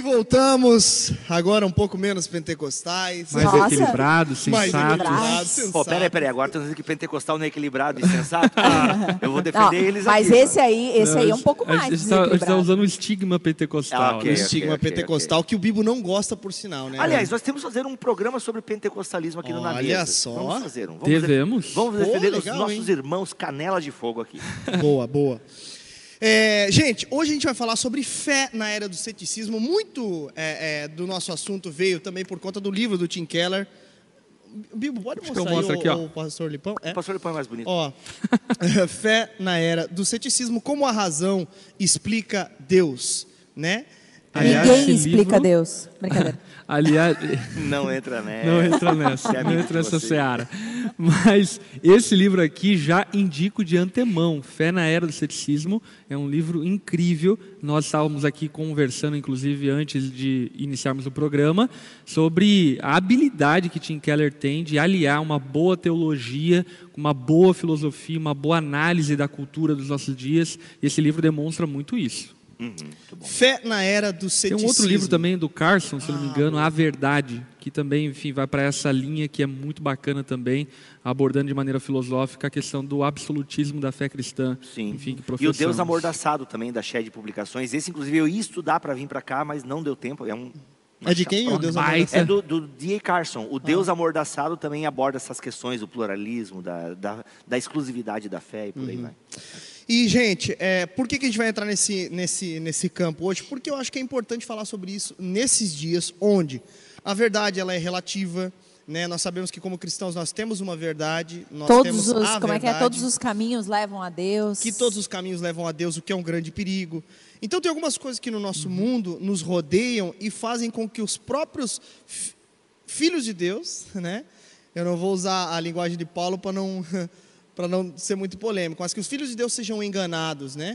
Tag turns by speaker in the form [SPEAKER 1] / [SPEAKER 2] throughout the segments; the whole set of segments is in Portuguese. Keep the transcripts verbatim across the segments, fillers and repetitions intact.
[SPEAKER 1] E voltamos, agora um pouco menos pentecostais.
[SPEAKER 2] Mais
[SPEAKER 3] Nossa.
[SPEAKER 2] equilibrado,
[SPEAKER 1] Mais
[SPEAKER 2] sensato.
[SPEAKER 1] equilibrado,
[SPEAKER 3] Pô,
[SPEAKER 1] sensato.
[SPEAKER 4] Peraí, peraí, agora estão dizendo que pentecostal não é equilibrado e sensato. Eu vou defender
[SPEAKER 3] Não,
[SPEAKER 4] eles
[SPEAKER 3] mas
[SPEAKER 4] aqui.
[SPEAKER 3] esse aí, esse aí é um pouco
[SPEAKER 2] A
[SPEAKER 3] mais
[SPEAKER 2] gente está
[SPEAKER 3] desequilibrado.
[SPEAKER 2] usando o estigma pentecostal.
[SPEAKER 4] Ah, ok.
[SPEAKER 1] O
[SPEAKER 2] né?
[SPEAKER 1] estigma
[SPEAKER 4] ok,
[SPEAKER 1] pentecostal que o Bibo não gosta, por sinal, né?
[SPEAKER 4] Aliás, nós temos que fazer um programa sobre pentecostalismo aqui no Na
[SPEAKER 1] Olha
[SPEAKER 4] Mesa.
[SPEAKER 1] só.
[SPEAKER 4] Vamos fazer um. Vamos
[SPEAKER 2] Devemos.
[SPEAKER 4] def- Vamos
[SPEAKER 1] Pô,
[SPEAKER 4] defender
[SPEAKER 1] legal,
[SPEAKER 4] os nossos
[SPEAKER 1] hein?
[SPEAKER 4] irmãos canela de fogo aqui.
[SPEAKER 1] Boa, boa. É, gente, hoje a gente vai falar sobre fé na era do ceticismo. Muito é, é, do nosso assunto veio também por conta do livro do Tim Keller. Bibo, pode
[SPEAKER 2] Acho que
[SPEAKER 1] mostrar
[SPEAKER 2] eu
[SPEAKER 1] aí
[SPEAKER 2] mostro
[SPEAKER 1] o,
[SPEAKER 2] aqui, ó.
[SPEAKER 1] o pastor Lipão? É.
[SPEAKER 4] O pastor põe mais bonito.
[SPEAKER 1] Ó, fé na era do ceticismo, como a razão explica Deus, né?
[SPEAKER 2] Aliás,
[SPEAKER 3] Ninguém
[SPEAKER 2] esse
[SPEAKER 3] explica
[SPEAKER 2] livro-
[SPEAKER 3] Deus. Brincadeira.
[SPEAKER 2] Aliás,
[SPEAKER 4] Não entra nessa.
[SPEAKER 2] não entra nessa,
[SPEAKER 4] É
[SPEAKER 2] não
[SPEAKER 4] amigo
[SPEAKER 2] entra
[SPEAKER 4] de
[SPEAKER 2] nessa
[SPEAKER 4] vocês.
[SPEAKER 2] seara. Mas esse livro aqui já indico de antemão. Fé na Era do Ceticismo é um livro incrível. Nós estávamos aqui conversando, inclusive, antes de iniciarmos o programa, sobre a habilidade que Tim Keller tem de aliar uma boa teologia, uma boa filosofia, uma boa análise da cultura dos nossos dias. E esse livro demonstra muito isso.
[SPEAKER 4] Uhum, muito bom.
[SPEAKER 1] Fé na era do
[SPEAKER 2] Tem
[SPEAKER 1] ceticismo.
[SPEAKER 2] um outro livro também do Carson, se eu não me engano, A Verdade, que também, enfim, vai para essa linha que é muito bacana também, abordando de maneira filosófica a questão do absolutismo da fé cristã.
[SPEAKER 4] Sim.
[SPEAKER 2] Enfim, que
[SPEAKER 4] E o
[SPEAKER 2] professamos.
[SPEAKER 4] Deus Amordaçado também, da Shed Publicações. Esse, inclusive, eu ia estudar para vir para cá, mas não deu tempo. É um...
[SPEAKER 1] É de quem, o Deus
[SPEAKER 2] baita.
[SPEAKER 4] É do, do D A Carson. O Deus Amordaçado também aborda essas questões do pluralismo, da, da, da exclusividade da fé e por aí vai.
[SPEAKER 1] E, gente, é, por que, que a gente vai entrar nesse, nesse, nesse campo hoje? Porque eu acho que é importante falar sobre isso nesses dias onde a verdade ela é relativa, né? Nós sabemos que como cristãos nós temos uma verdade, nós
[SPEAKER 3] Todos
[SPEAKER 1] temos
[SPEAKER 3] os,
[SPEAKER 1] a
[SPEAKER 3] como é que é?
[SPEAKER 1] verdade,
[SPEAKER 3] Todos os caminhos levam a Deus.
[SPEAKER 1] que todos os caminhos levam a Deus, o que é um grande perigo. Então tem algumas coisas que no nosso mundo nos rodeiam e fazem com que os próprios fi- filhos de Deus, né? Eu não vou usar a linguagem de Paulo para não para não ser muito polêmico, mas que os filhos de Deus sejam enganados, né?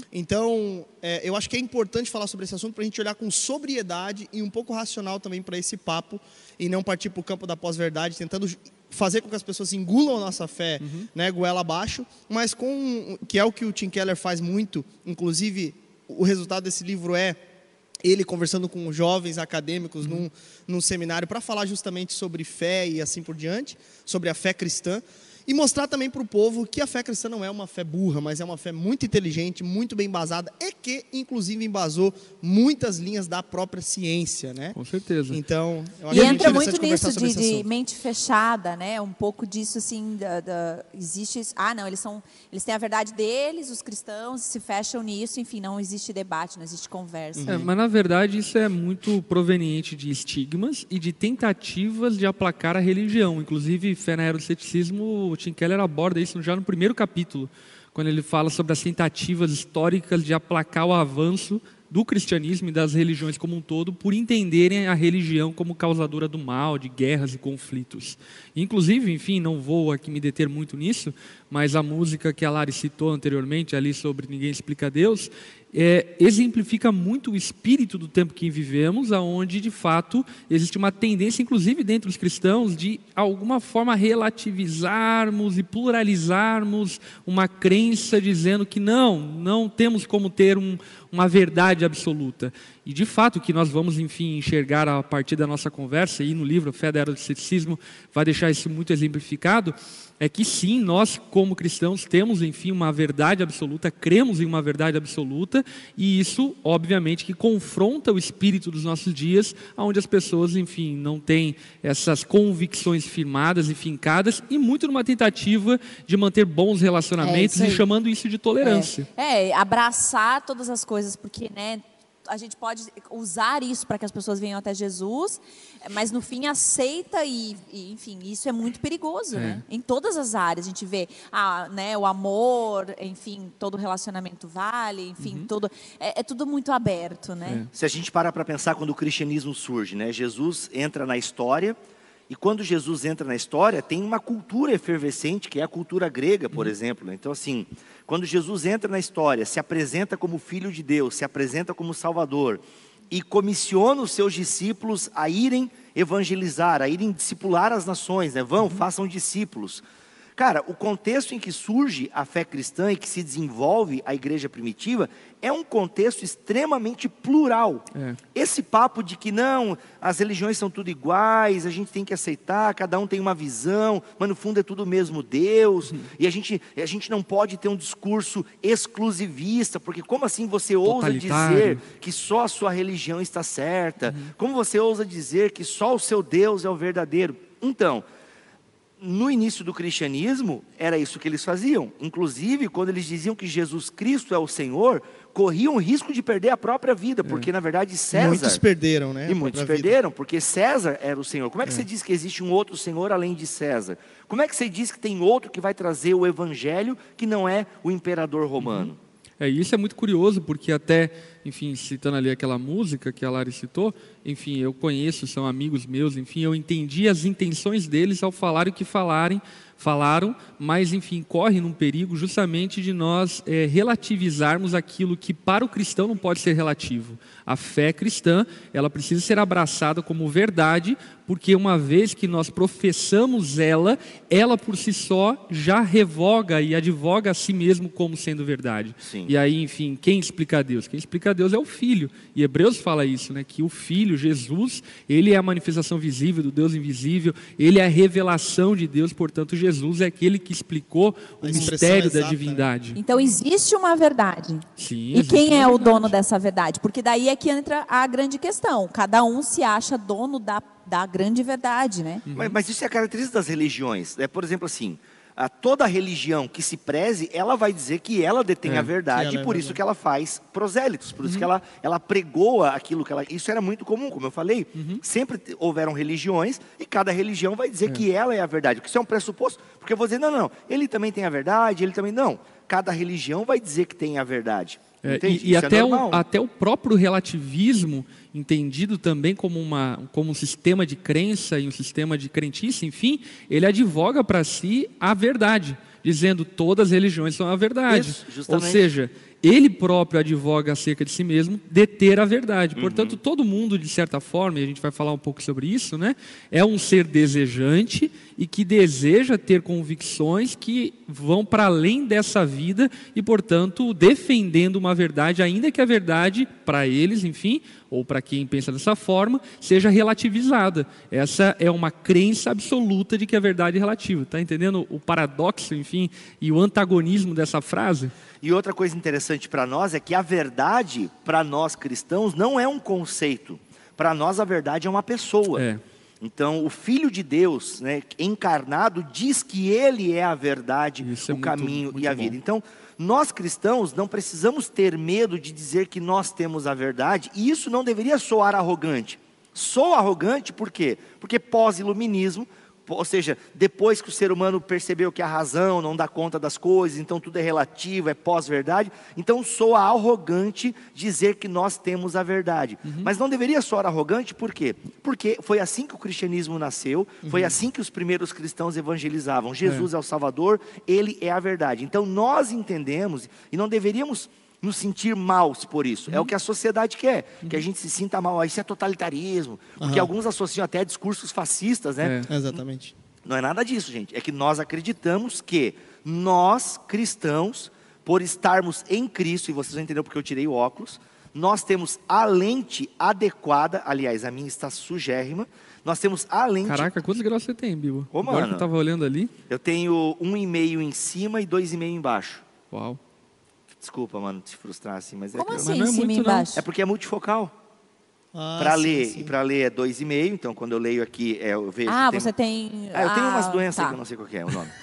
[SPEAKER 1] Então, é, eu acho que é importante falar sobre esse assunto para a gente olhar com sobriedade e um pouco racional também para esse papo e não partir para o campo da pós-verdade, tentando fazer com que as pessoas engulam a nossa fé, né, goela abaixo, mas com que é o que o Tim Keller faz muito, inclusive o resultado desse livro é ele conversando com jovens acadêmicos num, num seminário para falar justamente sobre fé e assim por diante, sobre a fé cristã. E mostrar também para o povo que a fé cristã não é uma fé burra, mas é uma fé muito inteligente, muito bem embasada e que, inclusive, embasou muitas linhas da própria ciência, né?
[SPEAKER 2] Com certeza.
[SPEAKER 1] Então, eu acho
[SPEAKER 3] E
[SPEAKER 1] que é
[SPEAKER 3] entra
[SPEAKER 1] interessante
[SPEAKER 3] muito
[SPEAKER 1] conversar
[SPEAKER 3] nisso
[SPEAKER 1] sobre
[SPEAKER 3] de,
[SPEAKER 1] esse
[SPEAKER 3] de
[SPEAKER 1] assunto.
[SPEAKER 3] mente fechada, né? Um pouco disso assim, da, da- existe. Ah, não, eles são, eles têm a verdade deles, os cristãos se fecham nisso. Enfim, não existe debate, não existe conversa.
[SPEAKER 2] É, mas na verdade isso é muito proveniente de estigmas e de tentativas de aplacar a religião. Inclusive, Fé na Era do Ceticismo, o Tim Keller aborda isso já no primeiro capítulo, quando ele fala sobre as tentativas históricas de aplacar o avanço do cristianismo e das religiões como um todo, por entenderem a religião como causadora do mal, de guerras e conflitos. Inclusive, enfim, não vou aqui me deter muito nisso, mas a música que a Lari citou anteriormente, ali sobre Ninguém Explica Deus, é, exemplifica muito o espírito do tempo que vivemos, onde, de fato, existe uma tendência, inclusive dentre os cristãos, de, alguma forma, relativizarmos e pluralizarmos uma crença dizendo que não, não temos como ter um, uma verdade absoluta. E, de fato, o que nós vamos, enfim, enxergar a partir da nossa conversa, e no livro Fé da Era do Ceticismo vai deixar isso muito exemplificado, é que sim, nós como cristãos temos, enfim, uma verdade absoluta, cremos em uma verdade absoluta, e isso, obviamente, que confronta o espírito dos nossos dias, onde as pessoas, enfim, não têm essas convicções firmadas e fincadas, e muito numa tentativa de manter bons relacionamentos
[SPEAKER 3] É isso
[SPEAKER 2] e
[SPEAKER 3] aí.
[SPEAKER 2] chamando isso de tolerância.
[SPEAKER 3] É, é, abraçar todas as coisas, porque, né, a gente pode usar isso para que as pessoas venham até Jesus, mas no fim aceita e, e enfim, isso é muito perigoso,
[SPEAKER 2] É.
[SPEAKER 3] né? Em todas as áreas a gente vê, ah, né, o amor, enfim, todo relacionamento vale, enfim, tudo é, é tudo muito aberto, né?
[SPEAKER 4] Se a gente parar para pensar quando o cristianismo surge, né? Jesus entra na história, e quando Jesus entra na história, tem uma cultura efervescente, que é a cultura grega, por exemplo, né? Então, assim, quando Jesus entra na história, se apresenta como Filho de Deus, se apresenta como Salvador, e comissiona os seus discípulos a irem evangelizar, a irem discipular as nações, né? Vão, façam discípulos. Cara, o contexto em que surge a fé cristã e que se desenvolve a igreja primitiva é um contexto extremamente plural.
[SPEAKER 2] É.
[SPEAKER 4] Esse papo de que não, as religiões são tudo iguais, a gente tem que aceitar, cada um tem uma visão, mas no fundo é tudo o mesmo Deus, e a gente, a gente não pode ter um discurso exclusivista, porque como assim você ousa dizer que só a sua religião está certa? Uhum. Como você ousa dizer que só o seu Deus é o verdadeiro? Então, no início do cristianismo, era isso que eles faziam. Inclusive, quando eles diziam que Jesus Cristo é o Senhor, corriam o risco de perder a própria vida, porque na verdade César...
[SPEAKER 1] Muitos perderam, né?
[SPEAKER 4] E muitos perderam, vida. Porque César era o Senhor. Como é que é. você diz que existe um outro Senhor além de César? Como é que você diz que tem outro que vai trazer o evangelho que não é o imperador romano?
[SPEAKER 2] Uhum. É, e isso é muito curioso, porque até, enfim, citando ali aquela música que a Lari citou, enfim, eu conheço, são amigos meus, enfim, eu entendi as intenções deles ao falar o que falarem, falaram, mas, enfim, corre num perigo justamente de nós é, relativizarmos aquilo que para o cristão não pode ser relativo. A fé cristã, ela precisa ser abraçada como verdade, porque uma vez que nós professamos ela, ela por si só já revoga e advoga a si mesmo como sendo verdade.
[SPEAKER 4] Sim.
[SPEAKER 2] E aí, enfim, quem explica a Deus? Quem explica a Deus é o Filho. E Hebreus fala isso, né? Que o Filho, Jesus, ele é a manifestação visível do Deus invisível, ele é a revelação de Deus, portanto, Jesus é aquele que explicou o mistério da divindade.
[SPEAKER 3] Então, existe uma verdade.
[SPEAKER 2] Sim,
[SPEAKER 3] e quem é
[SPEAKER 2] o
[SPEAKER 3] verdade. dono dessa verdade? Porque daí é que entra a grande questão. Cada um se acha dono da, da grande verdade, né?
[SPEAKER 4] Uhum. Mas, mas isso é a característica das religiões. É, por exemplo, assim, a toda religião que se preze, ela vai dizer que ela detém
[SPEAKER 2] é,
[SPEAKER 4] a verdade, e por é isso que ela faz prosélitos, por uhum. isso que ela, ela pregoa aquilo que ela... Isso era muito comum, como eu falei. Uhum. Sempre houveram religiões, e cada religião vai dizer é. que ela é a verdade. Porque isso é um pressuposto, porque eu vou dizer, não, não, ele também tem a verdade, ele também... Não, cada religião vai dizer que tem a verdade.
[SPEAKER 2] É, e e até, é o, até o próprio relativismo, entendido também como, uma, como um sistema de crença e um sistema de crentice, enfim, ele advoga para si a verdade, dizendo todas as religiões são a verdade. Isso, Ou seja, ele próprio advoga acerca de si mesmo deter a verdade. Portanto, uhum. todo mundo, de certa forma, e a gente vai falar um pouco sobre isso, né, é um ser desejante e que deseja ter convicções que vão para além dessa vida e, portanto, defendendo uma verdade, ainda que a verdade, para eles, enfim, ou para quem pensa dessa forma, seja relativizada. Essa é uma crença absoluta de que a verdade é relativa. Está entendendo o paradoxo, enfim, e o antagonismo dessa frase?
[SPEAKER 4] E outra coisa interessante para nós é que a verdade, para nós cristãos, não é um conceito. Para nós, a verdade é uma pessoa.
[SPEAKER 2] É.
[SPEAKER 4] Então, o Filho de Deus, né, encarnado, diz que Ele é a verdade,
[SPEAKER 2] Isso
[SPEAKER 4] o
[SPEAKER 2] é
[SPEAKER 4] caminho
[SPEAKER 2] muito, muito
[SPEAKER 4] e a
[SPEAKER 2] bom.
[SPEAKER 4] vida. Então, nós cristãos não precisamos ter medo de dizer que nós temos a verdade, e isso não deveria soar arrogante. Soa arrogante por quê? Porque pós-iluminismo, ou seja, depois que o ser humano percebeu que a razão não dá conta das coisas, então tudo é relativo, é pós-verdade, então soa arrogante dizer que nós temos a verdade. Uhum. Mas não deveria soar arrogante, por quê? Porque foi assim que o cristianismo nasceu, uhum. foi assim que os primeiros cristãos evangelizavam. Jesus é. é o Salvador, Ele é a verdade. Então nós entendemos, e não deveríamos nos sentir maus por isso. Uhum. É o que a sociedade quer, uhum. que a gente se sinta mal. Isso é totalitarismo, porque uhum. alguns associam até discursos fascistas, né?
[SPEAKER 1] É. Exatamente.
[SPEAKER 4] Não é nada disso, gente. É que nós acreditamos que nós, cristãos, por estarmos em Cristo, e vocês vão entender porque eu tirei o óculos, nós temos a lente adequada, aliás, a minha está sugérrima, nós temos a lente...
[SPEAKER 2] Caraca, quantos graus você tem, Bibo?
[SPEAKER 4] Ô,
[SPEAKER 2] Agora
[SPEAKER 4] mano,
[SPEAKER 2] que eu estava olhando ali.
[SPEAKER 4] Eu tenho um e meio em cima e dois e meio embaixo.
[SPEAKER 2] Uau.
[SPEAKER 4] Desculpa, mano, te frustrar assim, mas
[SPEAKER 3] Como
[SPEAKER 4] é...
[SPEAKER 3] assim,
[SPEAKER 2] mas não é
[SPEAKER 3] em cima
[SPEAKER 2] muito,
[SPEAKER 3] e embaixo?
[SPEAKER 4] É porque é multifocal.
[SPEAKER 1] Ah,
[SPEAKER 4] para
[SPEAKER 1] sim,
[SPEAKER 4] ler,
[SPEAKER 1] sim.
[SPEAKER 4] e para ler é dois e meio, então quando eu leio aqui, é, eu vejo...
[SPEAKER 3] Ah,
[SPEAKER 4] tem...
[SPEAKER 3] você tem...
[SPEAKER 4] Ah, eu tenho
[SPEAKER 3] ah,
[SPEAKER 4] umas doenças
[SPEAKER 3] tá.
[SPEAKER 4] aí que eu não sei qual que é o nome.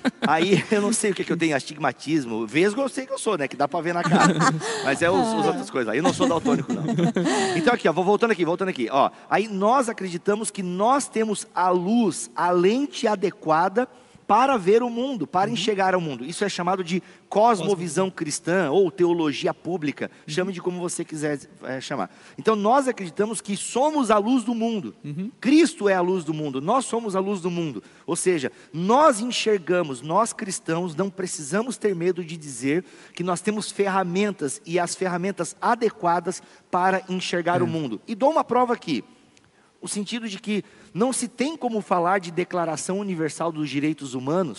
[SPEAKER 4] Aí eu não sei o que, que eu tenho, astigmatismo. Vesgo eu sei que eu sou, né? Que dá para ver na cara. Mas é os, os outras coisas. Aí eu não sou daltônico, não. Então aqui, ó, vou voltando aqui, voltando aqui. Ó, aí nós acreditamos que nós temos a luz, a lente adequada para ver o mundo, para uhum. enxergar o mundo. Isso é chamado de cosmovisão cristã ou teologia pública. Uhum. Chame de como você quiser é, chamar. Então nós acreditamos que somos a luz do mundo. Uhum. Cristo é a luz do mundo. Nós somos a luz do mundo. Ou seja, nós enxergamos, nós cristãos não precisamos ter medo de dizer que nós temos ferramentas e as ferramentas adequadas para enxergar é. o mundo. E dou uma prova aqui. O sentido de que não se tem como falar de Declaração Universal dos Direitos Humanos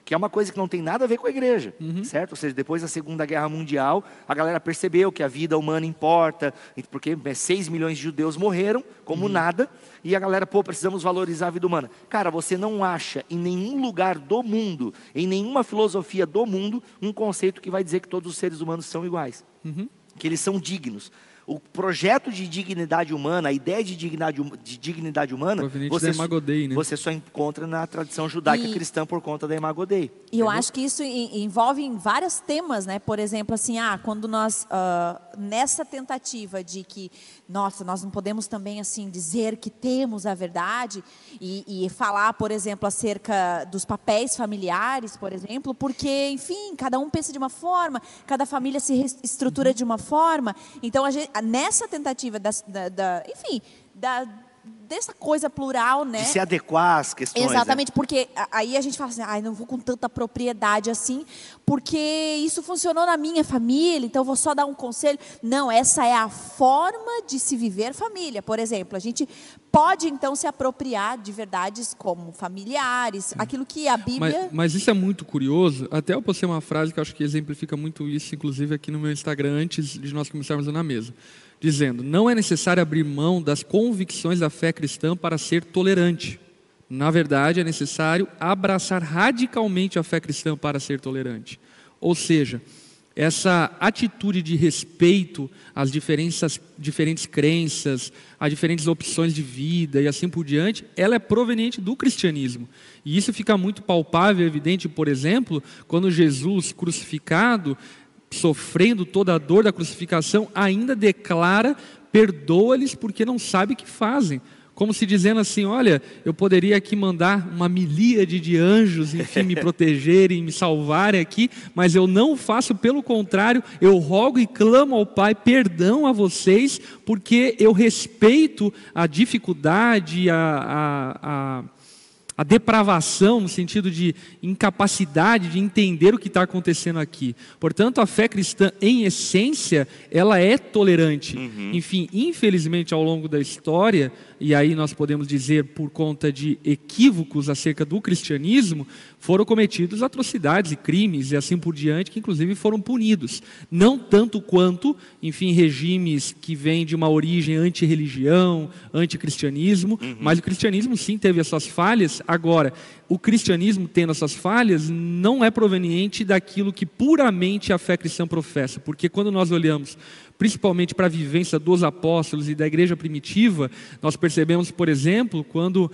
[SPEAKER 4] que é uma coisa que não tem nada a ver com a igreja, uhum. certo? Ou seja, depois da Segunda Guerra Mundial, a galera percebeu que a vida humana importa, porque seis milhões de judeus morreram, como uhum. nada, e a galera, pô, precisamos valorizar a vida humana. Cara, você não acha em nenhum lugar do mundo, em nenhuma filosofia do mundo, um conceito que vai dizer que todos os seres humanos são iguais, uhum. que eles são dignos. O projeto de dignidade humana, a ideia de dignidade, de dignidade humana, você,
[SPEAKER 2] da Imago Dei, né?
[SPEAKER 4] você só encontra na tradição judaica e, cristã por conta da Imago Dei.
[SPEAKER 3] E eu acho que isso envolve em vários temas, né? Por exemplo, assim, ah, quando nós, uh, nessa tentativa de que, nossa, nós não podemos também, assim, dizer que temos a verdade e, e falar, por exemplo, acerca dos papéis familiares, por exemplo, porque, enfim, cada um pensa de uma forma, cada família se estrutura uhum. de uma forma, então a gente nessa tentativa da, da, da enfim, da, dessa coisa plural, né?
[SPEAKER 4] De se adequar às questões.
[SPEAKER 3] Exatamente,
[SPEAKER 4] né?
[SPEAKER 3] Porque aí a gente fala assim, ai, não vou com tanta propriedade assim, porque isso funcionou na minha família, então eu vou só dar um conselho. Não, essa é a forma de se viver família. Por exemplo, a gente pode então se apropriar de verdades como familiares, aquilo que a Bíblia...
[SPEAKER 2] Mas, mas isso é muito curioso, até eu postei uma frase que eu acho que exemplifica muito isso, inclusive aqui no meu Instagram, antes de nós começarmos na mesa, dizendo, não é necessário abrir mão das convicções da fé cristã para ser tolerante. Na verdade, é necessário abraçar radicalmente a fé cristã para ser tolerante. Ou seja, essa atitude de respeito às diferenças, diferentes crenças, a diferentes opções de vida e assim por diante, ela é proveniente do cristianismo. E isso fica muito palpável e evidente, por exemplo, quando Jesus crucificado, sofrendo toda a dor da crucificação, ainda declara, perdoa-lhes porque não sabe o que fazem. Como se dizendo assim, olha, eu poderia aqui mandar uma milíade de anjos, enfim, me protegerem, me salvarem aqui, mas eu não faço, pelo contrário, eu rogo e clamo ao Pai, perdão a vocês, porque eu respeito a dificuldade, a... a, a A depravação, no sentido de incapacidade de entender o que está acontecendo aqui. Portanto, a fé cristã, em essência, ela é tolerante. Uhum. Enfim, infelizmente, ao longo da história, e aí nós podemos dizer por conta de equívocos acerca do cristianismo, foram cometidos atrocidades e crimes e assim por diante, que inclusive foram punidos. Não tanto quanto, enfim, regimes que vêm de uma origem anti-religião, anti-cristianismo, uhum. mas o cristianismo sim teve as suas falhas. Agora, o cristianismo tendo essas falhas não é proveniente daquilo que puramente a fé cristã professa, porque quando nós olhamos principalmente para a vivência dos apóstolos e da igreja primitiva, nós percebemos, por exemplo, quando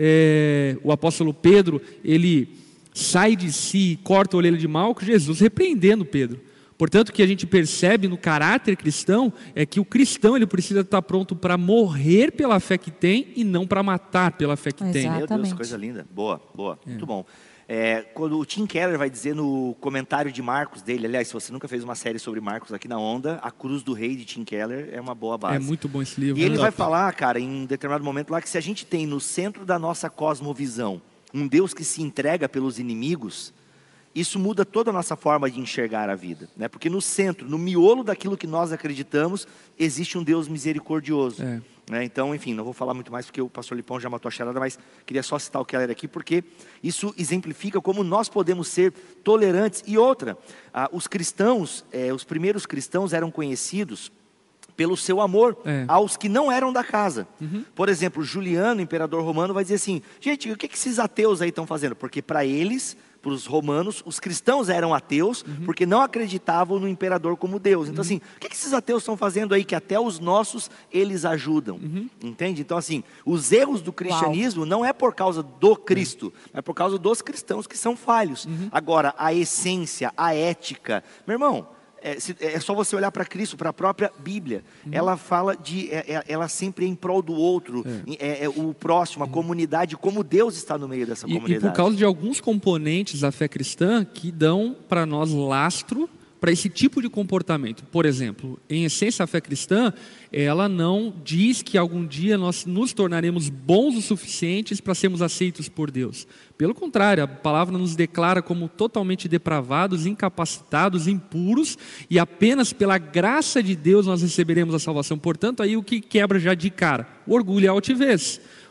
[SPEAKER 2] é, o apóstolo Pedro, ele sai de si e corta a orelha de Malco, Jesus repreendendo Pedro. Portanto, o que a gente percebe no caráter cristão é que o cristão ele precisa estar pronto para morrer pela fé que tem e não para matar pela fé que
[SPEAKER 3] Exatamente.
[SPEAKER 2] tem.
[SPEAKER 4] Meu Deus, coisa linda. Boa, boa. É. Muito bom. É, quando o Tim Keller vai dizer no comentário de Marcos dele, aliás, se você nunca fez uma série sobre Marcos aqui na Onda, A Cruz do Rei de Tim Keller é uma boa base.
[SPEAKER 2] É muito bom esse livro.
[SPEAKER 4] E ele
[SPEAKER 2] né?
[SPEAKER 4] vai falar, cara, em um determinado momento lá, que se a gente tem no centro da nossa cosmovisão um Deus que se entrega pelos inimigos, isso muda toda a nossa forma de enxergar a vida, né? Porque no centro, no miolo daquilo que nós acreditamos, existe um Deus misericordioso. É. Né? Então, enfim, não vou falar muito mais porque o pastor Lipão já matou a charada, mas queria só citar o Keller aqui, porque isso exemplifica como nós podemos ser tolerantes. E outra, ah, os cristãos, eh, os primeiros cristãos eram conhecidos pelo seu amor é. aos que não eram da casa. Uhum. Por exemplo, Juliano, imperador romano, vai dizer assim, gente, o que, que esses ateus aí estão fazendo? Porque para eles, para os romanos, os cristãos eram ateus, uhum. porque não acreditavam no imperador como Deus. Então uhum. assim, o que, que esses ateus estão fazendo aí, que até os nossos, eles ajudam? Uhum. Entende? Então assim, os erros do cristianismo Uau. não é por causa do Cristo, é por causa dos cristãos que são falhos. Uhum. Agora, a essência, a ética, meu irmão, É, é só você olhar para Cristo, para a própria Bíblia. Uhum. Ela fala de, é, ela sempre é em prol do outro, é. É, é o próximo, a comunidade, como Deus está no meio dessa
[SPEAKER 2] e,
[SPEAKER 4] comunidade.
[SPEAKER 2] E por causa de alguns componentes da fé cristã que dão para nós lastro para esse tipo de comportamento. Por exemplo, em essência a fé cristã, ela não diz que algum dia nós nos tornaremos bons o suficientes para sermos aceitos por Deus. Pelo contrário, a palavra nos declara como totalmente depravados, incapacitados, impuros, e apenas pela graça de Deus nós receberemos a salvação. Portanto, aí o que quebra já de cara? O orgulho e a altivez.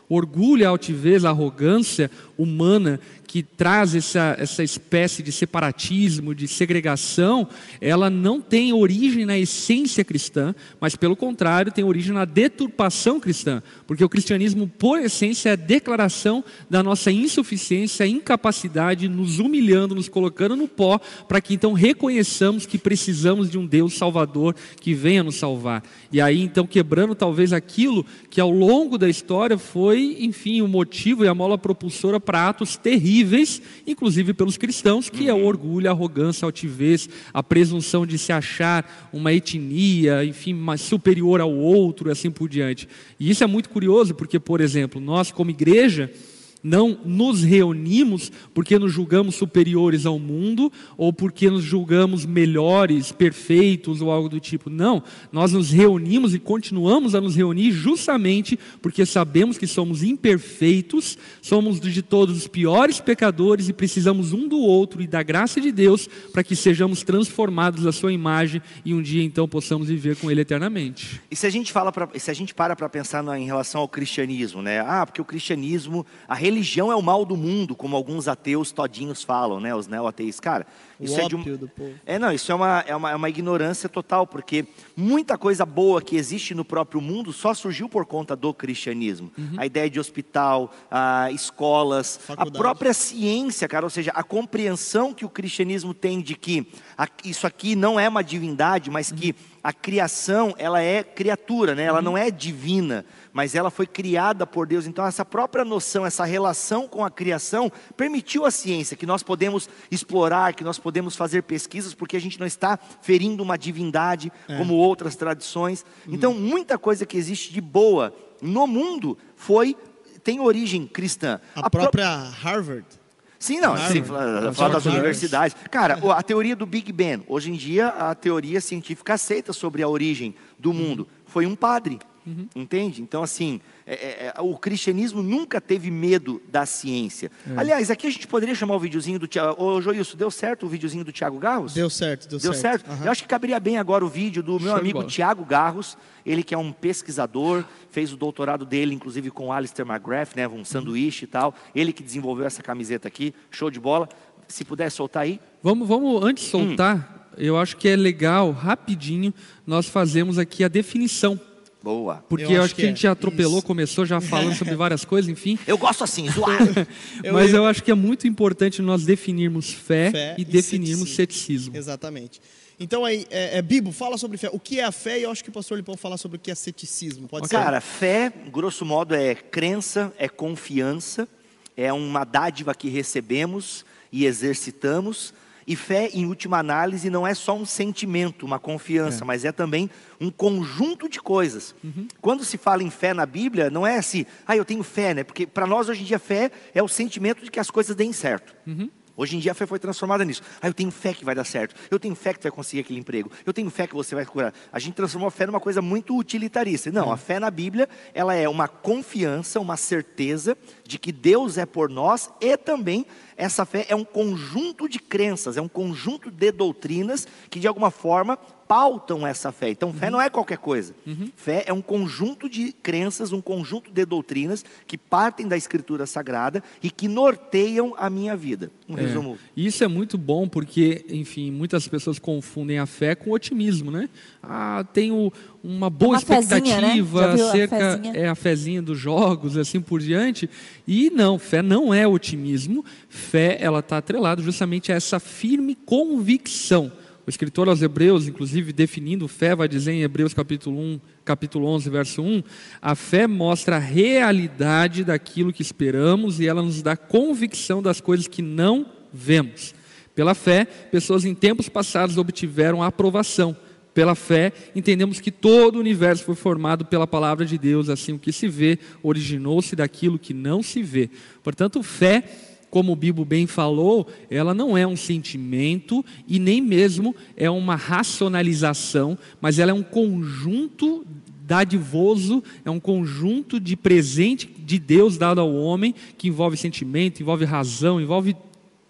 [SPEAKER 2] Orgulho, a altivez, a arrogância humana que traz essa, essa espécie de separatismo, de segregação, ela não tem origem na essência cristã, mas pelo contrário tem origem na deturpação cristã, porque o cristianismo por essência é a declaração da nossa insuficiência, incapacidade, nos humilhando, nos colocando no pó, para que então reconheçamos que precisamos de um Deus salvador que venha nos salvar. E aí então quebrando talvez aquilo que ao longo da história foi, enfim, o motivo e a mola propulsora para atos terríveis, inclusive pelos cristãos, que é o orgulho, a arrogância, a altivez, a presunção de se achar uma etnia, enfim, mais superior ao outro, e assim por diante. E isso é muito curioso, porque, por exemplo, nós como igreja não nos reunimos porque nos julgamos superiores ao mundo ou porque nos julgamos melhores, perfeitos ou algo do tipo. Não, nós nos reunimos e continuamos a nos reunir justamente porque sabemos que somos imperfeitos, somos de todos os piores pecadores e precisamos um do outro e da graça de Deus para que sejamos transformados à sua imagem e um dia então possamos viver com Ele eternamente.
[SPEAKER 4] E se a gente fala pra, se a gente para para pensar na, em relação ao cristianismo, né? Ah, porque o cristianismo, a religião é o mal do mundo, como alguns ateus todinhos falam, né? Os neo-ateus. Cara, isso
[SPEAKER 1] o
[SPEAKER 4] é de um...
[SPEAKER 1] do povo.
[SPEAKER 4] É, não, isso é uma, é, uma, é uma ignorância total, porque muita coisa boa que existe no próprio mundo só surgiu por conta do cristianismo. Uhum. A ideia de hospital, a escolas, faculdade, a própria ciência, cara, ou seja, a compreensão que o cristianismo tem de que a, isso aqui não é uma divindade, mas uhum. que a criação, ela é criatura, né? Ela uhum. não é divina, mas ela foi criada por Deus. Então essa própria noção, essa relação com a criação, permitiu a ciência, que nós podemos explorar, que nós podemos fazer pesquisas, porque a gente não está ferindo uma divindade, é. como outras tradições. Uhum. Então muita coisa que existe de boa no mundo foi, tem origem cristã.
[SPEAKER 1] A, a própria pro... Harvard.
[SPEAKER 4] Sim, não, sim, falar fala das universidades. Cara, a teoria do Big Bang, hoje em dia a teoria científica aceita sobre a origem do mundo. Foi um padre, uhum. entende? Então assim, é, é, o cristianismo nunca teve medo da ciência. É. Aliás, aqui a gente poderia chamar o videozinho do Tiago... Ô Joilson, deu certo o videozinho do Tiago Garros?
[SPEAKER 1] Deu certo, deu,
[SPEAKER 4] deu certo. certo? Uhum. Eu acho que caberia bem agora o vídeo do meu Show amigo Tiago Garros, ele que é um pesquisador, fez o doutorado dele, inclusive com o Alistair McGrath, né, um sanduíche e tal. Ele que desenvolveu essa camiseta aqui, show de bola. Se puder soltar aí.
[SPEAKER 2] Vamos, vamos antes de soltar, hum. eu acho que é legal, rapidinho, nós fazemos aqui a definição.
[SPEAKER 4] Boa.
[SPEAKER 2] Porque eu, eu acho que, que a gente já atropelou, isso. começou já falando sobre várias coisas, enfim.
[SPEAKER 4] Eu gosto assim, zoado.
[SPEAKER 2] Mas eu acho que é muito importante nós definirmos fé, fé e, e definirmos ceticismo. ceticismo.
[SPEAKER 1] Exatamente. Então aí, é, é, Bibo, fala sobre fé. O que é a fé? E eu acho que o pastor Lipão fala sobre o que é ceticismo. Pode ser?
[SPEAKER 4] Cara, fé, grosso modo, é crença, é confiança, é uma dádiva que recebemos e exercitamos. E fé, em última análise, não é só um sentimento, uma confiança, é. mas é também um conjunto de coisas. Uhum. Quando se fala em fé na Bíblia, não é assim, ah, eu tenho fé, né? Porque para nós hoje em dia fé é o sentimento de que as coisas deem certo. Uhum. Hoje em dia a fé foi transformada nisso. Ah, eu tenho fé que vai dar certo. Eu tenho fé que tu vai conseguir aquele emprego. Eu tenho fé que você vai curar. A gente transformou a fé numa coisa muito utilitarista. Não, a fé na Bíblia, ela é uma confiança, uma certeza de que Deus é por nós e também essa fé é um conjunto de crenças, é um conjunto de doutrinas que de alguma forma pautam essa fé. Então fé uhum. não é qualquer coisa. Uhum. Fé é um conjunto de crenças, um conjunto de doutrinas que partem da Escritura Sagrada e que norteiam a minha vida. Um
[SPEAKER 2] é.
[SPEAKER 4] resumo.
[SPEAKER 2] Isso é muito bom porque, enfim, muitas pessoas confundem a fé com o otimismo, né? Ah, tenho uma boa uma expectativa fezinha, né? acerca a é a fezinha dos jogos, assim por diante. E não, fé não é otimismo. Fé, ela está atrelada justamente a essa firme convicção. O escritor aos Hebreus, inclusive, definindo fé, vai dizer em Hebreus capítulo um, capítulo onze, verso um, a fé mostra a realidade daquilo que esperamos e ela nos dá convicção das coisas que não vemos. Pela fé, pessoas em tempos passados obtiveram a aprovação. Pela fé, entendemos que todo o universo foi formado pela palavra de Deus, assim o que se vê originou-se daquilo que não se vê. Portanto, fé, como o Bibo bem falou, ela não é um sentimento e nem mesmo é uma racionalização, mas ela é um conjunto dadivoso, é um conjunto de presente de Deus dado ao homem, que envolve sentimento, envolve razão, envolve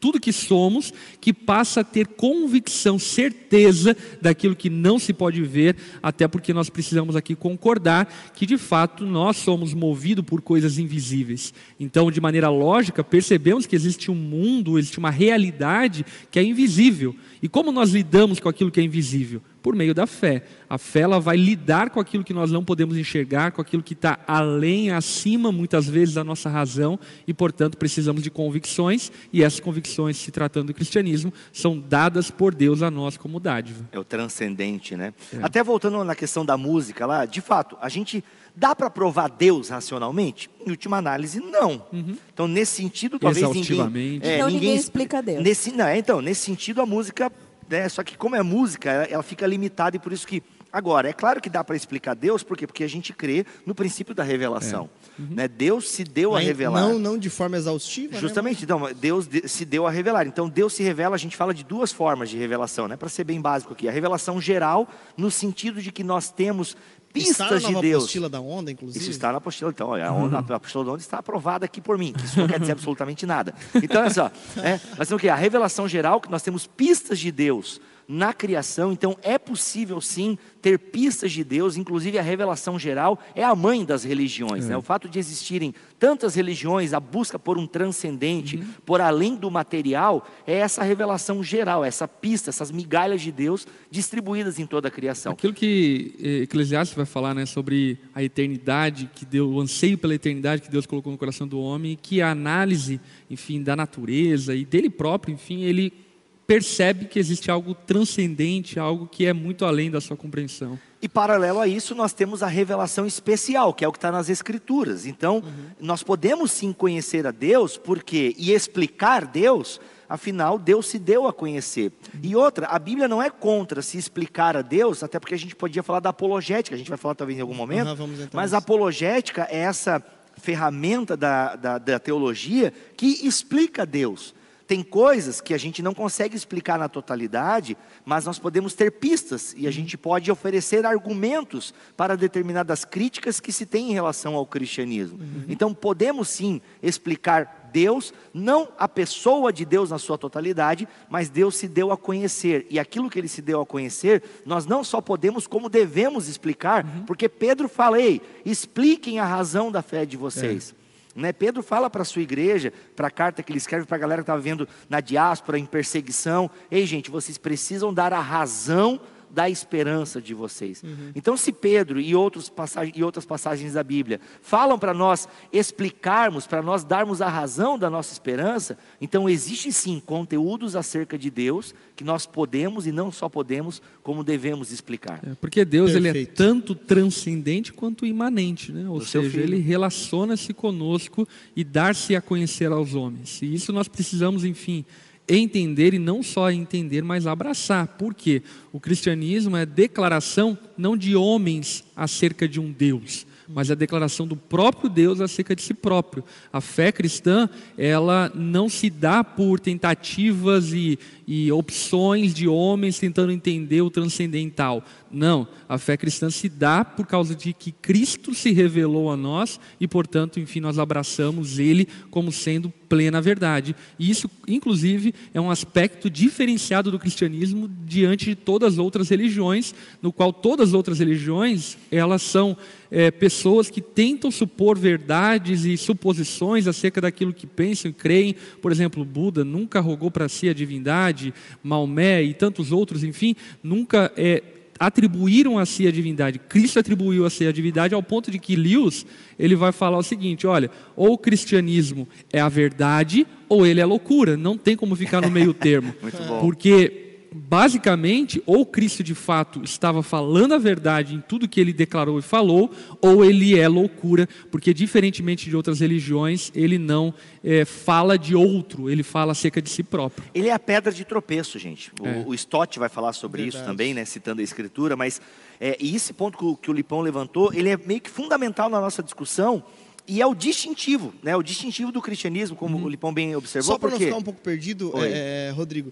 [SPEAKER 2] tudo que somos, que passa a ter convicção, certeza daquilo que não se pode ver, até porque nós precisamos aqui concordar que de fato nós somos movidos por coisas invisíveis. Então, de maneira lógica, percebemos que existe um mundo, existe uma realidade que é invisível. E como nós lidamos com aquilo que é invisível? Por meio da fé. A fé ela vai lidar com aquilo que nós não podemos enxergar, com aquilo que está além, acima, muitas vezes, da nossa razão, e, portanto, precisamos de convicções, e essas convicções, se tratando do cristianismo, são dadas por Deus a nós como dádiva.
[SPEAKER 4] É o transcendente, né?
[SPEAKER 2] É.
[SPEAKER 4] Até voltando na questão da música lá, de fato, a gente dá para provar Deus racionalmente? Em última análise, não.
[SPEAKER 2] Uhum.
[SPEAKER 4] Então, nesse sentido, talvez ninguém...
[SPEAKER 2] Exaustivamente.
[SPEAKER 3] Então, ninguém explica Deus.
[SPEAKER 4] Nesse, não, então, nesse sentido, a música... Né, só que como é música, ela, ela fica limitada e por isso que... Agora, é claro que dá para explicar Deus, por quê? Porque a gente crê no princípio da revelação. É. Uhum. Né? Deus se deu
[SPEAKER 1] Mas
[SPEAKER 4] a revelar.
[SPEAKER 1] Não, não de forma exaustiva,
[SPEAKER 4] Justamente,
[SPEAKER 1] né?
[SPEAKER 4] então, Deus se deu a revelar. Então, Deus se revela, a gente fala de duas formas de revelação, né? Para ser bem básico aqui. A revelação geral, no sentido de que nós temos pistas de Deus.
[SPEAKER 1] Apostila da onda, inclusive.
[SPEAKER 4] Isso está na apostila, então, olha, a, onda, a apostila da onda está aprovada aqui por mim, que isso não quer dizer absolutamente nada. Então, olha só, é, nós temos o quê? A revelação geral, que nós temos pistas de Deus na criação, então é possível sim ter pistas de Deus, inclusive a revelação geral é a mãe das religiões, é. né? O fato de existirem tantas religiões, a busca por um transcendente, uhum. por além do material, é essa revelação geral, essa pista, essas migalhas de Deus distribuídas em toda a criação.
[SPEAKER 2] Aquilo que Eclesiastes vai falar, né, sobre a eternidade, que Deus, o anseio pela eternidade que Deus colocou no coração do homem, e que a análise, enfim, da natureza e dele próprio, enfim, ele percebe que existe algo transcendente, algo que é muito além da sua compreensão.
[SPEAKER 4] E paralelo a isso, nós temos a revelação especial, que é o que está nas Escrituras. Então, uhum. nós podemos sim conhecer a Deus, porque e explicar Deus, afinal, Deus se deu a conhecer. Uhum. E outra, a Bíblia não é contra se explicar a Deus, até porque a gente podia falar da apologética, a gente vai falar talvez em algum momento, uhum, vamos então mas a apologética é essa ferramenta da, da, da teologia que explica Deus. Tem coisas que a gente não consegue explicar na totalidade, mas nós podemos ter pistas e a gente pode oferecer argumentos para determinadas críticas que se tem em relação ao cristianismo. Uhum. Então podemos sim explicar Deus, não a pessoa de Deus na sua totalidade, mas Deus se deu a conhecer. E aquilo que Ele se deu a conhecer, nós não só podemos, como devemos explicar, uhum. porque Pedro fala, ei, expliquem a razão da fé de vocês. É. Né? Pedro fala para a sua igreja, para a carta que ele escreve para a galera que estava vendo na diáspora, em perseguição, ei gente, vocês precisam dar a razão da esperança de vocês. Uhum. Então se Pedro e, outros passag- e outras passagens da Bíblia falam para nós explicarmos, para nós darmos a razão da nossa esperança, então existe sim conteúdos acerca de Deus que nós podemos e não só podemos, como devemos explicar.
[SPEAKER 2] É, porque Deus ele é tanto transcendente quanto imanente, né? Ou
[SPEAKER 4] Do
[SPEAKER 2] seja, Ele relaciona-se conosco e dar-se a conhecer aos homens. E isso nós precisamos, enfim, entender e não só entender, mas abraçar. Por quê? O cristianismo é declaração não de homens acerca de um Deus, mas a declaração do próprio Deus acerca de si próprio. A fé cristã, ela não se dá por tentativas e, e opções de homens tentando entender o transcendental. Não, a fé cristã se dá por causa de que Cristo se revelou a nós e, portanto, enfim, nós abraçamos Ele como sendo plena verdade. E isso, inclusive, é um aspecto diferenciado do cristianismo diante de todas as outras religiões, no qual todas as outras religiões, elas são é, pessoas que tentam supor verdades e suposições acerca daquilo que pensam e creem. Por exemplo, Buda nunca rogou para si a divindade, Maomé e tantos outros, enfim, nunca é, atribuíram a si a divindade. Cristo atribuiu a si a divindade ao ponto de que Lewis, ele vai falar o seguinte, olha, ou o cristianismo é a verdade ou ele é loucura, não tem como ficar no meio termo.
[SPEAKER 4] Muito bom.
[SPEAKER 2] Porque basicamente, ou Cristo de fato estava falando a verdade em tudo que ele declarou e falou, ou ele é loucura, porque diferentemente de outras religiões, ele não é, fala de outro, ele fala acerca de si próprio.
[SPEAKER 4] Ele é a pedra de tropeço, gente. O,
[SPEAKER 2] É.
[SPEAKER 4] o Stott vai falar sobre
[SPEAKER 1] Verdade.
[SPEAKER 4] isso também, né, citando a Escritura, mas é, e esse ponto que o, que o Lipão levantou, ele é meio que fundamental na nossa discussão, e é o distintivo, né, o distintivo do cristianismo, como uhum. o Lipão bem observou.
[SPEAKER 1] Só para não
[SPEAKER 4] porque...
[SPEAKER 1] ficar um pouco perdido, é, Rodrigo,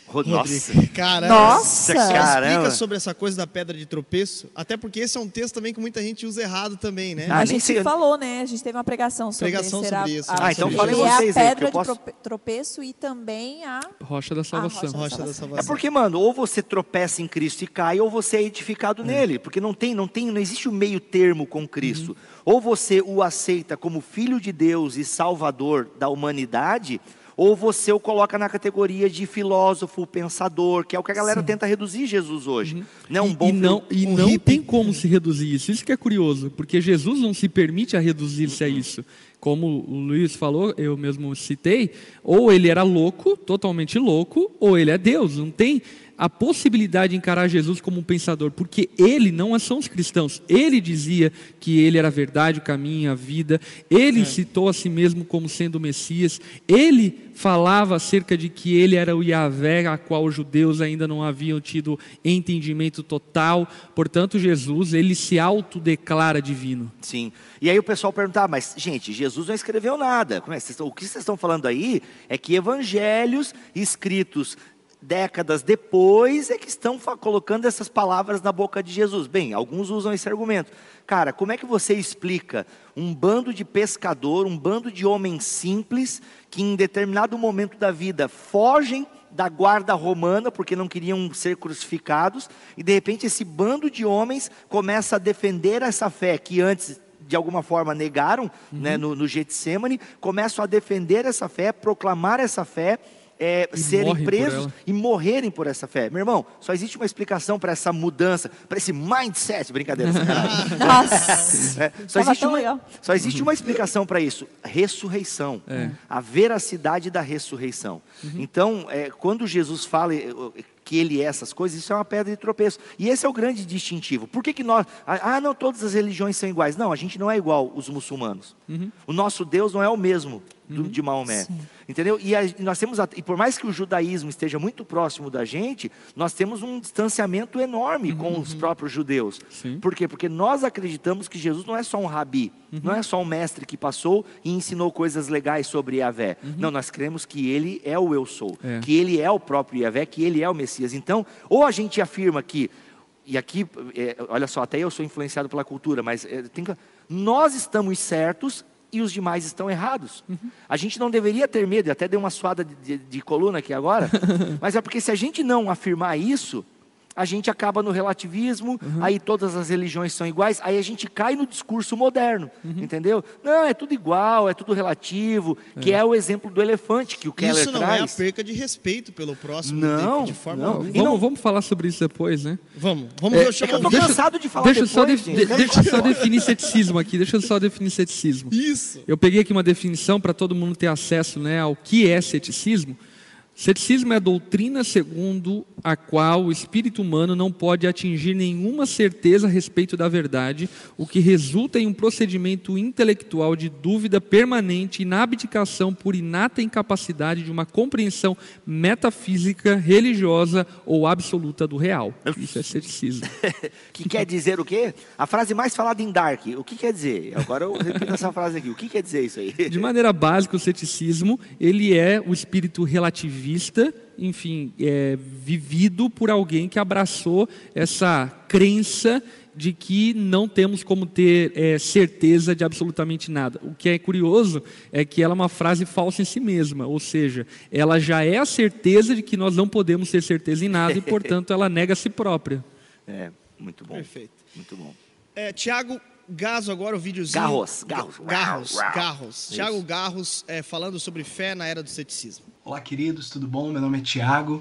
[SPEAKER 4] Nossa,
[SPEAKER 1] Caramba.
[SPEAKER 3] Nossa.
[SPEAKER 4] caramba.
[SPEAKER 1] Explica sobre essa coisa da pedra de tropeço, até porque esse é um texto também que muita gente usa errado também, né?
[SPEAKER 4] Ah,
[SPEAKER 3] A
[SPEAKER 4] nem
[SPEAKER 3] gente
[SPEAKER 4] sei.
[SPEAKER 3] falou, né? A gente teve uma pregação sobre
[SPEAKER 1] Pregação
[SPEAKER 3] esse.
[SPEAKER 1] sobre
[SPEAKER 3] Era
[SPEAKER 1] isso,
[SPEAKER 3] a-
[SPEAKER 1] né?
[SPEAKER 3] a-
[SPEAKER 4] Ah, então
[SPEAKER 3] ele
[SPEAKER 4] falem
[SPEAKER 3] é
[SPEAKER 4] vocês
[SPEAKER 3] a
[SPEAKER 4] aí, que
[SPEAKER 3] pedra
[SPEAKER 4] eu posso-
[SPEAKER 3] de trope- tropeço e também a...
[SPEAKER 2] Rocha da salvação.
[SPEAKER 3] rocha da
[SPEAKER 1] Rocha da
[SPEAKER 3] salvação.
[SPEAKER 1] salvação.
[SPEAKER 4] É porque, mano, ou você tropeça em Cristo e cai, ou você é edificado nele. Porque não tem, não tem, não existe o meio termo com Cristo. Ou você o aceita como filho de Deus e salvador da humanidade, ou você o coloca na categoria de filósofo, pensador, que é o que a galera tenta reduzir Jesus hoje. Não é um bom
[SPEAKER 2] e não,
[SPEAKER 4] filo-
[SPEAKER 2] e
[SPEAKER 1] um
[SPEAKER 2] não
[SPEAKER 1] hippie.
[SPEAKER 2] tem como se reduzir isso. Isso que é curioso, porque Jesus não se permite a reduzir-se a isso. Como o Luiz falou, eu mesmo citei, ou ele era louco, totalmente louco, ou ele é Deus. Não tem a possibilidade de encarar Jesus como um pensador, porque ele não são os cristãos. Ele dizia que ele era a verdade, o caminho, a vida. Ele
[SPEAKER 1] É.
[SPEAKER 2] citou a si mesmo como sendo o Messias. Ele falava acerca de que ele era o Yahvé, a qual os judeus ainda não haviam tido entendimento total. Portanto, Jesus, ele se autodeclara divino.
[SPEAKER 4] Sim. E aí o pessoal pergunta, ah, mas gente, Jesus não escreveu nada. Como é? Vocês estão- o que vocês estão falando aí é que evangelhos escritos décadas depois é que estão fa- colocando essas palavras na boca de Jesus. Bem, alguns usam esse argumento. Cara, como é que você explica um bando de pescador, um bando de homens simples, que em determinado momento da vida fogem da guarda romana, porque não queriam ser crucificados, e de repente esse bando de homens começa a defender essa fé que antes de alguma forma negaram, né, no, no Getsemane, começam a defender essa fé, proclamar essa fé, é,
[SPEAKER 2] E
[SPEAKER 4] serem
[SPEAKER 2] morrem por
[SPEAKER 4] presos
[SPEAKER 2] ela.
[SPEAKER 4] e morrerem por essa fé. Meu irmão, só existe uma explicação para essa mudança, para esse mindset, brincadeira, sacanagem.
[SPEAKER 3] Nossa.
[SPEAKER 4] É, só,
[SPEAKER 3] Tava
[SPEAKER 4] existe
[SPEAKER 3] tão
[SPEAKER 4] uma,
[SPEAKER 3] legal.
[SPEAKER 4] só existe uma explicação para isso: ressurreição.
[SPEAKER 2] É.
[SPEAKER 4] A veracidade da ressurreição. Então, é, quando Jesus fala é, que ele é essas coisas, isso é uma pedra de tropeço. E esse é o grande distintivo. Por que, que nós. Ah, não, todas as religiões são iguais. Não, a gente não é igual os muçulmanos. O nosso Deus não é o mesmo do, de Maomé.
[SPEAKER 3] Sim.
[SPEAKER 4] Entendeu? E, a, nós temos, a, e por mais que o judaísmo esteja muito próximo da gente, nós temos um distanciamento enorme com os próprios judeus.
[SPEAKER 2] Sim.
[SPEAKER 4] Por quê? Porque nós acreditamos que Jesus não é só um rabi, não é só um mestre que passou e ensinou coisas legais sobre Yahvé. Não, nós cremos que ele é o eu sou,
[SPEAKER 2] É.
[SPEAKER 4] que ele é o próprio Yahvé, que ele é o Messias. Então, ou a gente afirma que, e aqui, é, olha só, até eu sou influenciado pela cultura, mas é, tem que, nós estamos certos e os demais estão errados. A gente não deveria ter medo, até dei uma suada de, de, de coluna aqui agora, mas é porque se a gente não afirmar isso, a gente acaba no relativismo, aí todas as religiões são iguais, aí a gente cai no discurso moderno, entendeu? Não, é tudo igual, é tudo relativo, que é o exemplo do elefante que o Keller
[SPEAKER 1] Isso não
[SPEAKER 4] traz.
[SPEAKER 1] é a perca de respeito pelo próximo
[SPEAKER 4] Não,
[SPEAKER 1] de, de forma
[SPEAKER 4] não.
[SPEAKER 1] alguma.
[SPEAKER 4] E
[SPEAKER 2] Vamos,
[SPEAKER 4] não-
[SPEAKER 2] vamos falar sobre isso depois, né?
[SPEAKER 1] Vamos, vamos
[SPEAKER 2] É,
[SPEAKER 1] eu
[SPEAKER 4] É
[SPEAKER 1] chamo
[SPEAKER 4] que eu tô
[SPEAKER 1] o vídeo.
[SPEAKER 4] cansado de falar
[SPEAKER 2] Deixa eu só,
[SPEAKER 4] depois,
[SPEAKER 2] de-
[SPEAKER 4] gente.
[SPEAKER 2] de- deixa eu só definir ceticismo aqui, deixa eu só definir ceticismo.
[SPEAKER 1] Isso.
[SPEAKER 2] Eu peguei aqui uma definição para todo mundo ter acesso, né, ao que é ceticismo. Ceticismo é a doutrina segundo a qual o espírito humano não pode atingir nenhuma certeza a respeito da verdade, o que resulta em um procedimento intelectual de dúvida permanente e na abdicação por inata incapacidade de uma compreensão metafísica, religiosa ou absoluta do real. Isso é ceticismo.
[SPEAKER 4] Que quer dizer o quê? A frase mais falada em Dark. O que quer dizer? Agora eu repito essa frase aqui. O que quer dizer isso aí?
[SPEAKER 2] De maneira básica, o ceticismo, ele é o espírito relativista, enfim, é, vivido por alguém que abraçou essa crença de que não temos como ter é, certeza de absolutamente nada. O que é curioso é que ela é uma frase falsa em si mesma, ou seja, ela já é a certeza de que nós não podemos ter certeza em nada e, portanto, ela nega a si própria.
[SPEAKER 4] É, muito bom.
[SPEAKER 1] Perfeito.
[SPEAKER 4] Muito bom.
[SPEAKER 1] É, Tiago Gaso agora, o videozinho.
[SPEAKER 4] Garros, Garros.
[SPEAKER 1] Garros,
[SPEAKER 4] Uau, uau.
[SPEAKER 1] Garros.
[SPEAKER 4] Isso.
[SPEAKER 1] Tiago Garros é, falando sobre fé na era do ceticismo.
[SPEAKER 5] Olá, queridos, tudo bom? Meu nome é Tiago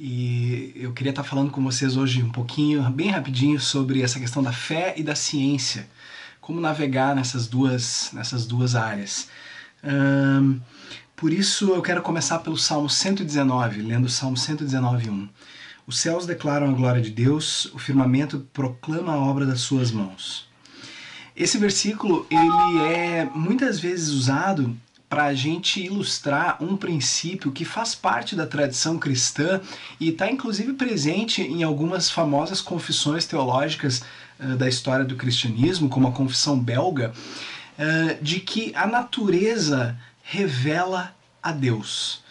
[SPEAKER 5] e eu queria estar falando com vocês hoje um pouquinho, bem rapidinho, sobre essa questão da fé e da ciência. Como navegar nessas duas, nessas duas áreas. Hum, por isso eu quero começar pelo Salmo cento e dezenove, lendo o Salmo cento e dezenove, um. Os céus declaram a glória de Deus, o firmamento proclama a obra das suas mãos. Esse versículo, ele é muitas vezes usado para a gente ilustrar um princípio que faz parte da tradição cristã e está inclusive presente em algumas famosas confissões teológicas uh, da história do cristianismo, como a confissão belga, uh, de que a natureza revela a Deus.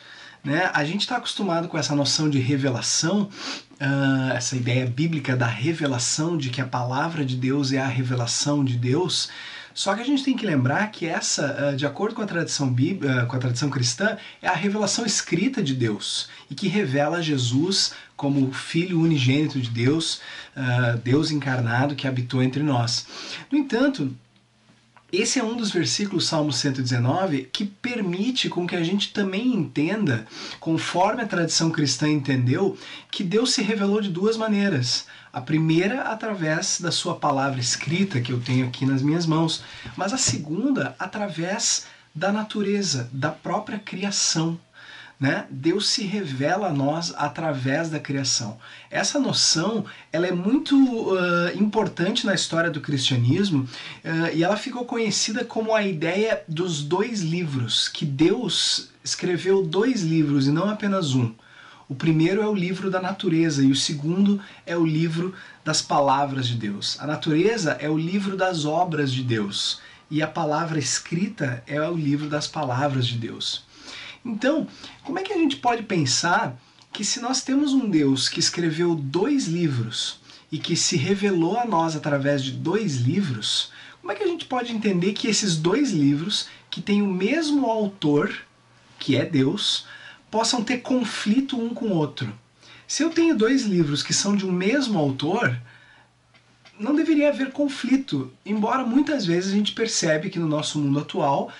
[SPEAKER 5] né? A gente está acostumado com essa noção de revelação, uh, essa ideia bíblica da revelação, de que a palavra de Deus é a revelação de Deus. Só que a gente tem que lembrar que essa, de acordo com a tradição bíblica, com a tradição cristã, é a revelação escrita de Deus e que revela Jesus como o Filho unigênito de Deus, Deus encarnado que habitou entre nós. No entanto, esse é um dos versículos, Salmo cento e dezenove, que permite com que a gente também entenda, conforme a tradição cristã entendeu, que Deus se revelou de duas maneiras. A primeira, através da sua palavra escrita, que eu tenho aqui nas minhas mãos, mas a segunda, através da natureza, da própria criação. Né? Deus se revela a nós através da criação. Essa noção ela é muito uh, importante na história do cristianismo uh, e ela ficou conhecida como a ideia dos dois livros, que Deus escreveu dois livros e não apenas um. O primeiro é o livro da natureza e o segundo é o livro das palavras de Deus. A natureza é o livro das obras de Deus e a palavra escrita é o livro das palavras de Deus. Então, como é que a gente pode pensar que se nós temos um Deus que escreveu dois livros e que se revelou a nós através de dois livros, como é que a gente pode entender que esses dois livros, que têm o mesmo autor, que é Deus, possam ter conflito um com o outro? Se eu tenho dois livros que são de um mesmo autor, não deveria haver conflito, embora muitas vezes a gente percebe que no nosso mundo atual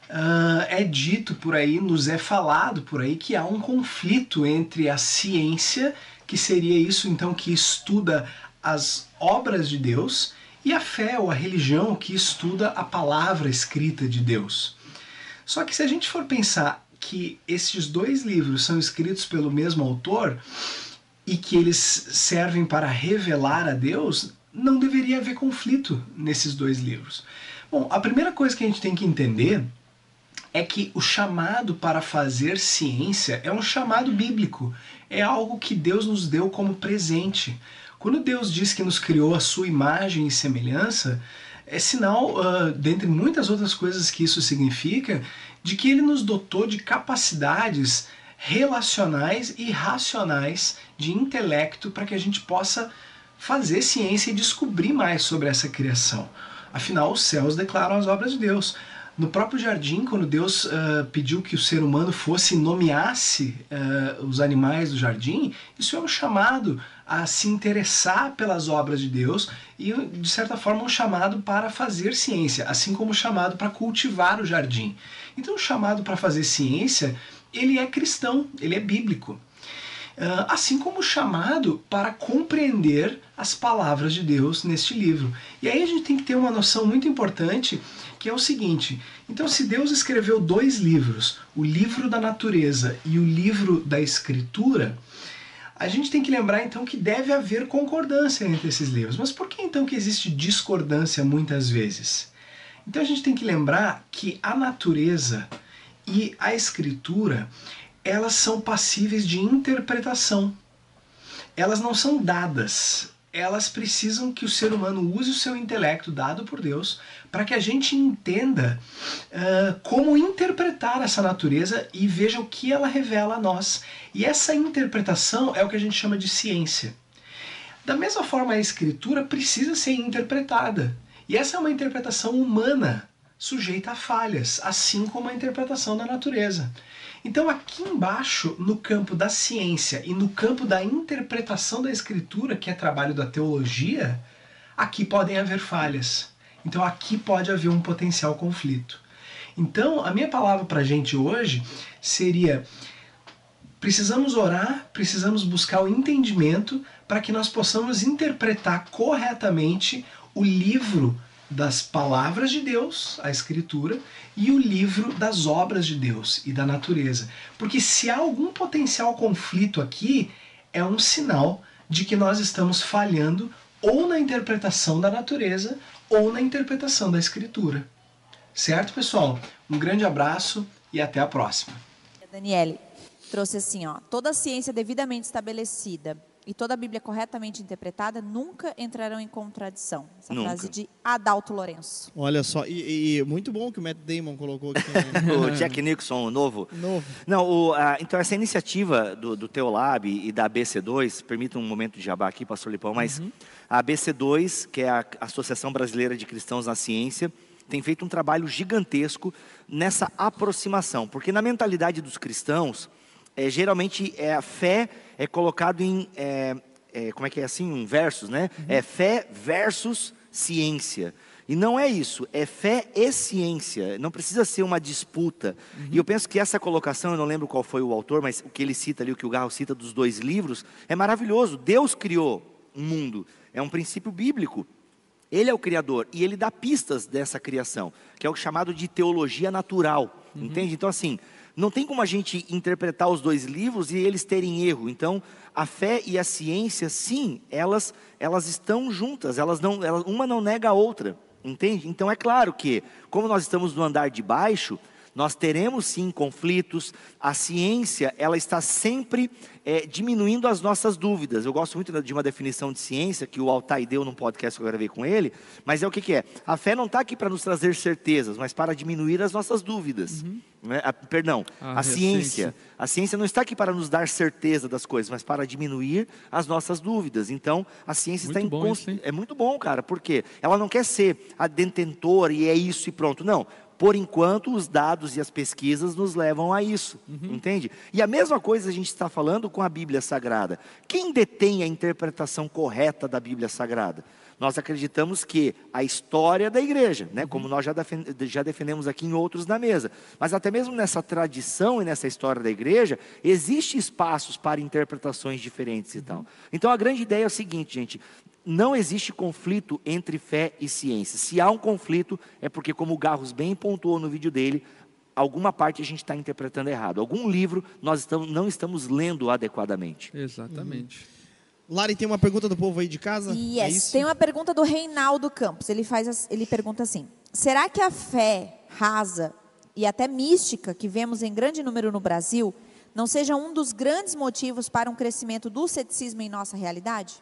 [SPEAKER 5] Uh, é dito por aí, nos é falado por aí que há um conflito entre a ciência, que seria isso então que estuda as obras de Deus, e a fé ou a religião que estuda a palavra escrita de Deus. Só que se a gente for pensar que esses dois livros são escritos pelo mesmo autor e que eles servem para revelar a Deus, não deveria haver conflito nesses dois livros. Bom, a primeira coisa que a gente tem que entender é que o chamado para fazer ciência é um chamado bíblico, é algo que Deus nos deu como presente. Quando Deus diz que nos criou a sua imagem e semelhança, é sinal, uh, dentre muitas outras coisas que isso significa, de que Ele nos dotou de capacidades relacionais e racionais de intelecto para que a gente possa fazer ciência e descobrir mais sobre essa criação. Afinal, os céus declaram as obras de Deus. No próprio jardim, quando Deus uh, pediu que o ser humano fosse e nomeasse uh, os animais do jardim, isso é um chamado a se interessar pelas obras de Deus e, de certa forma, um chamado para fazer ciência, assim como o chamado para cultivar o jardim. Então, o chamado para fazer ciência, ele é cristão, ele é bíblico. Uh, assim como o chamado para compreender as palavras de Deus neste livro. E aí a gente tem que ter uma noção muito importante, que é o seguinte: então, se Deus escreveu dois livros, o livro da natureza e o livro da escritura, a gente tem que lembrar então que deve haver concordância entre esses livros. Mas por que então que existe discordância muitas vezes? Então a gente tem que lembrar que a natureza e a escritura, elas são passíveis de interpretação. Elas não são dadas. Elas precisam que o ser humano use o seu intelecto dado por Deus para que a gente entenda uh, como interpretar essa natureza e veja o que ela revela a nós. E essa interpretação é o que a gente chama de ciência. Da mesma forma, a escritura precisa ser interpretada. E essa é uma interpretação humana, sujeita a falhas, assim como a interpretação da natureza. Então, aqui embaixo, no campo da ciência e no campo da interpretação da escritura, que é trabalho da teologia, aqui podem haver falhas. Então, aqui pode haver um potencial conflito. Então, a minha palavra para a gente hoje seria: precisamos orar, precisamos buscar o entendimento para que nós possamos interpretar corretamente o livro das palavras de Deus, a escritura, e o livro das obras de Deus e da natureza. Porque se há algum potencial conflito aqui, é um sinal de que nós estamos falhando ou na interpretação da natureza ou na interpretação da escritura. Certo, pessoal? Um grande abraço e até a próxima.
[SPEAKER 3] Daniele trouxe assim, ó: toda a ciência devidamente estabelecida e toda a Bíblia corretamente interpretada nunca entrarão em contradição. Essa
[SPEAKER 4] Nunca.
[SPEAKER 3] frase de Adalto Lourenço.
[SPEAKER 1] Olha só, e, e muito bom que o Matt Damon colocou aqui. Né?
[SPEAKER 4] O Jack Nicholson, o novo.
[SPEAKER 1] Novo.
[SPEAKER 4] Não, o, a, então essa iniciativa do, do Teolab e da A B C dois, permita um momento de jabá aqui, pastor Lipão, mas uhum. a A B C dois, que é a Associação Brasileira de Cristãos na Ciência, tem feito um trabalho gigantesco nessa aproximação, porque na mentalidade dos cristãos, é, geralmente é, a fé é colocado em, é, é, como é que é assim, um versos, né? Uhum. É fé versus ciência. E não é isso, é fé e ciência, não precisa ser uma disputa. Uhum. E eu penso que essa colocação, eu não lembro qual foi o autor, mas o que ele cita ali, o que o Garro cita dos dois livros, é maravilhoso. Deus criou um mundo, é um princípio bíblico. Ele é o criador e ele dá pistas dessa criação, que é o chamado de teologia natural, uhum. entende? Então assim, não tem como a gente interpretar os dois livros e eles terem erro. Então, a fé e a ciência, sim, elas, elas estão juntas, elas não, elas, uma não nega a outra, entende? Então é claro que, como nós estamos no andar de baixo, nós teremos sim conflitos. A ciência, ela está sempre é, diminuindo as nossas dúvidas. Eu gosto muito de uma definição de ciência que o Altai deu num podcast que eu gravei com ele, mas é o que, que é? A fé não está aqui para nos trazer certezas, mas para diminuir as nossas dúvidas. Uhum. Né? A, perdão,
[SPEAKER 2] ah,
[SPEAKER 4] a ciência. A ciência não está aqui para nos dar certeza das coisas, mas para diminuir as nossas dúvidas. Então, a ciência
[SPEAKER 2] muito
[SPEAKER 4] está em
[SPEAKER 2] bom
[SPEAKER 4] const...
[SPEAKER 2] isso,
[SPEAKER 4] é muito bom, cara, porque ela não quer ser a detentora e é isso e pronto. Não. Por enquanto, os dados e as pesquisas nos levam a isso, uhum. entende? E a mesma coisa a gente está falando com a Bíblia Sagrada. Quem detém a interpretação correta da Bíblia Sagrada? Nós acreditamos que a história da igreja, né, como nós já, defend, já defendemos aqui em outros na mesa, mas até mesmo nessa tradição e nessa história da igreja, existe espaços para interpretações diferentes e tal. Então a grande ideia é o seguinte, gente, não existe conflito entre fé e ciência. Se há um conflito, é porque, como o Garros bem pontuou no vídeo dele, alguma parte a gente está interpretando errado. Algum livro nós estamos, não estamos lendo adequadamente.
[SPEAKER 2] Exatamente.
[SPEAKER 1] Uhum. Lari, tem uma pergunta do povo aí de casa?
[SPEAKER 3] Yes,
[SPEAKER 1] é isso?
[SPEAKER 3] Tem uma pergunta do Reinaldo Campos. Ele, faz, ele pergunta assim, será que a fé rasa e até mística que vemos em grande número no Brasil não seja um dos grandes motivos para um crescimento do ceticismo em nossa realidade?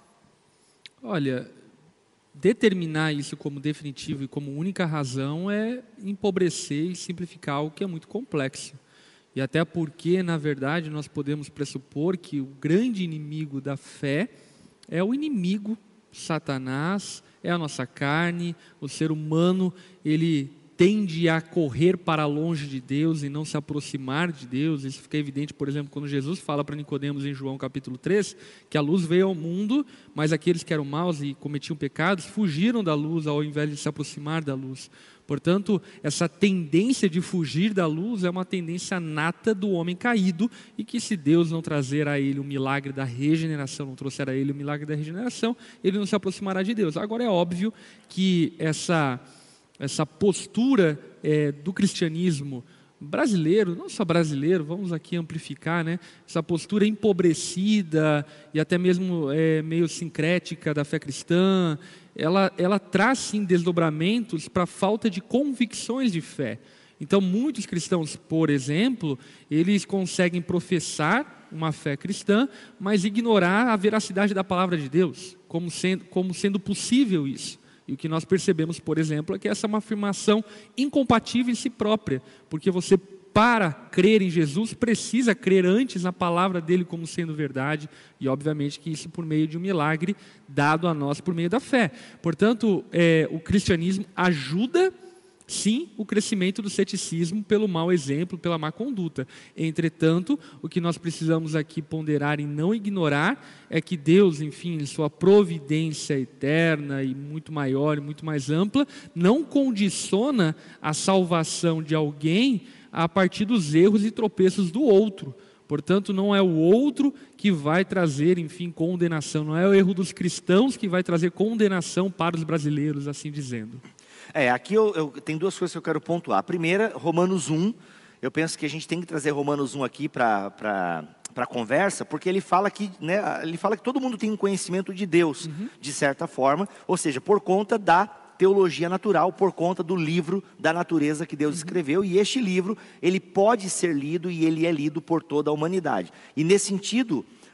[SPEAKER 2] Olha, determinar isso como definitivo e como única razão é empobrecer e simplificar algo que é muito complexo. E até porque, na verdade, nós podemos pressupor que o grande inimigo da fé é o inimigo, Satanás, é a nossa carne, o ser humano, ele tende a correr para longe de Deus e não se aproximar de Deus. Isso fica evidente, por exemplo, quando Jesus fala para Nicodemos em João capítulo três, que a luz veio ao mundo, mas aqueles que eram maus e cometiam pecados, fugiram da luz ao invés de se aproximar da luz. Portanto, essa tendência de fugir da luz é uma tendência nata do homem caído, e que se Deus não trazer a ele o milagre da regeneração, não trouxer a ele o milagre da regeneração, ele não se aproximará de Deus. Agora é óbvio que essa... essa postura é, do cristianismo brasileiro, não só brasileiro, vamos aqui amplificar, né? Essa postura empobrecida e até mesmo é, meio sincrética da fé cristã, ela, ela traz sim desdobramentos para a falta de convicções de fé. Então muitos cristãos, por exemplo, eles conseguem professar uma fé cristã, mas ignorar a veracidade da palavra de Deus, como sendo, como sendo possível isso. E o que nós percebemos, por exemplo, é que essa é uma afirmação incompatível em si própria, porque você, para crer em Jesus, precisa crer antes na palavra dele como sendo verdade, e obviamente que isso por meio de um milagre dado a nós por meio da fé. Portanto, é, o cristianismo ajuda, sim, o crescimento do ceticismo pelo mau exemplo, pela má conduta. Entretanto, o que nós precisamos aqui ponderar e não ignorar é que Deus, enfim, em sua providência eterna e muito maior e muito mais ampla, não condiciona a salvação de alguém a partir dos erros e tropeços do outro. Portanto, não é o outro que vai trazer, enfim, condenação. Não é o erro dos cristãos que vai trazer condenação para os brasileiros, assim dizendo.
[SPEAKER 4] É, aqui eu, eu tem duas coisas que eu quero pontuar. A primeira, Romanos um. Eu penso que a gente tem que trazer Romanos um aqui para para a conversa, porque ele fala que, né, ele fala que todo mundo tem um conhecimento de Deus, uhum. de certa forma, ou seja, por conta da teologia natural, por conta do livro da natureza que Deus uhum. escreveu, e este livro, ele pode ser lido e ele é lido por toda a humanidade. E nesse sentido,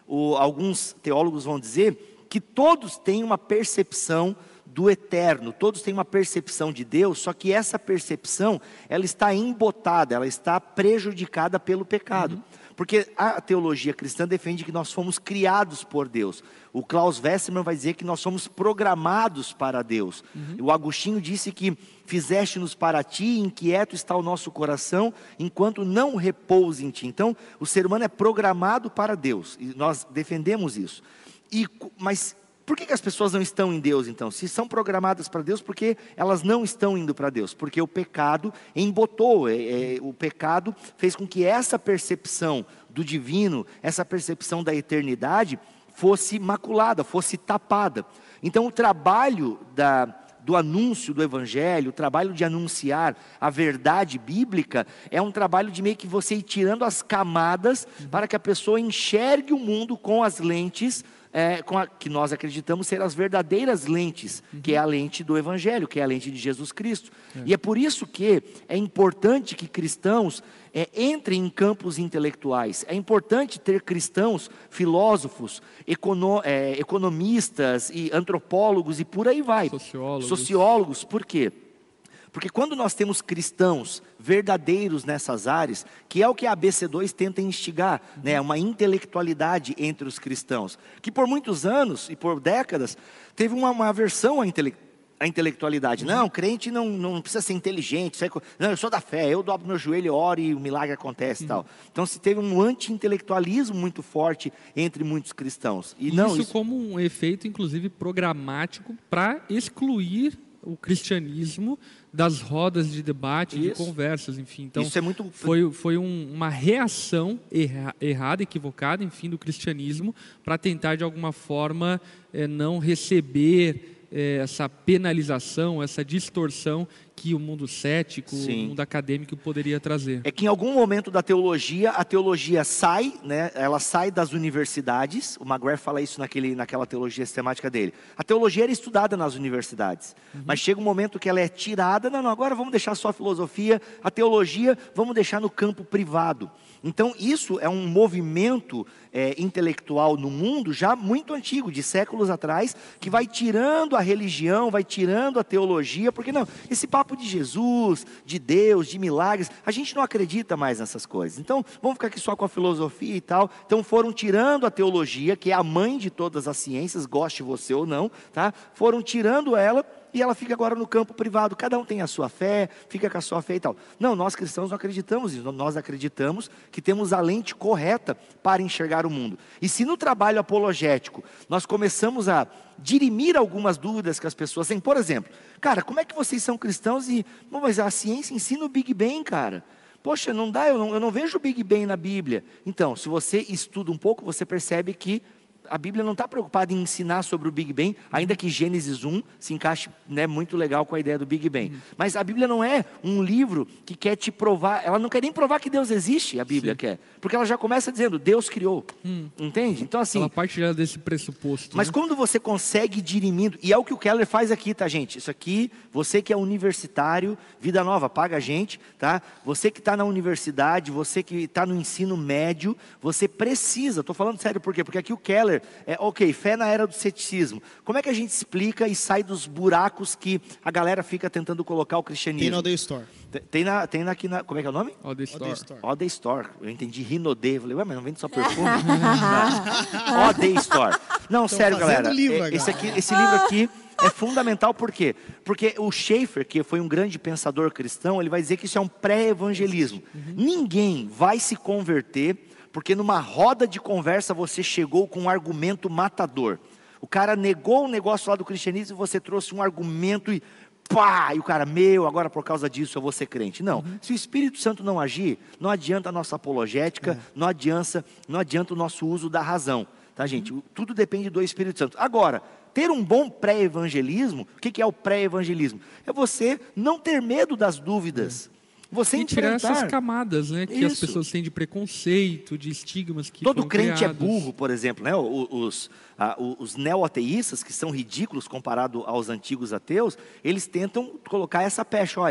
[SPEAKER 4] o, alguns teólogos vão dizer que todos têm uma percepção do eterno, todos têm uma percepção de Deus, só que essa percepção, ela está embotada, ela está prejudicada pelo pecado. Uhum. Porque a teologia cristã defende que nós fomos criados por Deus. O Klaus Westermann vai dizer que nós somos programados para Deus. Uhum. O Agostinho disse que fizeste-nos para ti, inquieto está o nosso coração, enquanto não repousa em ti. Então, o ser humano é programado para Deus, e nós defendemos isso. E, mas por que, que as pessoas não estão em Deus, então? Se são programadas para Deus, por que elas não estão indo para Deus? Porque o pecado embotou, é, é, o pecado fez com que essa percepção do divino, essa percepção da eternidade, fosse maculada, fosse tapada. Então o trabalho da, do anúncio do Evangelho, o trabalho de anunciar a verdade bíblica, é um trabalho de meio que você ir tirando as camadas, uhum, para que a pessoa enxergue o mundo com as lentes É, com a, que nós acreditamos ser as verdadeiras lentes, uhum, que é a lente do Evangelho, que é a lente de Jesus Cristo. É. E é por isso que é importante que cristãos é, entrem em campos intelectuais. É importante ter cristãos, filósofos, econo, é, economistas e antropólogos e por aí vai.
[SPEAKER 2] Sociólogos.
[SPEAKER 4] Sociólogos, por quê? Porque quando nós temos cristãos verdadeiros nessas áreas, que é o que a A B C dois tenta instigar, uhum, né, uma intelectualidade entre os cristãos, que por muitos anos e por décadas teve uma, uma aversão à, intele à intelectualidade. Uhum. Não, crente não, não precisa ser inteligente, não, eu sou da fé, eu dobro meu joelho, oro e o milagre acontece, uhum, e tal. Então se teve um anti-intelectualismo muito forte entre muitos cristãos. E não,
[SPEAKER 2] isso,
[SPEAKER 4] isso
[SPEAKER 2] como um efeito, inclusive, programático para excluir o cristianismo das rodas de debate, isso, de conversas, enfim. Então,
[SPEAKER 4] isso é muito...
[SPEAKER 2] foi, foi um, uma reação erra, errada, equivocada, enfim, do cristianismo, para tentar, de alguma forma, é, não receber é, essa penalização, essa distorção que o mundo cético, sim, o mundo acadêmico poderia trazer.
[SPEAKER 4] É que em algum momento da teologia, a teologia sai, né, ela sai das universidades. O McGrath fala isso naquele, naquela teologia sistemática dele. A teologia era estudada nas universidades, uhum, mas chega um momento que ela é tirada. Não, não, agora vamos deixar só a filosofia, a teologia, vamos deixar no campo privado. Então isso é um movimento é, intelectual no mundo já muito antigo, de séculos atrás, que vai tirando a religião, vai tirando a teologia, porque não, esse papo de Jesus, de Deus, de milagres, a gente não acredita mais nessas coisas. Então vamos ficar aqui só com a filosofia e tal. Então foram tirando a teologia, que é a mãe de todas as ciências, goste você ou não, tá? Foram tirando ela, e ela fica agora no campo privado. Cada um tem a sua fé, fica com a sua fé e tal. Não, nós cristãos não acreditamos nisso. Nós acreditamos que temos a lente correta para enxergar o mundo. E se no trabalho apologético nós começamos a dirimir algumas dúvidas que as pessoas têm, por exemplo, cara, como é que vocês são cristãos e, bom, mas a ciência ensina o Big Bang, cara. Poxa, não dá, eu não, eu não vejo o Big Bang na Bíblia. Então, se você estuda um pouco, você percebe que a Bíblia não está preocupada em ensinar sobre o Big Bang, ainda que Gênesis um se encaixe, né, muito legal com a ideia do Big Bang. Uhum. Mas a Bíblia não é um livro que quer te provar, ela não quer nem provar que Deus existe, a Bíblia, sim, quer. Porque ela já começa dizendo, Deus criou. Hum. Entende? Então assim...
[SPEAKER 2] Ela parte já desse pressuposto.
[SPEAKER 4] Mas, né, quando você consegue dirimindo, e é o que o Keller faz aqui, tá, gente? Isso aqui, você que é universitário, Vida Nova, paga a gente, tá? Você que está na universidade, você que está no ensino médio, você precisa, estou falando sério, por quê? Porque aqui o Keller é, ok, fé na era do ceticismo. Como é que a gente explica e sai dos buracos que a galera fica tentando colocar o cristianismo?
[SPEAKER 1] Tem no The Store.
[SPEAKER 4] Tem, tem, na, tem na, aqui na... Como é que é o nome?
[SPEAKER 2] O The Store.
[SPEAKER 4] O The Store. Eu entendi Rinodê. Falei, ué, mas não vende só perfume? O The Store. Não, Estão sério, galera. Livro, esse, aqui, esse livro aqui é fundamental, por quê? Porque o Schaeffer, que foi um grande pensador cristão, ele vai dizer que isso é um pré-evangelismo. Uhum. Ninguém vai se converter porque numa roda de conversa você chegou com um argumento matador. O cara negou o negócio lá do cristianismo e você trouxe um argumento e pá! E o cara, meu, agora por causa disso eu vou ser crente. Não, uhum, se o Espírito Santo não agir, não adianta a nossa apologética, é. não, adianta, não adianta o nosso uso da razão. Tá, gente? Uhum. Tudo depende do Espírito Santo. Agora, ter um bom pré-evangelismo, o que, que é o pré-evangelismo? É você não ter medo das dúvidas. Uhum. Você
[SPEAKER 2] e tirar essas camadas, né, que Isso. as pessoas têm de preconceito, de estigmas que
[SPEAKER 4] Todo crente
[SPEAKER 2] criados.
[SPEAKER 4] É burro, por exemplo, né? Os, ah, os neo-ateístas, que são ridículos comparado aos antigos ateus, eles tentam colocar essa pecha. Olha,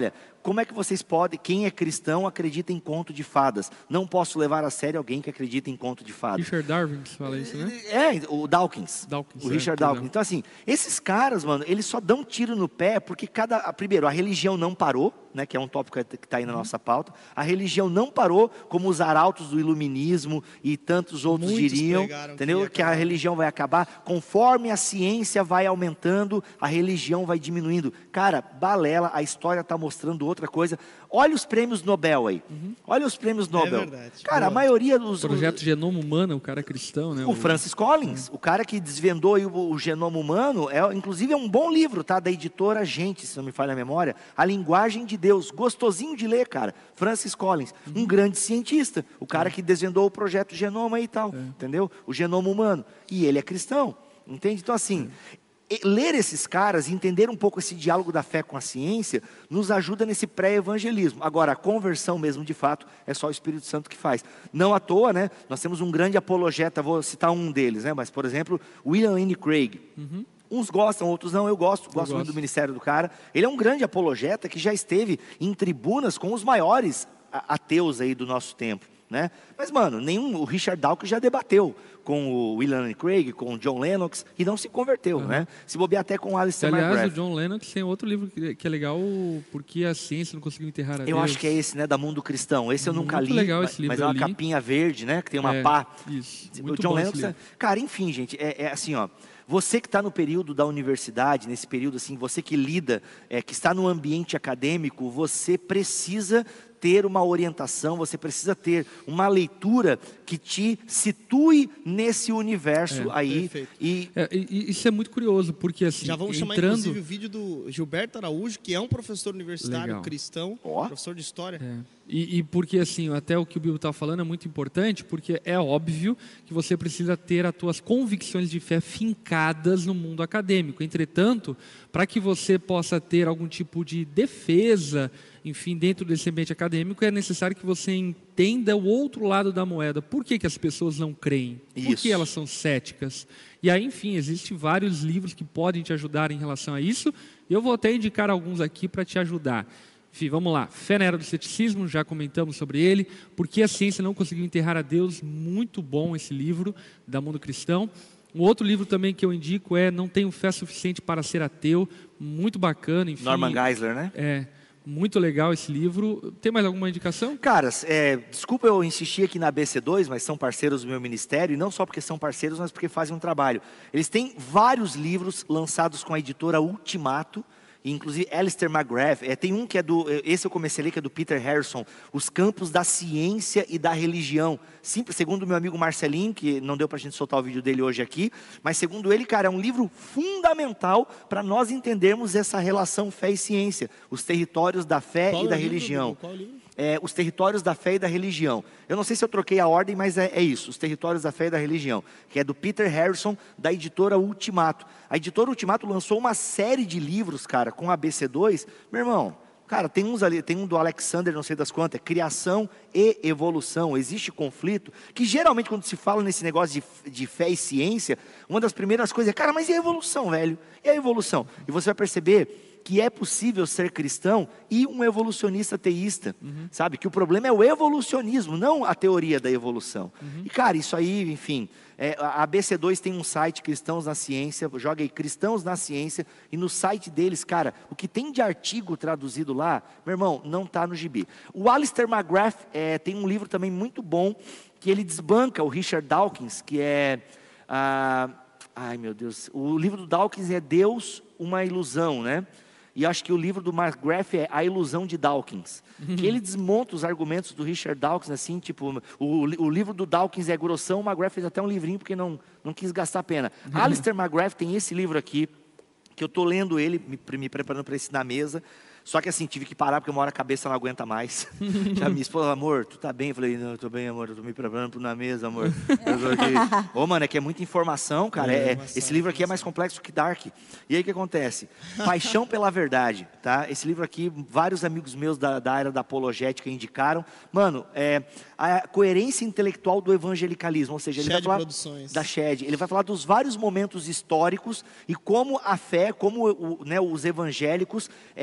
[SPEAKER 4] como é que vocês podem, quem é cristão acredita em conto de fadas? Não posso levar a sério alguém que acredita em conto de fadas.
[SPEAKER 2] Richard Darwin fala isso, né?
[SPEAKER 4] É, o Dawkins.
[SPEAKER 2] Dawkins
[SPEAKER 4] o
[SPEAKER 2] é,
[SPEAKER 4] Richard
[SPEAKER 2] perdão.
[SPEAKER 4] Dawkins. Então, assim, esses caras, mano, eles só dão tiro no pé porque cada... Primeiro, a religião não parou, né, que é um tópico que está aí na nossa pauta. A religião não parou, como os arautos do iluminismo e tantos outros
[SPEAKER 1] Muitos
[SPEAKER 4] diriam,
[SPEAKER 1] pregaram que
[SPEAKER 4] entendeu?
[SPEAKER 1] ia
[SPEAKER 4] Que a
[SPEAKER 1] acabar.
[SPEAKER 4] religião vai acabar. Conforme a ciência vai aumentando, a religião vai diminuindo. Cara, balela, a história está mostrando outra coisa. Olha os prêmios Nobel aí. Olha os prêmios Nobel.
[SPEAKER 1] verdade.
[SPEAKER 4] Cara, a
[SPEAKER 1] Boa.
[SPEAKER 4] maioria dos...
[SPEAKER 2] Projeto Genoma Humano, o cara é cristão, né?
[SPEAKER 4] O Francis Collins, o cara que desvendou aí o, o genoma humano, é, inclusive é um bom livro, tá? Da editora Gente, se não me falha a memória. A Linguagem de Deus, gostosinho de ler, cara. Francis Collins, um grande cientista, o cara que desvendou o projeto Genoma e tal, entendeu? O genoma humano. E ele é cristão, entende? Então assim, e- ler esses caras, entender um pouco esse diálogo da fé com a ciência, nos ajuda nesse pré-evangelismo. Agora, a conversão mesmo, de fato, é só o Espírito Santo que faz. Não à toa, né? Nós temos um grande apologeta, vou citar um deles, né? Mas, por exemplo, William Lane Craig. Uns gostam, outros não, eu gosto, gosto muito
[SPEAKER 2] gosto.
[SPEAKER 4] do ministério do cara. Ele é um grande apologeta que já esteve em tribunas com os maiores a- ateus aí do nosso tempo, né? Mas, mano, nenhum, o Richard Dawkins já debateu com o William Lane Craig, com o John Lennox, e não se converteu, né? Se bobear até com o Alistair
[SPEAKER 2] Aliás, o
[SPEAKER 4] McGrath.
[SPEAKER 2] John Lennox tem outro livro que que é legal, Porque a Ciência Não Conseguiu Enterrar a
[SPEAKER 4] Eu
[SPEAKER 2] Deus.
[SPEAKER 4] acho que é esse, né, da Mundo Cristão. Esse eu nunca
[SPEAKER 2] Muito
[SPEAKER 4] li,
[SPEAKER 2] legal
[SPEAKER 4] mas,
[SPEAKER 2] esse livro,
[SPEAKER 4] mas é
[SPEAKER 2] eu
[SPEAKER 4] uma
[SPEAKER 2] li.
[SPEAKER 4] capinha verde, né, que tem uma
[SPEAKER 2] É,
[SPEAKER 4] pá.
[SPEAKER 2] isso,
[SPEAKER 4] O
[SPEAKER 2] muito
[SPEAKER 4] John
[SPEAKER 2] bom esse
[SPEAKER 4] Lennox, é-
[SPEAKER 2] livro.
[SPEAKER 4] cara, enfim, gente, é, é assim, ó. Você que está no período da universidade, nesse período assim, você que lida, é, que está no ambiente acadêmico, você precisa ter uma orientação, você precisa ter uma leitura que te situe nesse universo aí.
[SPEAKER 1] perfeito.
[SPEAKER 4] E
[SPEAKER 2] É, e- e isso é muito curioso, porque assim,
[SPEAKER 1] Já vamos chamar,
[SPEAKER 2] entrando...
[SPEAKER 1] inclusive, o vídeo do Gilberto Araújo, que é um professor universitário
[SPEAKER 2] Legal.
[SPEAKER 1] cristão,
[SPEAKER 4] Ó.
[SPEAKER 1] professor de história.
[SPEAKER 2] É. E, e porque assim, até o que o Bibo está falando é muito importante, porque é óbvio que você precisa ter as tuas convicções de fé fincadas no mundo acadêmico. Entretanto, para que você possa ter algum tipo de defesa, enfim, dentro desse ambiente acadêmico, é necessário que você entenda o outro lado da moeda. Por que que as pessoas não creem? Por
[SPEAKER 4] Isso.
[SPEAKER 2] que elas são céticas? E aí, enfim, existem vários livros que podem te ajudar em relação a isso. E eu vou até indicar alguns aqui para te ajudar. Enfim, vamos lá. Fé na Era do Ceticismo, já comentamos sobre ele. Por que a Ciência Não Conseguiu Enterrar a Deus? Muito bom esse livro, da Mundo Cristão. Um outro livro também que eu indico é Não Tenho Fé Suficiente para Ser Ateu. Muito bacana, enfim.
[SPEAKER 4] Norman Geisler, né?
[SPEAKER 2] É, muito legal esse livro. Tem mais alguma indicação?
[SPEAKER 4] Caras, é, desculpa eu insistir aqui na B C dois, mas são parceiros do meu ministério, e não só porque são parceiros, mas porque fazem um trabalho. Eles têm vários livros lançados com a editora Ultimato, inclusive Alistair McGrath, é, tem um que é do, esse eu comecei a ler, que é do Peter Harrison, Os Campos da Ciência e da Religião. Simples, segundo o meu amigo Marcelinho, que não deu pra gente soltar o vídeo dele hoje aqui, mas segundo ele, cara, é um livro fundamental para nós entendermos essa relação fé e ciência, os territórios da fé
[SPEAKER 1] Qual
[SPEAKER 4] e
[SPEAKER 1] é
[SPEAKER 4] da
[SPEAKER 1] o livro,
[SPEAKER 4] religião.
[SPEAKER 1] Bibo? Qual é o livro?
[SPEAKER 4] É, os territórios da fé e da religião. Eu não sei se eu troquei a ordem, mas é, é isso, os territórios da fé e da religião, que é do Peter Harrison, da editora Ultimato. A editora Ultimato lançou uma série de livros, cara, com a B C dois. Meu irmão, cara, tem uns ali, tem um do Alexander, não sei das quantas, é Criação e Evolução. Existe conflito, que geralmente quando se fala nesse negócio de, de fé e ciência, uma das primeiras coisas é, cara, mas e a evolução, velho? E a evolução? E você vai perceber que é possível ser cristão e um evolucionista teísta,
[SPEAKER 2] Uhum.
[SPEAKER 4] sabe? Que o problema é o evolucionismo, não a teoria da evolução.
[SPEAKER 2] Uhum.
[SPEAKER 4] E, cara, isso aí, enfim, é, a B C dois tem um site, Cristãos na Ciência, joga aí Cristãos na Ciência, e no site deles, cara, o que tem de artigo traduzido lá, meu irmão, não está no gibi. O Alistair McGrath é, tem um livro também muito bom, que ele desbanca o Richard Dawkins, que é... Ah, ai, meu Deus, o livro do Dawkins é Deus, uma Ilusão, né? E acho que o livro do McGrath é A Ilusão de Dawkins. Que ele desmonta os argumentos do Richard Dawkins, assim, tipo, o, o livro do Dawkins é grossão, o McGrath fez até um livrinho porque não, não quis gastar a pena. Alistair McGrath tem esse livro aqui, que eu estou lendo ele, me, me preparando para esse na mesa. Só que assim, tive que parar porque uma hora a cabeça não aguenta mais. Já me esposa, amor, tu tá bem? Eu falei, não, eu tô bem, amor, eu tô me preparando pro na mesa, amor. Eu tô aqui. Ô, mano, é que é muita informação, cara. É, é, esse livro aqui é mais complexo que Dark. E aí o que acontece? Paixão pela Verdade, tá? Esse livro aqui, vários amigos meus da, da área da apologética indicaram. Mano, é a coerência intelectual do evangelicalismo, ou seja, ele vai
[SPEAKER 1] Shed
[SPEAKER 4] falar
[SPEAKER 1] Produções.
[SPEAKER 4] da Shed, ele vai falar dos vários momentos históricos e como a fé, como o, né, os evangélicos é, se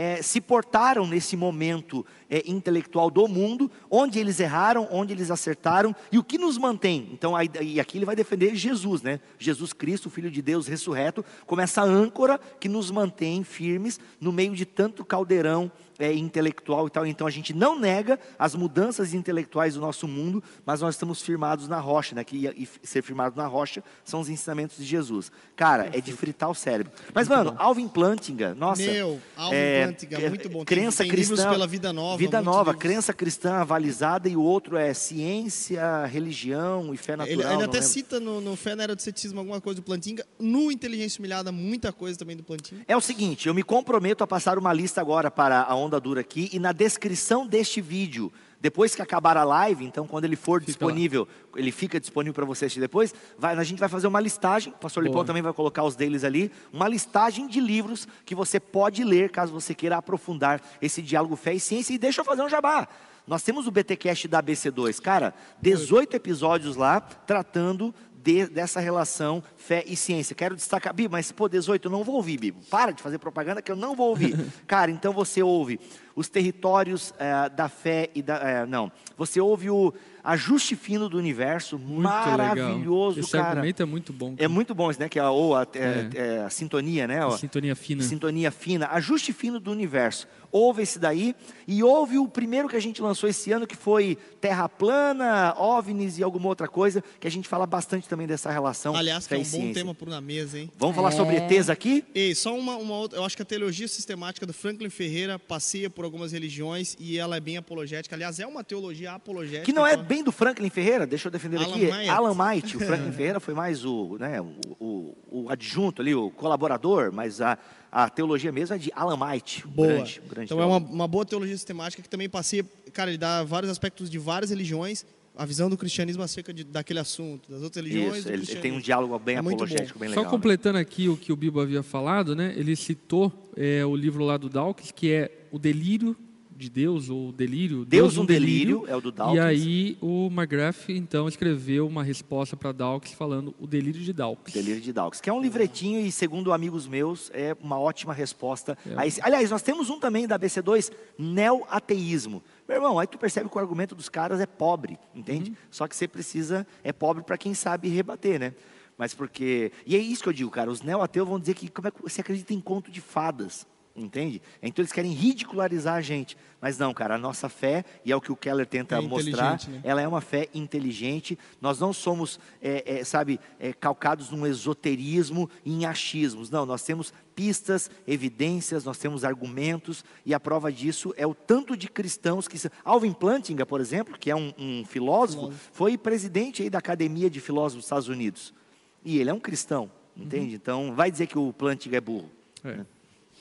[SPEAKER 4] portaram nesse momento é, intelectual do mundo, onde eles erraram, onde eles acertaram, e o que nos mantém. Então, aí, e aqui ele vai defender Jesus, né? Jesus Cristo, Filho de Deus ressurreto, como essa âncora que nos mantém firmes no meio de tanto caldeirão é, intelectual e tal. Então a gente não nega as mudanças intelectuais do nosso mundo, mas nós estamos firmados na rocha, né? Que, e ser firmado na rocha são os ensinamentos de Jesus. Cara, é de fritar o cérebro. Mas, muito mano, bom. Alvin Plantinga, nossa.
[SPEAKER 1] Meu, Alvin
[SPEAKER 4] é,
[SPEAKER 1] Plantinga, muito bom.
[SPEAKER 4] Crença
[SPEAKER 1] tem, tem
[SPEAKER 4] cristã.
[SPEAKER 1] livros pela Vida Nova.
[SPEAKER 4] Vida Nova,
[SPEAKER 1] livros.
[SPEAKER 4] Crença Cristã Avalizada, e o outro é Ciência, Religião e Fé Natural.
[SPEAKER 1] Ele, ele até
[SPEAKER 4] lembro.
[SPEAKER 1] cita no, no Fé na Era do Ceticismo alguma coisa do Plantinga. No Inteligência Humilhada, muita coisa também do Plantinga.
[SPEAKER 4] É o seguinte, eu me comprometo a passar uma lista agora para a Onda Dura aqui, e na descrição deste vídeo, depois que acabar a live, então quando ele for fica disponível, lá. Ele fica disponível para você assistir depois, vai, a gente vai fazer uma listagem, o pastor Lipão também vai colocar os deles ali, uma listagem de livros que você pode ler, caso você queira aprofundar esse diálogo fé e ciência. E deixa eu fazer um jabá. Nós temos o B T Cast da A B C dois, cara, dezoito episódios lá, tratando de, dessa relação fé e ciência. Quero destacar, Bibo, mas pô, dezoito eu não vou ouvir, Bibo. Para de fazer propaganda que eu não vou ouvir. Cara, então você ouve os territórios é, da fé e da... É, não, você ouve o Ajuste Fino do Universo, muito maravilhoso,
[SPEAKER 2] legal. Esse
[SPEAKER 4] cara.
[SPEAKER 2] argumento é muito bom. Cara.
[SPEAKER 4] É muito bom, né? Que é a, ou a, é, é. É, a sintonia, né?
[SPEAKER 2] A sintonia fina.
[SPEAKER 4] Sintonia fina, Ajuste Fino do Universo. Ouve esse daí, e ouve o primeiro que a gente lançou esse ano, que foi Terra Plana, OVNIs e alguma outra coisa, que a gente fala bastante também dessa relação.
[SPEAKER 1] Aliás, que é um bom
[SPEAKER 4] ciência.
[SPEAKER 1] tema para na mesa, hein?
[SPEAKER 4] Vamos falar
[SPEAKER 3] é.
[SPEAKER 4] sobre E Tês aqui?
[SPEAKER 1] Ei, só uma, uma outra, eu acho que a teologia sistemática do Franklin Ferreira passeia por algumas religiões e ela é bem apologética. Aliás, é uma teologia apologética.
[SPEAKER 4] Que não é
[SPEAKER 1] então...
[SPEAKER 4] bem do Franklin Ferreira, deixa eu defender
[SPEAKER 1] Alan
[SPEAKER 4] aqui.
[SPEAKER 1] Myatt.
[SPEAKER 4] Alan Myatt, o Franklin Ferreira foi mais o, né, o, o, o adjunto ali, o colaborador, mas a, a teologia mesmo é de Alan Myatt.
[SPEAKER 1] Boa.
[SPEAKER 4] Grande, grande
[SPEAKER 1] então
[SPEAKER 4] teólogo.
[SPEAKER 1] é uma, uma boa teologia sistemática que também passeia, cara, ele dá vários aspectos de várias religiões, a visão do cristianismo acerca de, daquele assunto, das outras religiões.
[SPEAKER 4] Isso, ele, ele tem um diálogo bem é apologético, bem legal.
[SPEAKER 2] Só completando né? aqui o que o Bibo havia falado, né? Ele citou é, o livro lá do Dawkins, que é O Delírio de Deus, ou Delírio.
[SPEAKER 4] Deus, Deus um delírio, delírio, é o do Dawkins.
[SPEAKER 2] E aí o McGrath, então, escreveu uma resposta para Dawkins falando O Delírio de Dawkins.
[SPEAKER 4] Delírio de Dawkins, que é um livretinho e, segundo amigos meus, é uma ótima resposta é. a esse. Aliás, nós temos um também da A B C dois, Neo-ateísmo. Meu irmão, aí tu percebe que o argumento dos caras é pobre, entende? Uhum. Só que você precisa, é pobre para quem sabe rebater, né? Mas porque, e é isso que eu digo, cara, os neo-ateus vão dizer que como é que você acredita em conto de fadas, entende? Então eles querem ridicularizar a gente, mas não, cara, a nossa fé, e é o que o Keller tenta é mostrar, né? Ela é uma fé inteligente, nós não somos, é, é, sabe, é, calcados num esoterismo e em achismos, não, nós temos pistas, evidências, nós temos argumentos, e a prova disso é o tanto de cristãos que... Alvin Plantinga, por exemplo, que é um, um filósofo, filósofo, foi presidente aí da Academia de Filósofos dos Estados Unidos, e ele é um cristão, entende? Uhum. Então, vai dizer que o Plantinga é burro.
[SPEAKER 2] É.
[SPEAKER 4] Né?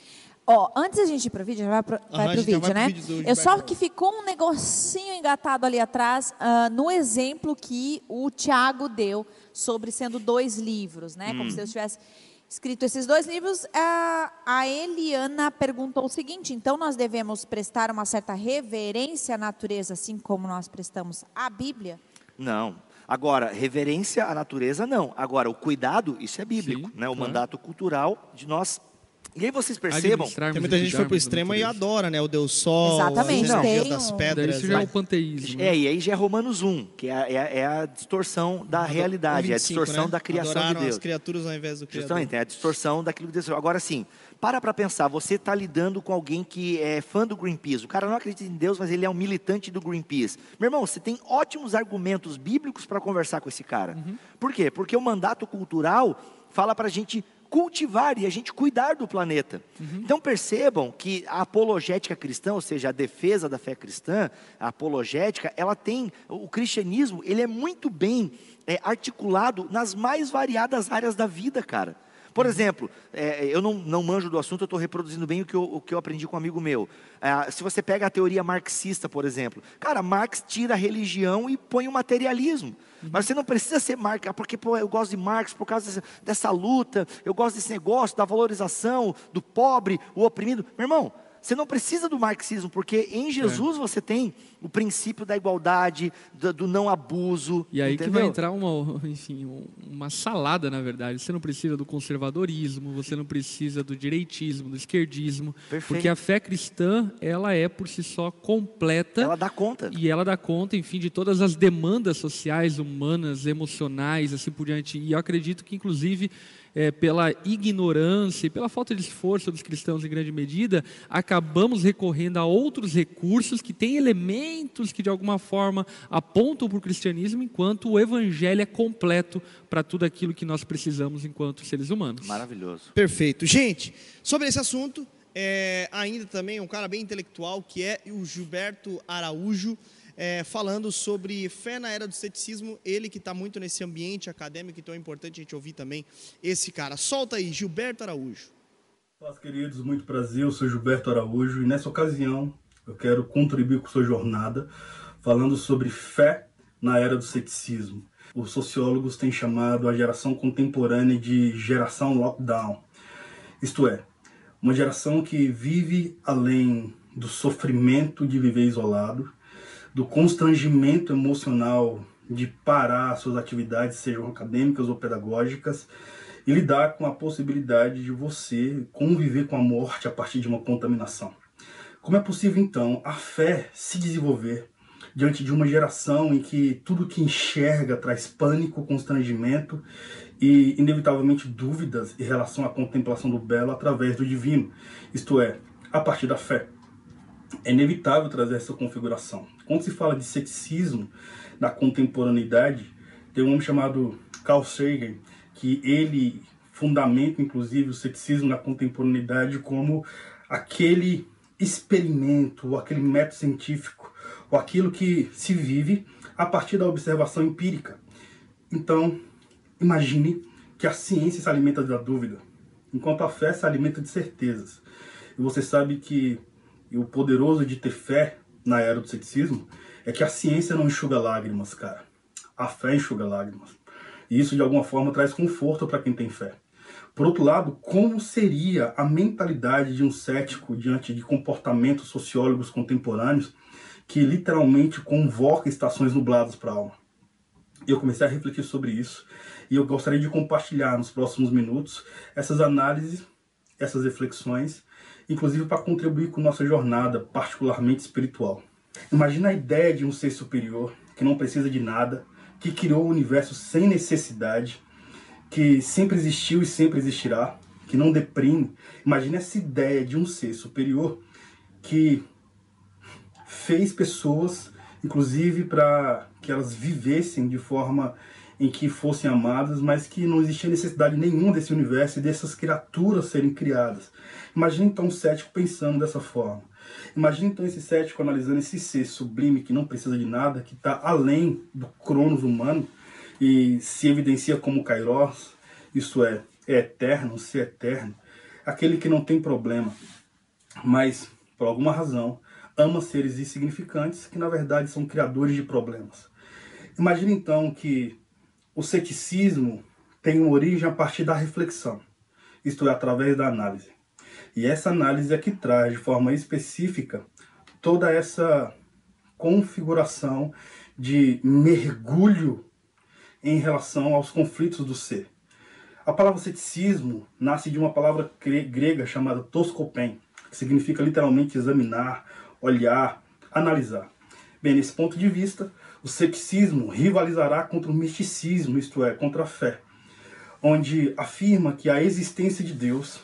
[SPEAKER 3] Ó, antes da gente ir pro vídeo, já vai pro, vai
[SPEAKER 1] uhum,
[SPEAKER 3] pro vídeo,
[SPEAKER 1] vai
[SPEAKER 3] né?
[SPEAKER 1] pro vídeo
[SPEAKER 3] Eu só que ficou um negocinho engatado ali atrás, uh, no exemplo que o Tiago deu sobre sendo dois livros, né? Hum. Como se Deus tivesse escrito esses dois livros. A, a Eliana perguntou o seguinte: então nós devemos prestar uma certa reverência à natureza, assim como nós prestamos à Bíblia?
[SPEAKER 4] Não. Agora, reverência à natureza, não. Agora, o cuidado, isso é bíblico,
[SPEAKER 2] Sim,
[SPEAKER 4] né? O
[SPEAKER 2] claro.
[SPEAKER 4] mandato cultural de nós. E aí vocês percebam...
[SPEAKER 1] Tem muita gente que foi para o extremo e adora, né? O Deus Sol,
[SPEAKER 3] exatamente,
[SPEAKER 1] as energias
[SPEAKER 3] tem
[SPEAKER 1] das
[SPEAKER 3] um...
[SPEAKER 1] pedras.
[SPEAKER 2] Isso já
[SPEAKER 1] né?
[SPEAKER 2] é o panteísmo.
[SPEAKER 4] É, e aí já é Romanos um, que é a, é a, é a distorção da
[SPEAKER 1] Ador...
[SPEAKER 4] realidade,
[SPEAKER 1] vinte e cinco,
[SPEAKER 4] é a distorção
[SPEAKER 1] né?
[SPEAKER 4] da criação
[SPEAKER 1] Adoraram
[SPEAKER 4] de Deus.
[SPEAKER 1] as criaturas ao invés do Criador.
[SPEAKER 4] Justamente, é a distorção daquilo que Deus fez. Agora sim, para para pensar, você está lidando com alguém que é fã do Greenpeace, o cara não acredita em Deus, mas ele é um militante do Greenpeace. Meu irmão, você tem ótimos argumentos bíblicos para conversar com esse cara. Uhum. Por quê? Porque o mandato cultural fala para a gente cultivar e a gente cuidar do planeta. Uhum. Então percebam que a apologética cristã, ou seja, a defesa da fé cristã, a apologética, ela tem, o cristianismo, ele é muito bem é, articulado nas mais variadas áreas da vida, cara. Por exemplo, é, eu não, não manjo do assunto, eu estou reproduzindo bem o que eu, o que eu aprendi com um amigo meu. É, se você pega a teoria marxista, por exemplo, cara, Marx tira a religião e põe o materialismo. Uhum. Mas você não precisa ser Marx, porque pô, eu gosto de Marx por causa dessa, dessa luta, eu gosto desse negócio da valorização do pobre, o oprimido. Meu irmão, você não precisa do marxismo, porque em Jesus é. você tem o princípio da igualdade, do, do não abuso.
[SPEAKER 2] E aí
[SPEAKER 4] entendeu?
[SPEAKER 2] que vai entrar uma, enfim, uma salada, na verdade. Você não precisa do conservadorismo, você não precisa do direitismo, do esquerdismo. Perfeito. Porque a fé cristã, ela é por si só completa.
[SPEAKER 4] Ela dá conta.
[SPEAKER 2] E ela dá conta, enfim, de todas as demandas sociais, humanas, emocionais, assim por diante. E eu acredito que, inclusive, é, pela ignorância e pela falta de esforço dos cristãos em grande medida, acabamos recorrendo a outros recursos que têm elementos que de alguma forma apontam para o cristianismo, enquanto o evangelho é completo para tudo aquilo que nós precisamos enquanto seres humanos.
[SPEAKER 4] Maravilhoso.
[SPEAKER 1] Perfeito. Gente, sobre esse assunto, é, ainda também um cara bem intelectual, que é o Gilberto Araújo, É, falando sobre fé na era do ceticismo, ele que está muito nesse ambiente acadêmico, então é importante a gente ouvir também esse cara. Solta aí, Gilberto Araújo.
[SPEAKER 6] Olá, queridos, muito prazer, eu sou Gilberto Araújo e nessa ocasião eu quero contribuir com sua jornada falando sobre fé na era do ceticismo. Os sociólogos têm chamado a geração contemporânea de geração lockdown, isto é, uma geração que vive além do sofrimento de viver isolado, do constrangimento emocional de parar suas atividades, sejam acadêmicas ou pedagógicas, e lidar com a possibilidade de você conviver com a morte a partir de uma contaminação. Como é possível, então, a fé se desenvolver diante de uma geração em que tudo que enxerga traz pânico, constrangimento e, inevitavelmente, dúvidas em relação à contemplação do belo através do divino, isto é, a partir da fé? É inevitável trazer essa configuração. Quando se fala de ceticismo na contemporaneidade, tem um homem chamado Carl Sagan, que ele fundamenta, inclusive, o ceticismo na contemporaneidade como aquele experimento, ou aquele método científico, ou aquilo que se vive a partir da observação empírica. Então, imagine que a ciência se alimenta da dúvida, enquanto a fé se alimenta de certezas. E você sabe que e o poderoso de ter fé na era do ceticismo é que a ciência não enxuga lágrimas, cara. A fé enxuga lágrimas. E isso, de alguma forma, traz conforto para quem tem fé. Por outro lado, como seria a mentalidade de um cético diante de comportamentos sociólogos contemporâneos que literalmente convoca estações nubladas para a alma? Eu comecei a refletir sobre isso e eu gostaria de compartilhar nos próximos minutos essas análises, essas reflexões, inclusive para contribuir com nossa jornada, particularmente espiritual. Imagina a ideia de um ser superior, que não precisa de nada, que criou o universo sem necessidade, que sempre existiu e sempre existirá, que não deprime. Imagina essa ideia de um ser superior que fez pessoas, inclusive para que elas vivessem de forma em que fossem amadas, mas que não existia necessidade nenhuma desse universo e dessas criaturas serem criadas. Imagina então um cético pensando dessa forma. Imagina então esse cético analisando esse ser sublime que não precisa de nada, que está além do cronos humano e se evidencia como Kairos, isto é, é eterno, ser eterno, aquele que não tem problema, mas por alguma razão ama seres insignificantes que na verdade são criadores de problemas. Imagina então que o ceticismo tem uma origem a partir da reflexão, isto é, através da análise. E essa análise é que traz de forma específica toda essa configuração de mergulho em relação aos conflitos do ser. A palavra ceticismo nasce de uma palavra grega chamada toskopen, que significa literalmente examinar, olhar, analisar. Bem, nesse ponto de vista, o ceticismo rivalizará contra o misticismo, isto é, contra a fé, onde afirma que a existência de Deus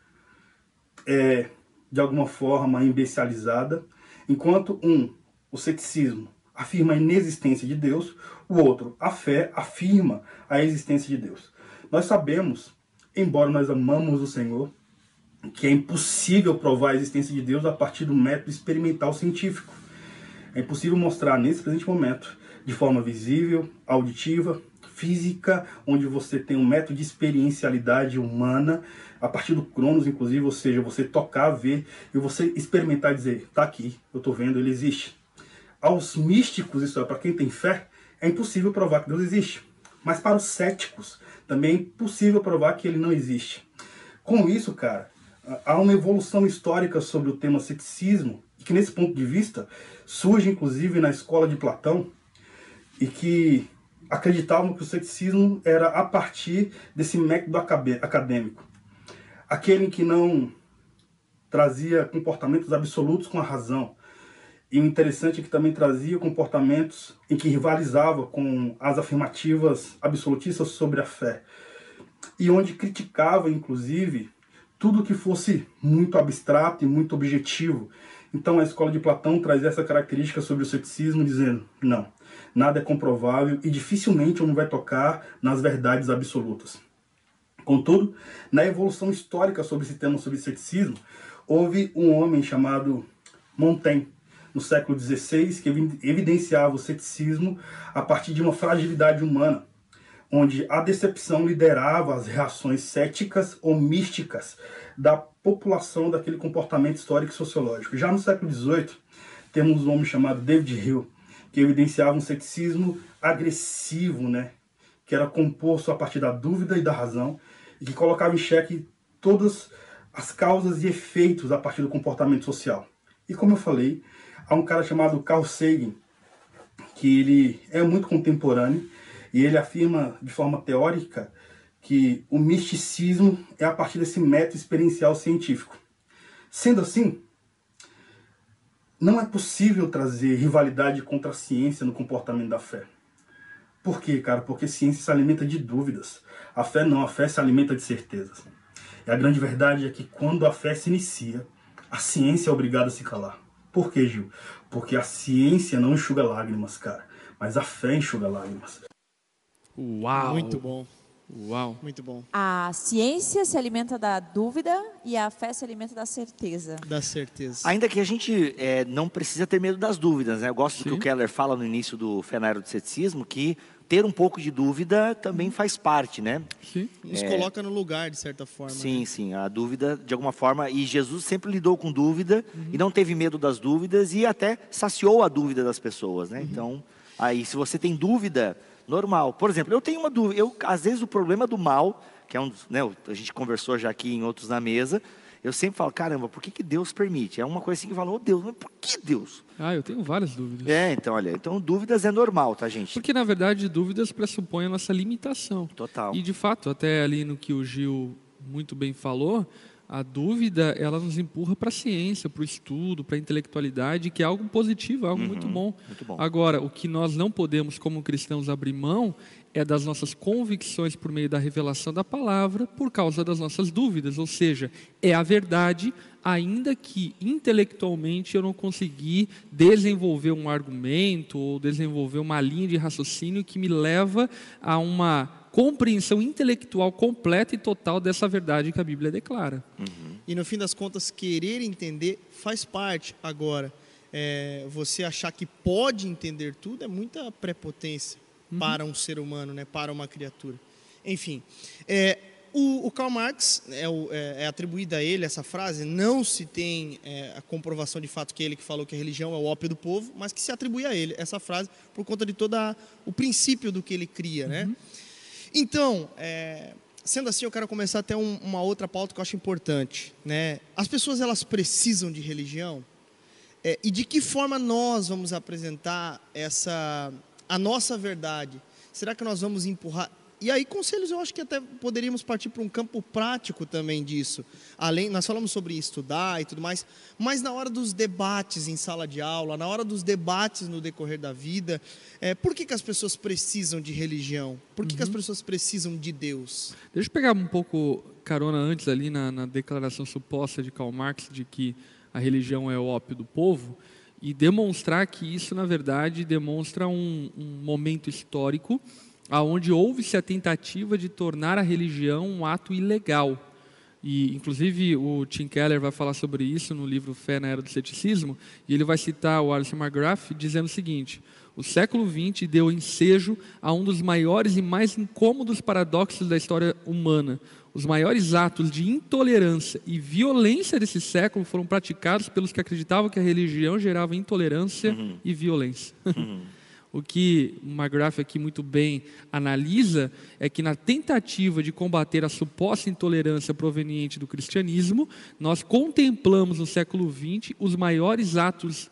[SPEAKER 6] é, de alguma forma, imbecilizada, enquanto um, o ceticismo, afirma a inexistência de Deus, o outro, a fé, afirma a existência de Deus. Nós sabemos, embora nós amamos o Senhor, que é impossível provar a existência de Deus a partir do método experimental científico. É impossível mostrar nesse presente momento, de forma visível, auditiva, física, onde você tem um método de experiencialidade humana, a partir do Cronos, inclusive, ou seja, você tocar, ver, e você experimentar e dizer, tá aqui, eu estou vendo, ele existe. Aos místicos, isso é, para quem tem fé, é impossível provar que Deus existe. Mas para os céticos, também é impossível provar que ele não existe. Com isso, cara, há uma evolução histórica sobre o tema ceticismo, e que nesse ponto de vista surge inclusive na escola de Platão, e que acreditavam que o ceticismo era a partir desse método acadêmico, aquele que não trazia comportamentos absolutos com a razão. E o interessante é que também trazia comportamentos em que rivalizava com as afirmativas absolutistas sobre a fé. E onde criticava, inclusive, tudo que fosse muito abstrato e muito objetivo. Então a escola de Platão traz essa característica sobre o ceticismo, dizendo, não, nada é comprovável e dificilmente um vai tocar nas verdades absolutas. Contudo, na evolução histórica sobre esse tema, sobre ceticismo, houve um homem chamado Montaigne, no século dezesseis, que evidenciava o ceticismo a partir de uma fragilidade humana, onde a decepção liderava as reações céticas ou místicas da população daquele comportamento histórico e sociológico. Já no século dezoito, temos um homem chamado David Hume, que evidenciava um ceticismo agressivo, né, que era composto a partir da dúvida e da razão, e que colocava em xeque todas as causas e efeitos a partir do comportamento social. E como eu falei, há um cara chamado Carl Sagan, que ele é muito contemporâneo, e ele afirma de forma teórica que o misticismo é a partir desse método experiencial científico. Sendo assim, não é possível trazer rivalidade contra a ciência no comportamento da fé. Por quê, cara? Porque a ciência se alimenta de dúvidas. A fé não, a fé se alimenta de certezas. E a grande verdade é que quando a fé se inicia, a ciência é obrigada a se calar. Por quê, Gil? Porque a ciência não enxuga lágrimas, cara, mas a fé enxuga lágrimas.
[SPEAKER 2] Uau!
[SPEAKER 1] Muito bom.
[SPEAKER 2] Uau!
[SPEAKER 1] Muito bom.
[SPEAKER 3] A ciência se alimenta da dúvida e a fé se alimenta da certeza.
[SPEAKER 1] Da certeza.
[SPEAKER 4] Ainda que a gente é, não precisa ter medo das dúvidas, né? Eu gosto do que
[SPEAKER 2] Sim.
[SPEAKER 4] o Keller fala no início do Fé na Era do Ceticismo, que ter um pouco de dúvida também faz parte, né?
[SPEAKER 2] Sim.
[SPEAKER 1] Nos coloca no lugar, de certa forma.
[SPEAKER 4] Sim,
[SPEAKER 1] né?
[SPEAKER 4] sim, a dúvida de alguma forma, e Jesus sempre lidou com dúvida e não teve medo das dúvidas e até saciou a dúvida das pessoas, né? Então, aí se você tem dúvida, normal. Por exemplo, eu tenho uma dúvida, eu, às vezes o problema do mal, que é um, né, a gente conversou já aqui em outros na mesa, eu sempre falo, caramba, por que, que Deus permite? É uma coisa assim que fala, oh Deus, mas por que Deus?
[SPEAKER 2] Ah, eu tenho várias dúvidas.
[SPEAKER 4] É, então, olha, então dúvidas é normal, tá, gente?
[SPEAKER 2] Porque, na verdade, dúvidas pressupõem a nossa limitação.
[SPEAKER 4] Total.
[SPEAKER 2] E, de fato, até ali no que o Gil muito bem falou, a dúvida, ela nos empurra para a ciência, para o estudo, para a intelectualidade, que é algo positivo, é algo
[SPEAKER 4] Uhum,
[SPEAKER 2] muito bom.
[SPEAKER 4] muito bom.
[SPEAKER 2] Agora, o que nós não podemos, como cristãos, abrir mão é das nossas convicções por meio da revelação da palavra, por causa das nossas dúvidas. Ou seja, é a verdade, ainda que intelectualmente eu não consegui desenvolver um argumento ou desenvolver uma linha de raciocínio que me leva a uma compreensão intelectual completa e total dessa verdade que a Bíblia declara.
[SPEAKER 4] Uhum.
[SPEAKER 1] E no fim das contas, querer entender faz parte. Agora, é, você achar que pode entender tudo é muita prepotência uhum. para um ser humano, né, para uma criatura. Enfim, é, o, o Karl Marx, é, o, é, é atribuída a ele essa frase, não se tem é, a comprovação de fato que ele que falou que a religião é o ópio do povo, mas que se atribui a ele essa frase por conta de todo a, o princípio do que ele cria, né?
[SPEAKER 2] Uhum.
[SPEAKER 1] Então, é, sendo assim, eu quero começar até um, uma outra pauta que eu acho importante, né? As pessoas, elas precisam de religião? É, e de que forma nós vamos apresentar essa, a nossa verdade? Será que nós vamos empurrar? E aí, conselhos, eu acho que até poderíamos partir para um campo prático também disso. Além, nós falamos sobre estudar e tudo mais, mas na hora dos debates em sala de aula, na hora dos debates no decorrer da vida, é, por que, que as pessoas precisam de religião? Por que, uhum. que as pessoas precisam de Deus?
[SPEAKER 2] Deixa eu pegar um pouco carona antes ali na, na declaração suposta de Karl Marx de que a religião é o ópio do povo e demonstrar que isso, na verdade, demonstra um, um momento histórico aonde houve-se a tentativa de tornar a religião um ato ilegal. E, inclusive, o Tim Keller vai falar sobre isso no livro Fé na Era do Ceticismo, e ele vai citar o Alistair McGrath dizendo o seguinte: o século vinte deu ensejo a um dos maiores e mais incômodos paradoxos da história humana. Os maiores atos de intolerância e violência desse século foram praticados pelos que acreditavam que a religião gerava intolerância uhum. e violência.
[SPEAKER 4] Uhum.
[SPEAKER 2] O que o McGrath aqui muito bem analisa é que na tentativa de combater a suposta intolerância proveniente do cristianismo, nós contemplamos no século vinte os maiores atos,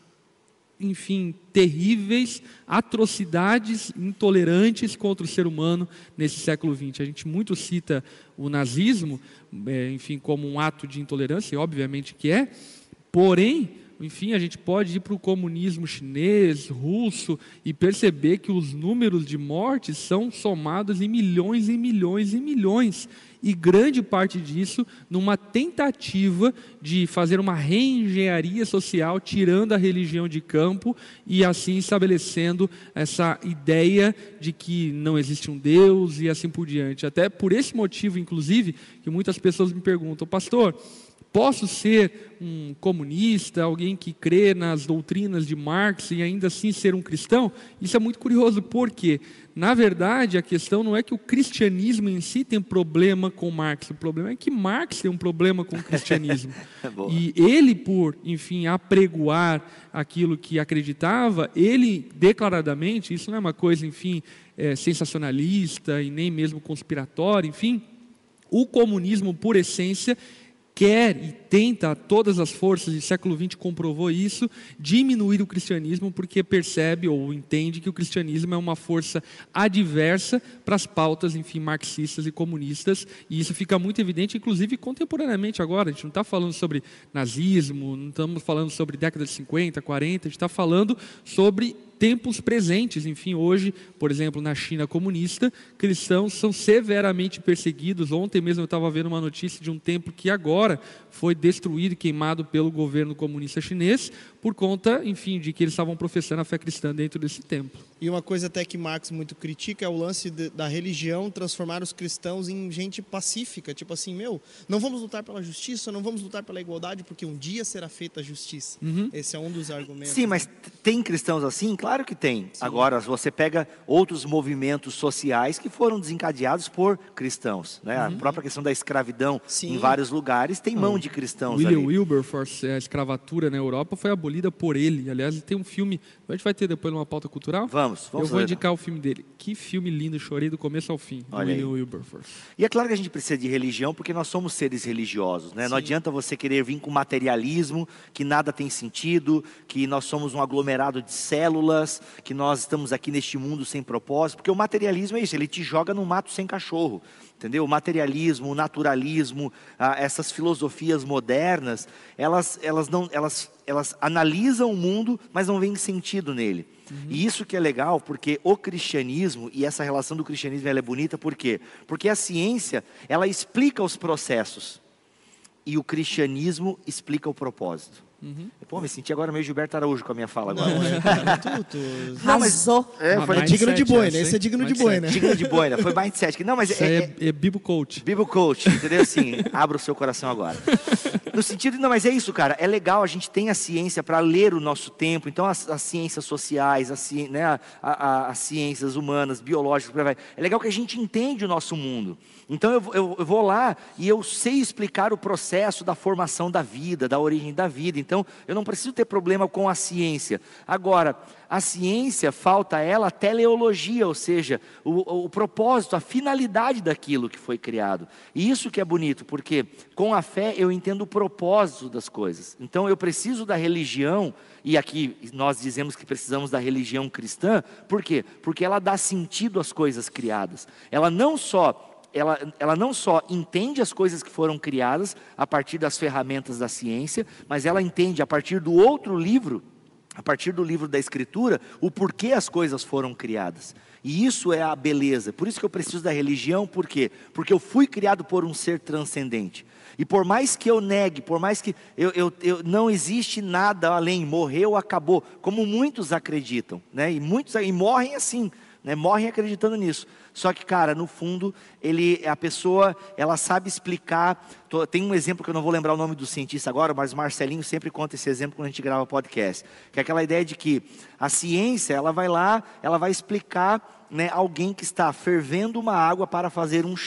[SPEAKER 2] enfim, terríveis, atrocidades intolerantes contra o ser humano nesse século vinte. A gente muito cita o nazismo, é, enfim, como um ato de intolerância, e obviamente que é, porém, enfim, a gente pode ir para o comunismo chinês, russo, e perceber que os números de mortes são somados em milhões e milhões e milhões. E grande parte disso numa tentativa de fazer uma reengenharia social, tirando a religião de campo e assim estabelecendo essa ideia de que não existe um Deus e assim por diante. Até por esse motivo, inclusive, que muitas pessoas me perguntam: pastor, posso ser um comunista, alguém que crê nas doutrinas de Marx e ainda assim ser um cristão? Isso é muito curioso, porque, na verdade, a questão não é que o cristianismo em si tem problema com Marx, o problema é que Marx tem um problema com o cristianismo. E ele, por, enfim, apregoar aquilo que acreditava, ele declaradamente, isso não é uma coisa, enfim, é, sensacionalista e nem mesmo conspiratória, enfim, o comunismo, por essência, quer e tenta a todas as forças, e o século vinte comprovou isso, diminuir o cristianismo, porque percebe ou entende que o cristianismo é uma força adversa para as pautas, enfim, marxistas e comunistas, e isso fica muito evidente, inclusive contemporaneamente agora. A gente não está falando sobre nazismo, não estamos falando sobre década de cinquenta, quarenta, a gente está falando sobre tempos presentes. Enfim, hoje, por exemplo, na China comunista, cristãos são severamente perseguidos. Ontem mesmo eu estava vendo uma notícia de um templo que agora foi destruído e queimado pelo governo comunista chinês, por conta, enfim, de que eles estavam professando a fé cristã dentro desse templo.
[SPEAKER 1] E uma coisa até que Marx muito critica é o lance de, da religião transformar os cristãos em gente pacífica. Tipo assim, meu, não vamos lutar pela justiça, não vamos lutar pela igualdade, porque um dia será feita a justiça. Uhum. Esse é um dos argumentos.
[SPEAKER 4] Sim, mas tem cristãos assim? Claro que tem. Sim. Agora, você pega outros movimentos sociais que foram desencadeados por cristãos, né? Uhum. A própria questão da escravidão, sim, em vários lugares tem mão de cristãos.
[SPEAKER 2] William
[SPEAKER 4] ali.
[SPEAKER 2] Wilberforce, a escravatura na Europa foi abolida por ele. Aliás, tem um filme, a gente vai ter depois numa pauta cultural?
[SPEAKER 4] Vamos, vamos.
[SPEAKER 2] Eu vou
[SPEAKER 4] ver.
[SPEAKER 2] indicar o filme dele. Que filme lindo, chorei do começo ao fim, do William Wilberforce.
[SPEAKER 4] E é claro que a gente precisa de religião porque nós somos seres religiosos, né? Não adianta você querer vir com materialismo, que nada tem sentido, que nós somos um aglomerado de células, que nós estamos aqui neste mundo sem propósito, porque o materialismo é isso, ele te joga no mato sem cachorro. Entendeu? O materialismo, o naturalismo, ah, essas filosofias modernas, elas, elas, não, elas, elas analisam o mundo, mas não veem sentido nele. Uhum. E isso que é legal, porque o cristianismo, e essa relação do cristianismo ela é bonita, por quê? Porque a ciência, ela explica os processos, e o cristianismo explica o propósito. Uhum. Pô, me senti agora meio Gilberto Araújo com a minha fala agora.
[SPEAKER 1] Não, é, cara, tu, tu...
[SPEAKER 3] Não, mas
[SPEAKER 1] é, foi digno de boi, né? Esse é digno de boi, né?
[SPEAKER 4] Digno de boi, né? Foi mindset. Não, mas
[SPEAKER 2] Isso é, é, é Bible Coach.
[SPEAKER 4] Bible Coach, entendeu? Assim, abra o seu coração agora. No sentido, não, mas é isso, cara. É legal, a gente tem a ciência para ler o nosso tempo. Então, as, as ciências sociais, as, né, a, a, as ciências humanas, biológicas, é legal que a gente entende o nosso mundo. Então, eu, eu, eu vou lá e eu sei explicar o processo da formação da vida, da origem da vida. Então, eu não preciso ter problema com a ciência. Agora, a ciência, falta a ela a teleologia, ou seja, o, o propósito, a finalidade daquilo que foi criado. E isso que é bonito, porque com a fé eu entendo o propósito das coisas. Então eu preciso da religião, e aqui nós dizemos que precisamos da religião cristã, por quê? Porque ela dá sentido às coisas criadas. Ela não só... Ela, ela não só entende as coisas que foram criadas a partir das ferramentas da ciência, mas ela entende a partir do outro livro, a partir do livro da Escritura, o porquê as coisas foram criadas. E isso é a beleza. Por isso que eu preciso da religião, por quê? Porque eu fui criado por um ser transcendente. E por mais que eu negue, por mais que eu, eu, eu, não existe nada além, morreu, acabou, como muitos acreditam, né? E muitos e morrem assim, né? Morrem acreditando nisso. Só que, cara, no fundo, ele, a pessoa, ela sabe explicar. Tô, tem um exemplo que eu não vou lembrar o nome do cientista agora, mas o Marcelinho sempre conta esse exemplo quando a gente grava podcast. Que é aquela ideia de que a ciência, ela vai lá, ela vai explicar, né, alguém que está fervendo uma água para fazer um chá.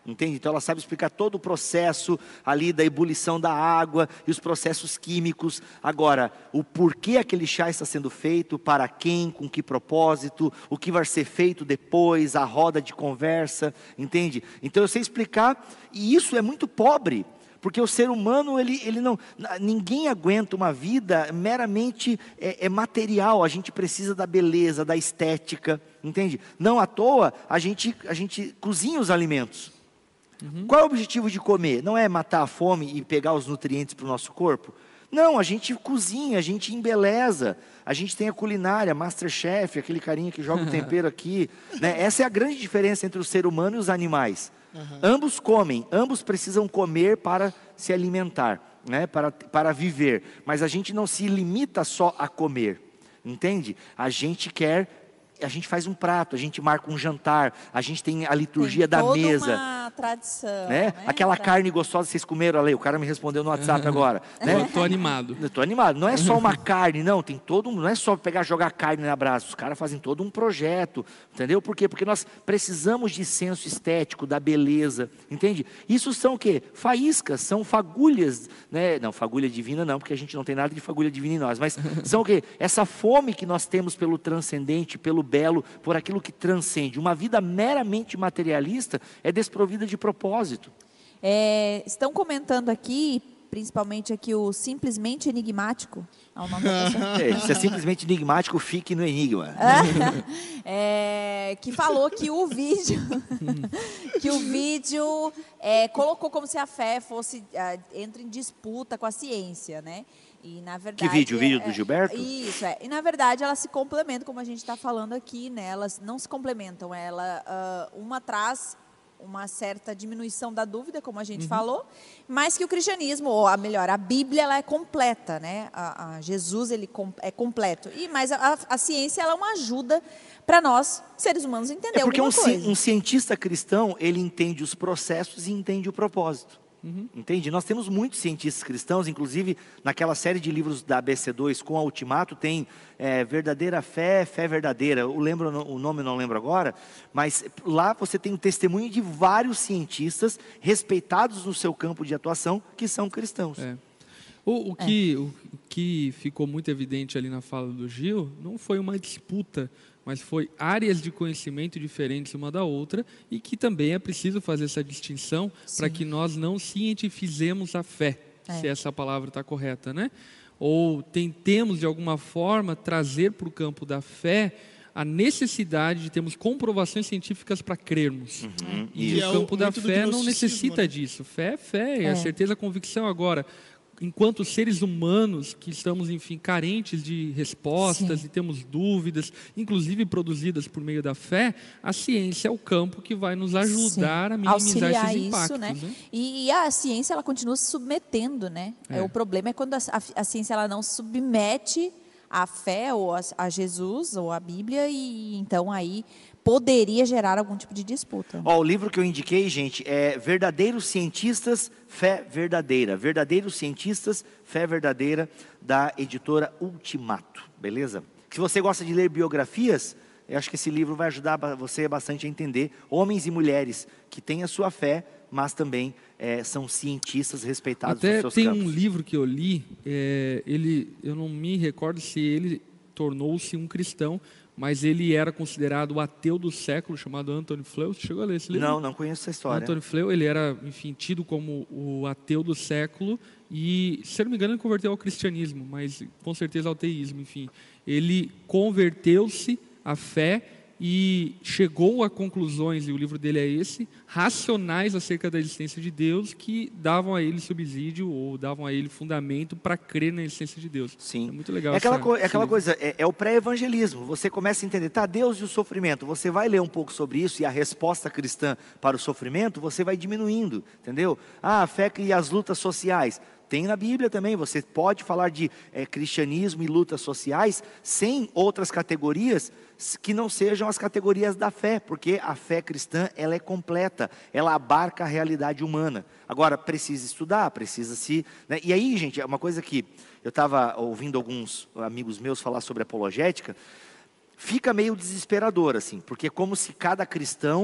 [SPEAKER 4] entende? Então ela sabe explicar todo o processo ali da ebulição da água e os processos químicos. Agora, o porquê aquele chá está sendo feito, para quem, com que propósito, o que vai ser feito depois, a roda de conversa, entende? Então eu sei explicar, e isso é muito pobre. Porque o ser humano, ele, ele não, ninguém aguenta uma vida meramente é, é material. A gente precisa da beleza, da estética, entende? Não à toa, a gente, a gente cozinha os alimentos. Uhum. Qual é o objetivo de comer? Não é matar a fome e pegar os nutrientes para o nosso corpo? Não, a gente cozinha, a gente embeleza. A gente tem a culinária, Masterchef, aquele carinha que joga o tempero aqui, né? Essa é a grande diferença entre o ser humano e os animais. Uhum. Ambos comem, ambos precisam comer para se alimentar, né? para, para viver. Mas a gente não se limita só a comer, entende? A gente quer, a gente faz um prato, a gente marca um jantar, a gente tem a liturgia tem da mesa.
[SPEAKER 3] Toda uma tradição,
[SPEAKER 4] né?
[SPEAKER 3] né?
[SPEAKER 4] Aquela
[SPEAKER 3] pra...
[SPEAKER 4] carne gostosa que vocês comeram ali, o cara me respondeu no WhatsApp agora. Né?
[SPEAKER 2] Eu tô animado.
[SPEAKER 4] Eu tô animado. Não é só uma carne, não. Tem todo um, não é só pegar e jogar carne na brasa. Os caras fazem todo um projeto, entendeu? Por quê? Porque nós precisamos de senso estético, da beleza, entende? Isso são o quê? Faíscas, são fagulhas, né? Não, fagulha divina não, porque a gente não tem nada de fagulha divina em nós. Mas são o quê? Essa fome que nós temos pelo transcendente, pelo belo, por aquilo que transcende. Uma vida meramente materialista é desprovida de propósito.
[SPEAKER 3] É, estão comentando aqui, principalmente aqui o simplesmente enigmático. É o nome da pessoa.
[SPEAKER 4] É, se é simplesmente enigmático, fique no enigma.
[SPEAKER 3] É, que falou que o vídeo, que o vídeo é, colocou como se a fé fosse é, entra em disputa com a ciência, né? E, na verdade,
[SPEAKER 4] que vídeo? O vídeo
[SPEAKER 3] é,
[SPEAKER 4] do Gilberto?
[SPEAKER 3] Isso, é. E na verdade elas se complementam, como a gente está falando aqui, né? Elas não se complementam, ela, uh, uma traz uma certa diminuição da dúvida, como a gente uhum. falou, mas que o cristianismo, ou a melhor, a Bíblia, ela é completa, né? A, a Jesus, ele com, é completo. E, mas a, a ciência, ela é uma ajuda para nós, seres humanos, entender
[SPEAKER 4] é porque
[SPEAKER 3] alguma
[SPEAKER 4] um,
[SPEAKER 3] coisa.
[SPEAKER 4] um cientista cristão, ele entende os processos e entende o propósito. Uhum. Entende? Nós temos muitos cientistas cristãos, inclusive naquela série de livros da A B C dois com a Ultimato, tem é, Verdadeira Fé, Fé Verdadeira. Eu lembro, o nome eu não lembro agora, mas lá você tem o testemunho de vários cientistas respeitados no seu campo de atuação, que são cristãos.
[SPEAKER 2] É. O, o, que, é. o que ficou muito evidente ali na fala do Gil não foi uma disputa, mas foi áreas de conhecimento diferentes uma da outra, e que também é preciso fazer essa distinção para que nós não cientificemos a fé, é. se essa palavra está correta, né? Ou tentemos de alguma forma trazer para o campo da fé a necessidade de termos comprovações científicas para crermos. Uhum. E, e o campo é o, da fé não necessita, né, disso. Fé é fé, é a certeza, a convicção. Agora, enquanto seres humanos que estamos, enfim, carentes de respostas, sim, e temos dúvidas, inclusive produzidas por meio da fé, a ciência é o campo que vai nos ajudar, sim, a minimizar
[SPEAKER 3] auxiliar
[SPEAKER 2] esses
[SPEAKER 3] isso,
[SPEAKER 2] impactos.
[SPEAKER 3] Né?
[SPEAKER 2] Né?
[SPEAKER 3] E, e a ciência, ela continua se submetendo, né? É. O problema é quando a, a, a ciência, ela não submete a fé ou a, a Jesus ou a Bíblia, e então aí poderia gerar algum tipo de disputa.
[SPEAKER 4] Ó, o livro que eu indiquei, gente, é Verdadeiros Cientistas, Fé Verdadeira. Verdadeiros Cientistas, Fé Verdadeira, da editora Ultimato, beleza? Se você gosta de ler biografias, eu acho que esse livro vai ajudar você bastante a entender homens e mulheres que têm a sua fé, mas também é, são cientistas respeitados
[SPEAKER 2] Até
[SPEAKER 4] nos seus
[SPEAKER 2] tem
[SPEAKER 4] campos.
[SPEAKER 2] Um livro que eu li, é, ele, eu não me recordo se ele tornou-se um cristão, mas ele era considerado o ateu do século, chamado Anthony Flew. Você chegou a ler esse livro?
[SPEAKER 4] Não, não conheço essa história.
[SPEAKER 2] Anthony Flew, ele era, enfim, tido como o ateu do século e, se eu não me engano, ele converteu ao cristianismo, mas com certeza ao teísmo, enfim. Ele converteu-se à fé e chegou a conclusões, e o livro dele é esse, racionais acerca da existência de Deus, que davam a ele subsídio ou davam a ele fundamento para crer na existência de Deus.
[SPEAKER 4] Sim.
[SPEAKER 2] É muito legal.
[SPEAKER 4] É aquela,
[SPEAKER 2] essa,
[SPEAKER 4] co é aquela coisa, é, é o pré-evangelismo. Você começa a entender, tá, Deus e o sofrimento. Você vai ler um pouco sobre isso e a resposta cristã para o sofrimento, você vai diminuindo, entendeu? Ah, a fé e as lutas sociais. Tem na Bíblia também, você pode falar de é, cristianismo e lutas sociais sem outras categorias que não sejam as categorias da fé, porque a fé cristã, ela é completa, ela abarca a realidade humana. Agora, precisa estudar, precisa se... Né? E aí, gente, é uma coisa que eu estava ouvindo alguns amigos meus falar sobre apologética, fica meio desesperador, assim, porque é como se cada cristão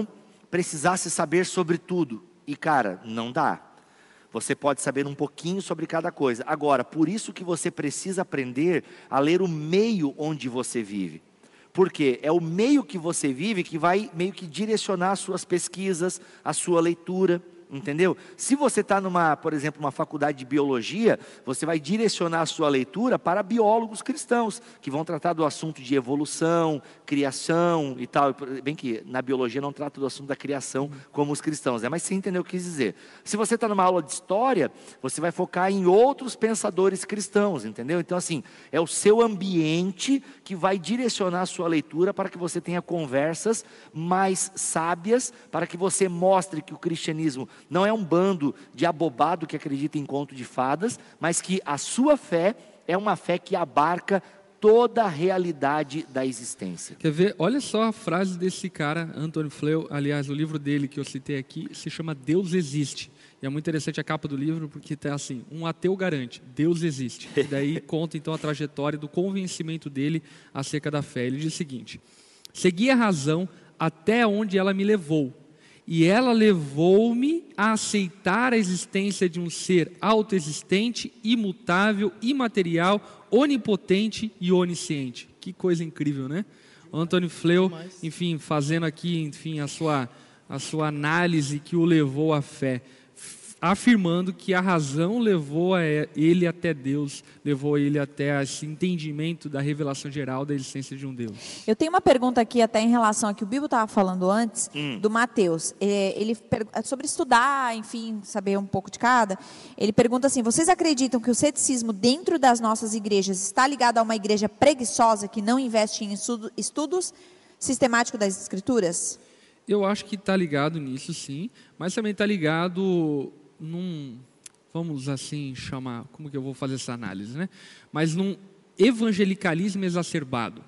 [SPEAKER 4] precisasse saber sobre tudo. E cara, não dá. Você pode saber um pouquinho sobre cada coisa. Agora, por isso que você precisa aprender a ler o meio onde você vive. Porque é o meio que você vive que vai meio que direcionar as suas pesquisas, a sua leitura. Entendeu? Se você está numa, por exemplo, uma faculdade de biologia, você vai direcionar a sua leitura para biólogos cristãos, que vão tratar do assunto de evolução, criação e tal. Bem que na biologia não trata do assunto da criação como os cristãos, né? Mas você entendeu o que eu quis dizer. Se você está numa aula de história, você vai focar em outros pensadores cristãos, entendeu? Então assim, é o seu ambiente que vai direcionar a sua leitura para que você tenha conversas mais sábias, para que você mostre que o cristianismo não é um bando de abobado que acredita em conto de fadas, mas que a sua fé é uma fé que abarca toda a realidade da existência.
[SPEAKER 2] Quer ver? Olha só a frase desse cara, Anthony Flew. Aliás, o livro dele que eu citei aqui se chama Deus Existe. E é muito interessante a capa do livro, porque está assim: um ateu garante, Deus existe. E daí conta então a trajetória do convencimento dele acerca da fé. Ele diz o seguinte: segui a razão até onde ela me levou. E ela levou-me a aceitar a existência de um ser autoexistente, imutável, imaterial, onipotente e onisciente. Que coisa incrível, né? Anthony Flew, enfim, fazendo aqui, enfim, a sua, a sua análise que o levou à fé, afirmando que a razão levou a ele até Deus, levou ele até esse entendimento da revelação geral da existência de um Deus.
[SPEAKER 3] Eu tenho uma pergunta aqui até em relação ao que o Bibo estava falando antes,
[SPEAKER 4] hum.
[SPEAKER 3] do Mateus. É, ele sobre estudar, enfim, saber um pouco de cada. Ele pergunta assim: vocês acreditam que o ceticismo dentro das nossas igrejas está ligado a uma igreja preguiçosa que não investe em estudo, estudos sistemáticos das escrituras?
[SPEAKER 2] Eu acho que está ligado nisso, sim, mas também está ligado num, vamos assim chamar, como que eu vou fazer essa análise, né? Mas num evangelicalismo exacerbado.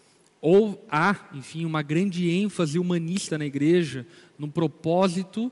[SPEAKER 2] Ou há, enfim, uma grande ênfase humanista na igreja, no propósito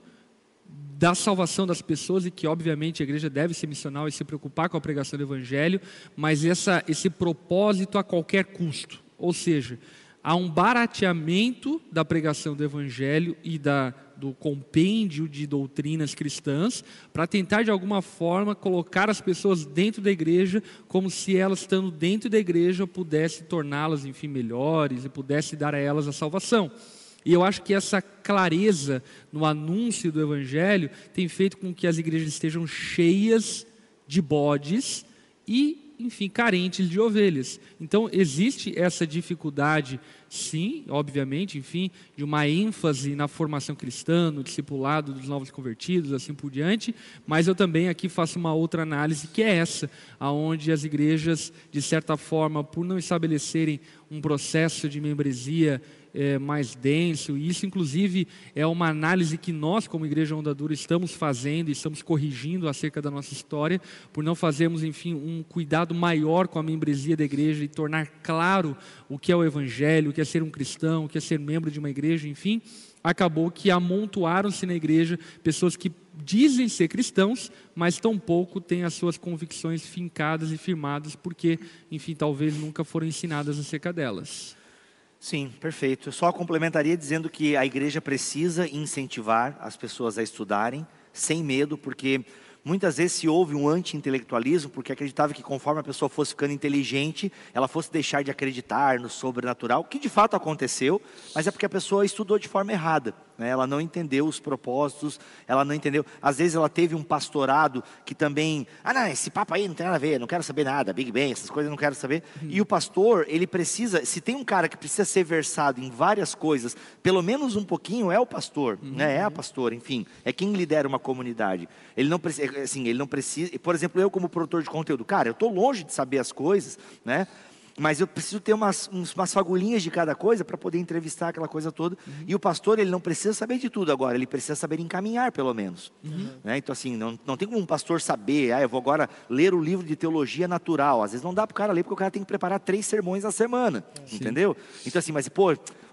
[SPEAKER 2] da salvação das pessoas, e que obviamente a igreja deve ser missional e se preocupar com a pregação do evangelho, mas essa, esse propósito a qualquer custo. Ou seja, há um barateamento da pregação do evangelho e da, do compêndio de doutrinas cristãs para tentar de alguma forma colocar as pessoas dentro da igreja, como se elas estando dentro da igreja pudesse torná-las, enfim, melhores e pudesse dar a elas a salvação. E eu acho que essa clareza no anúncio do evangelho tem feito com que as igrejas estejam cheias de bodes e, enfim, carentes de ovelhas. Então, existe essa dificuldade, sim, obviamente, enfim, de uma ênfase na formação cristã, no discipulado dos novos convertidos, assim por diante, mas eu também aqui faço uma outra análise, que é essa, aonde as igrejas, de certa forma, por não estabelecerem um processo de membresia É, mais denso, e isso inclusive é uma análise que nós como Igreja Onda Dura estamos fazendo e estamos corrigindo acerca da nossa história, por não fazermos, enfim, um cuidado maior com a membresia da igreja e tornar claro o que é o evangelho, o que é ser um cristão, o que é ser membro de uma igreja, enfim, acabou que amontoaram-se na igreja pessoas que dizem ser cristãos, mas tampouco têm as suas convicções fincadas e firmadas, porque, enfim, talvez nunca foram ensinadas acerca delas.
[SPEAKER 4] Sim, perfeito. Eu só complementaria dizendo que a igreja precisa incentivar as pessoas a estudarem, sem medo, porque muitas vezes se houve um anti-intelectualismo, porque acreditava que conforme a pessoa fosse ficando inteligente, ela fosse deixar de acreditar no sobrenatural, que de fato aconteceu, mas é porque a pessoa estudou de forma errada, né? Ela não entendeu os propósitos, ela não entendeu, às vezes ela teve um pastorado que também, ah não, esse papo aí não tem nada a ver, não quero saber nada, Big Bang, essas coisas eu não quero saber, uhum. E o pastor, ele precisa, se tem um cara que precisa ser versado em várias coisas, pelo menos um pouquinho, é o pastor, uhum. né? É a pastora, enfim, é quem lidera uma comunidade. Ele não precisa, assim, ele não precisa, por exemplo, eu como produtor de conteúdo, cara, eu estou longe de saber as coisas, né? Mas eu preciso ter umas, umas fagulhinhas de cada coisa para poder entrevistar aquela coisa toda. Uhum. E o pastor, ele não precisa saber de tudo agora, ele precisa saber encaminhar, pelo menos. Uhum. Né? Então, assim, não, não tem como um pastor saber, ah, eu vou agora ler o livro de teologia natural. Às vezes não dá para o cara ler, porque o cara tem que preparar três sermões na semana, Sim. entendeu? Então, assim, mas, pô,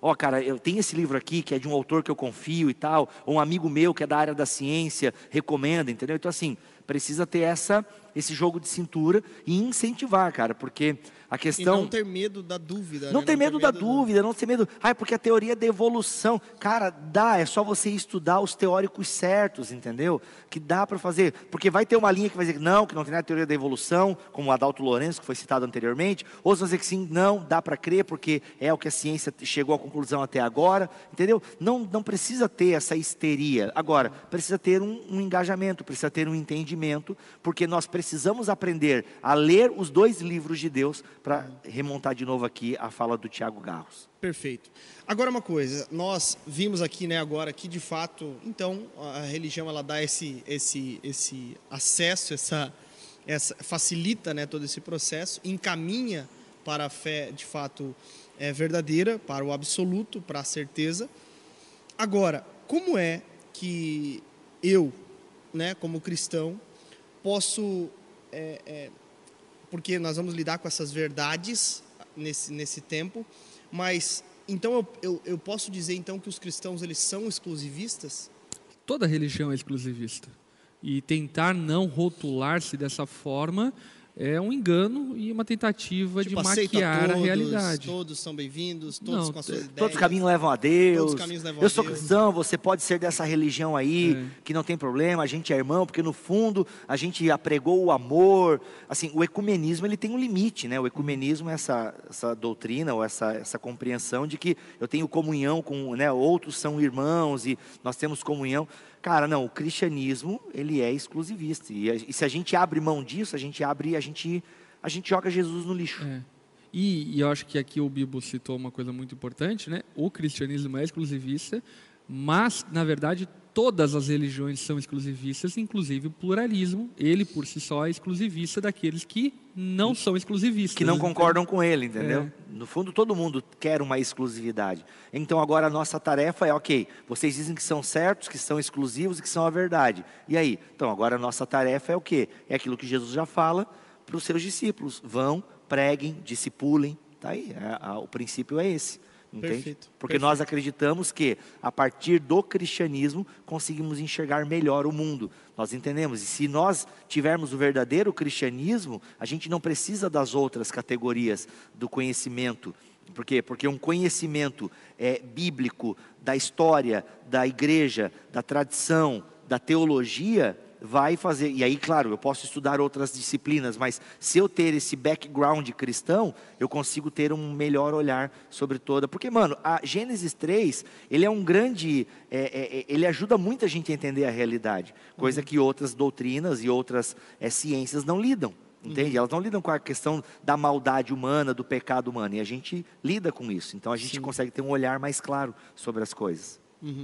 [SPEAKER 4] ó, cara, eu tenho esse livro aqui que é de um autor que eu confio e tal, ou um amigo meu que é da área da ciência, recomenda, entendeu? Então, assim, precisa ter essa, esse jogo de cintura e incentivar, cara, porque a questão...
[SPEAKER 1] E não ter medo da dúvida.
[SPEAKER 4] Não
[SPEAKER 1] né?
[SPEAKER 4] ter
[SPEAKER 1] não
[SPEAKER 4] medo
[SPEAKER 1] ter
[SPEAKER 4] da
[SPEAKER 1] medo
[SPEAKER 4] dúvida, não ter medo... Ah, é porque a teoria da evolução... Cara, dá, é só você estudar os teóricos certos, entendeu? Que dá para fazer. Porque vai ter uma linha que vai dizer que não, que não tem nada de teoria da evolução, como o Adalto Lourenço, que foi citado anteriormente. Outros vão dizer que sim, não, dá para crer, porque é o que a ciência chegou à conclusão até agora, entendeu? Não, não precisa ter essa histeria. Agora, precisa ter um, um engajamento, precisa ter um entendimento, porque nós precisamos aprender a ler os dois livros de Deus para remontar de novo aqui a fala do Tiago Garros.
[SPEAKER 1] Perfeito. Agora uma coisa, nós vimos aqui, né, agora que de fato, então, a religião ela dá esse, esse, esse acesso, essa, essa facilita, né, todo esse processo, encaminha para a fé de fato é, verdadeira, para o absoluto, para a certeza. Agora, como é que eu, né, como cristão, posso, é, é, porque nós vamos lidar com essas verdades nesse, nesse tempo, mas então eu, eu, eu posso dizer então que os cristãos eles são exclusivistas?
[SPEAKER 2] Toda religião é exclusivista. E tentar não rotular-se dessa forma é um engano e uma tentativa
[SPEAKER 1] Tipo,
[SPEAKER 2] de
[SPEAKER 1] aceito
[SPEAKER 2] maquiar a,
[SPEAKER 1] todos,
[SPEAKER 2] realidade.
[SPEAKER 1] Todos são bem-vindos, todos
[SPEAKER 2] Não,
[SPEAKER 1] com as suas ideias.
[SPEAKER 4] Todos os caminhos levam a Deus.
[SPEAKER 1] Todos os caminhos levam
[SPEAKER 4] eu
[SPEAKER 1] a
[SPEAKER 4] sou
[SPEAKER 1] Deus.
[SPEAKER 4] cristão, você pode ser dessa religião aí,
[SPEAKER 2] É.
[SPEAKER 4] que não tem problema, a gente é irmão, porque no fundo a gente apregou o amor. Assim, o ecumenismo ele tem um limite, né? O ecumenismo é essa, essa doutrina ou essa, essa compreensão de que eu tenho comunhão com, né, outros são irmãos e nós temos comunhão. Cara, não, o cristianismo ele é exclusivista. E, a, e se a gente abre mão disso, a gente abre, a gente, a gente joga Jesus no lixo.
[SPEAKER 2] É. E, e eu acho que aqui o Bibo citou uma coisa muito importante, né? O cristianismo é exclusivista, mas, na verdade, todas as religiões são exclusivistas, inclusive o pluralismo, ele por si só é exclusivista daqueles que não são exclusivistas.
[SPEAKER 4] Que não
[SPEAKER 2] Então,
[SPEAKER 4] concordam com ele, entendeu?
[SPEAKER 2] É.
[SPEAKER 4] No fundo, todo mundo quer uma exclusividade. Então, agora a nossa tarefa é, ok, vocês dizem que são certos, que são exclusivos e que são a verdade. E aí? Então, agora a nossa tarefa é o quê? É aquilo que Jesus já fala para os seus discípulos. Vão, preguem, discipulem. Tá aí, é, a, o princípio é esse. Entende?
[SPEAKER 1] Perfeito,
[SPEAKER 4] Porque
[SPEAKER 1] perfeito.
[SPEAKER 4] nós acreditamos que, a partir do cristianismo, conseguimos enxergar melhor o mundo. Nós entendemos. E se nós tivermos o verdadeiro cristianismo, a gente não precisa das outras categorias do conhecimento. Por quê? Porque um conhecimento é, bíblico da história, da igreja, da tradição, da teologia, vai fazer, e aí claro, eu posso estudar outras disciplinas, mas se eu ter esse background cristão, eu consigo ter um melhor olhar sobre toda, porque mano, a Gênesis três, ele é um grande, é, é, ele ajuda muita gente a entender a realidade, coisa que outras doutrinas e outras é, ciências não lidam, entende? Uhum. Elas não lidam com a questão da maldade humana, do pecado humano, e a gente lida com isso, então a gente Sim. consegue ter um olhar mais claro sobre as coisas.
[SPEAKER 1] Uhum.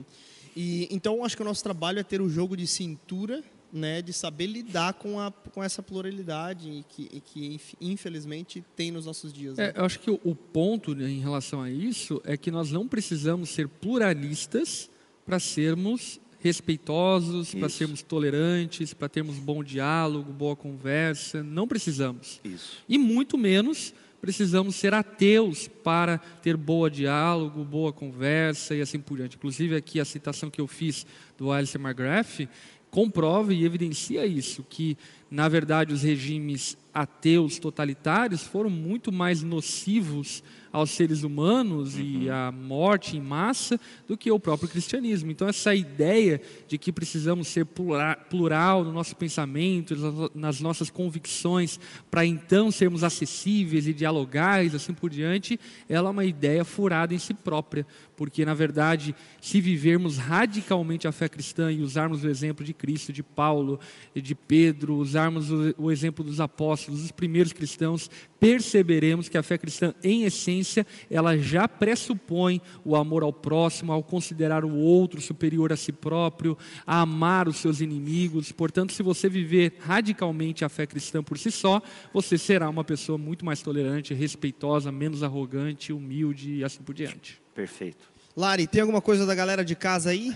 [SPEAKER 1] E então acho que o nosso trabalho é ter o jogo de cintura, né, de saber lidar com, a, com essa pluralidade e que, e que infelizmente tem nos nossos dias. Né?
[SPEAKER 2] É, eu acho que o, o ponto, né, em relação a isso é que nós não precisamos ser pluralistas para sermos respeitosos, para sermos tolerantes, para termos bom diálogo, boa conversa. Não precisamos.
[SPEAKER 4] Isso.
[SPEAKER 2] E muito menos precisamos ser ateus para ter boa diálogo, boa conversa e assim por diante. Inclusive aqui a citação que eu fiz do Alistair McGrath comprova e evidencia isso, que na verdade os regimes ateus totalitários foram muito mais nocivos aos seres humanos uhum. e à morte em massa do que o próprio cristianismo. Então essa ideia de que precisamos ser plural no nosso pensamento, nas nossas convicções, para então sermos acessíveis e dialogais, assim por diante, ela é uma ideia furada em si própria, porque na verdade, se vivermos radicalmente a fé cristã e usarmos o exemplo de Cristo, de Paulo, de Pedro, usarmos o, o exemplo dos apóstolos, dos primeiros cristãos, perceberemos que a fé cristã, em essência, ela já pressupõe o amor ao próximo, ao considerar o outro superior a si próprio, a amar os seus inimigos. Portanto, se você viver radicalmente a fé cristã por si só, você será uma pessoa muito mais tolerante, respeitosa, menos arrogante, humilde e assim por diante.
[SPEAKER 4] Perfeito.
[SPEAKER 1] Lari, tem alguma coisa da galera de casa aí?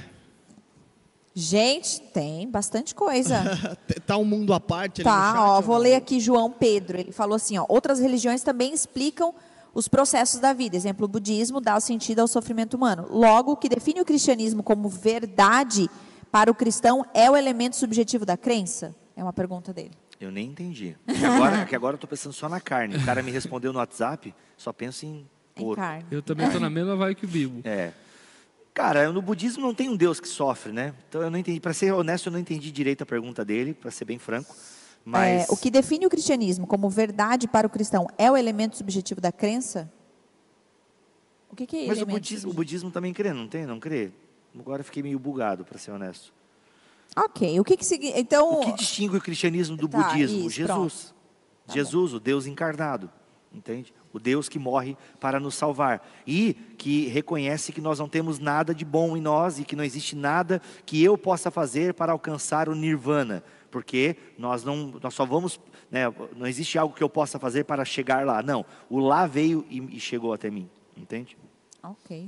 [SPEAKER 3] Gente, tem bastante coisa.
[SPEAKER 1] Tá um mundo à parte ali no
[SPEAKER 3] Tá,
[SPEAKER 1] chat,
[SPEAKER 3] ó,
[SPEAKER 1] ou
[SPEAKER 3] vou
[SPEAKER 1] não?
[SPEAKER 3] ler aqui João Pedro. Ele falou assim, ó, outras religiões também explicam os processos da vida. Exemplo, o budismo dá o sentido ao sofrimento humano. Logo, o que define o cristianismo como verdade para o cristão é o elemento subjetivo da crença? É uma pergunta dele.
[SPEAKER 4] Eu nem entendi. Porque agora, que agora eu estou pensando só na carne. O cara me respondeu no WhatsApp, só penso em porco.
[SPEAKER 3] Em carne.
[SPEAKER 2] Eu também estou na mesma vibe que o Bibo.
[SPEAKER 4] É. Cara, no budismo não tem um Deus que sofre, né? Então eu não entendi. Para ser honesto, eu não entendi direito a pergunta dele, para ser bem franco. Mas...
[SPEAKER 3] É, o que define o cristianismo como verdade para o cristão é o elemento subjetivo da crença? O que, que é
[SPEAKER 4] Mas o
[SPEAKER 3] elemento
[SPEAKER 4] budismo, o budismo também crê, não tem? Não crê? Agora eu fiquei meio bugado, para ser honesto.
[SPEAKER 3] Ok, o que que significa... Então...
[SPEAKER 4] O que distingue o cristianismo do
[SPEAKER 3] Tá,
[SPEAKER 4] budismo?
[SPEAKER 3] isso,
[SPEAKER 4] Jesus.
[SPEAKER 3] Tá
[SPEAKER 4] Jesus, o Deus encarnado. Entende? O Deus que morre para nos salvar. E que reconhece que nós não temos nada de bom em nós e que não existe nada que eu possa fazer para alcançar o nirvana. Porque nós, não, nós só vamos... Né, não existe algo que eu possa fazer para chegar lá. Não, o lá veio e, e chegou até mim. Entende?
[SPEAKER 3] Ok.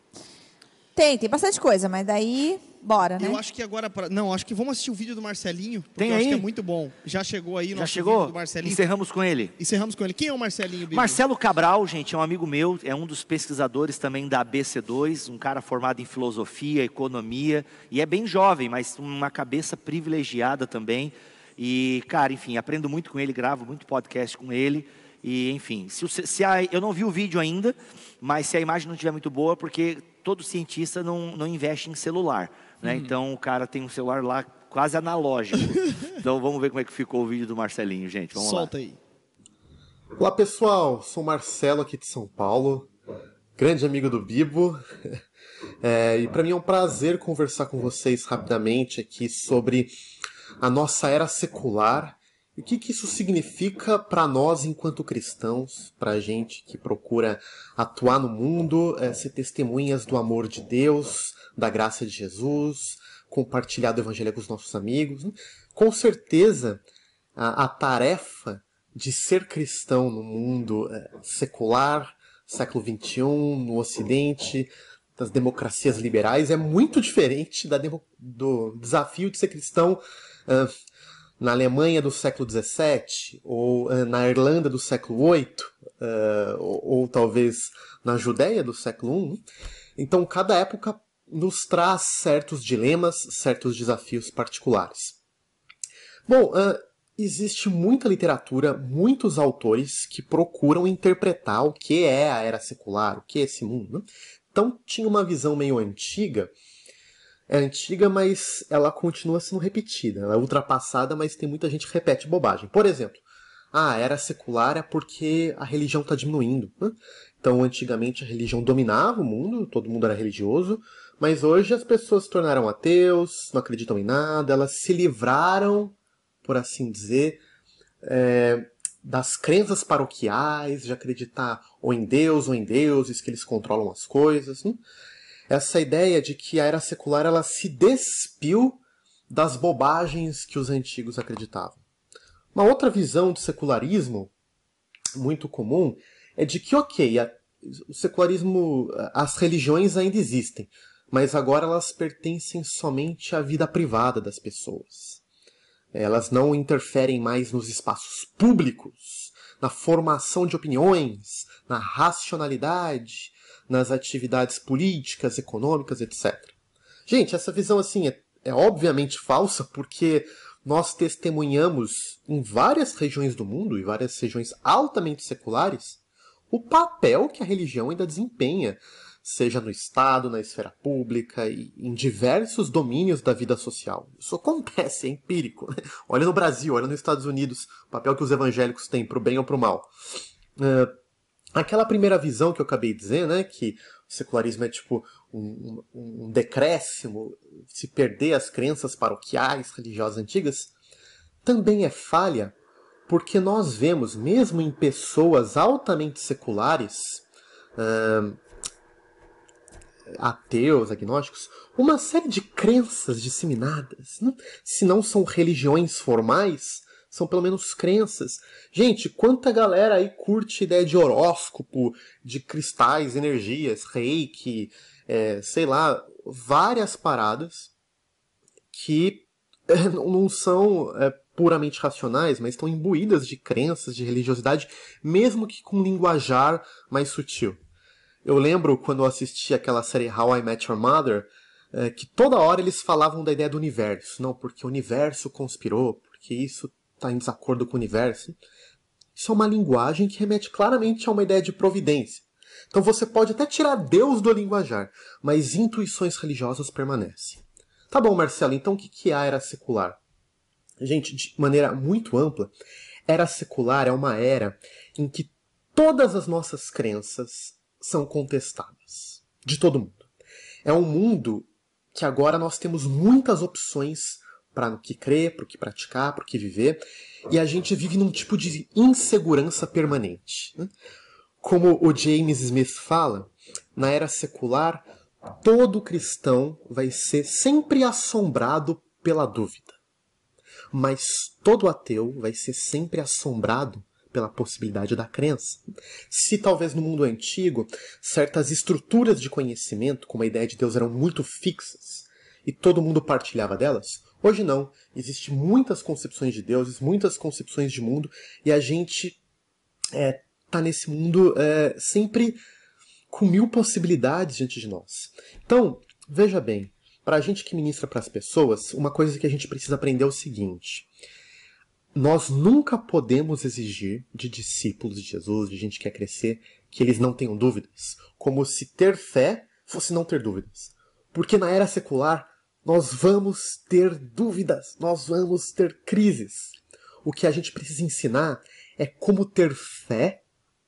[SPEAKER 3] Tem, tem bastante coisa, mas daí, bora, né?
[SPEAKER 1] Eu acho que agora... Pra... Não, acho que vamos assistir o vídeo do Marcelinho. Porque
[SPEAKER 4] Tem
[SPEAKER 1] eu acho
[SPEAKER 4] aí?
[SPEAKER 1] que é muito bom. Já chegou aí o
[SPEAKER 4] Já
[SPEAKER 1] nosso
[SPEAKER 4] chegou?
[SPEAKER 1] vídeo do Marcelinho.
[SPEAKER 4] Encerramos com ele.
[SPEAKER 1] Encerramos com ele. Quem é o Marcelinho, Bibo?
[SPEAKER 4] Marcelo Cabral, gente, é um amigo meu, é um dos pesquisadores também da B C dois, um cara formado em filosofia, economia, e é bem jovem, mas uma cabeça privilegiada também. E, cara, enfim, aprendo muito com ele, gravo muito podcast com ele. E, enfim, se, se a, eu não vi o vídeo ainda, mas se a imagem não estiver muito boa, porque todo cientista não, não investe em celular, né? Uhum. Então, o cara tem um celular lá quase analógico. Então, vamos ver como é que ficou o vídeo do Marcelinho, gente. Vamos
[SPEAKER 1] Solta
[SPEAKER 4] lá.
[SPEAKER 1] aí.
[SPEAKER 7] Olá, pessoal. Sou o Marcelo aqui de São Paulo, grande amigo do Bibo. É, e para mim é um prazer conversar com vocês rapidamente aqui sobre a nossa era secular. E o que, que isso significa para nós enquanto cristãos, para a gente que procura atuar no mundo, é, ser testemunhas do amor de Deus, da graça de Jesus, compartilhar do evangelho com os nossos amigos. Né? Com certeza, a, a tarefa de ser cristão no mundo é, secular, século vinte e um, no Ocidente, das democracias liberais, é muito diferente da demo, do desafio de ser cristão uh, na Alemanha do século dezessete, ou uh, na Irlanda do século oito, uh, ou, ou talvez na Judéia do século um. Então, cada época nos traz certos dilemas, certos desafios particulares. Bom, uh, existe muita literatura, muitos autores que procuram interpretar o que é a era secular, o que é esse mundo. Né? Então, tinha uma visão meio antiga. É antiga, mas ela continua sendo repetida. Ela é ultrapassada, mas tem muita gente que repete bobagem. Por exemplo, ah, a era secular é porque a religião está diminuindo. Né? Então, antigamente a religião dominava o mundo, todo mundo era religioso, mas hoje as pessoas se tornaram ateus, não acreditam em nada, elas se livraram, por assim dizer, é, das crenças paroquiais, de acreditar ou em Deus ou em deuses, que eles controlam as coisas. Né? Essa ideia de que a era secular ela se despiu das bobagens que os antigos acreditavam. Uma outra visão do secularismo, muito comum, é de que, ok, a, o secularismo, as religiões ainda existem, mas agora elas pertencem somente à vida privada das pessoas. Elas não interferem mais nos espaços públicos, na formação de opiniões, na racionalidade, nas atividades políticas, econômicas, etcétera. Gente, essa visão assim é, é obviamente falsa, porque nós testemunhamos em várias regiões do mundo, e várias regiões altamente seculares, o papel que a religião ainda desempenha, seja no Estado, na esfera pública e em diversos domínios da vida social. Isso acontece, é empírico. Né? Olha no Brasil, olha nos Estados Unidos, o papel que os evangélicos têm para o bem ou para o mal. Uh, aquela primeira visão que eu acabei de dizer, né, que o secularismo é tipo um, um, um decréscimo, se perder as crenças paroquiais, religiosas antigas, também é falha, porque nós vemos, mesmo em pessoas altamente seculares, uh, ateus, agnósticos, uma série de crenças disseminadas. Né? Se não são religiões formais, são pelo menos crenças. Gente, quanta galera aí curte ideia de horóscopo, de cristais, energias, reiki, é, sei lá, várias paradas que é, não são é, puramente racionais, mas estão imbuídas de crenças, de religiosidade, mesmo que com um linguajar mais sutil. Eu lembro quando eu assisti aquela série How I Met Your Mother, é, que toda hora eles falavam da ideia do universo. Não, porque o universo conspirou, porque isso está em desacordo com o universo. Isso é uma linguagem que remete claramente a uma ideia de providência. Então você pode até tirar Deus do linguajar, mas intuições religiosas permanecem. Tá bom, Marcelo, então o que é a era secular? Gente, de maneira muito ampla, era secular é uma era em que todas as nossas crenças são contestadas. De todo mundo. É um mundo que agora nós temos muitas opções para o que crer, para o que praticar, para o que viver, e a gente vive num tipo de insegurança permanente. Como o James Smith fala, na era secular, todo cristão vai ser sempre assombrado pela dúvida. Mas todo ateu vai ser sempre assombrado pela possibilidade da crença. Se talvez no mundo antigo, certas estruturas de conhecimento, como a ideia de Deus, eram muito fixas, e todo mundo partilhava delas, hoje não. Existem muitas concepções de deuses, muitas concepções de mundo, e a gente é, tá nesse mundo é, sempre com mil possibilidades diante de nós. Então, veja bem, para a gente que ministra para as pessoas, uma coisa que a gente precisa aprender é o seguinte: nós nunca podemos exigir de discípulos de Jesus, de gente que quer crescer, que eles não tenham dúvidas, como se ter fé fosse não ter dúvidas. Porque na era secular, nós vamos ter dúvidas, nós vamos ter crises. O que a gente precisa ensinar é como ter fé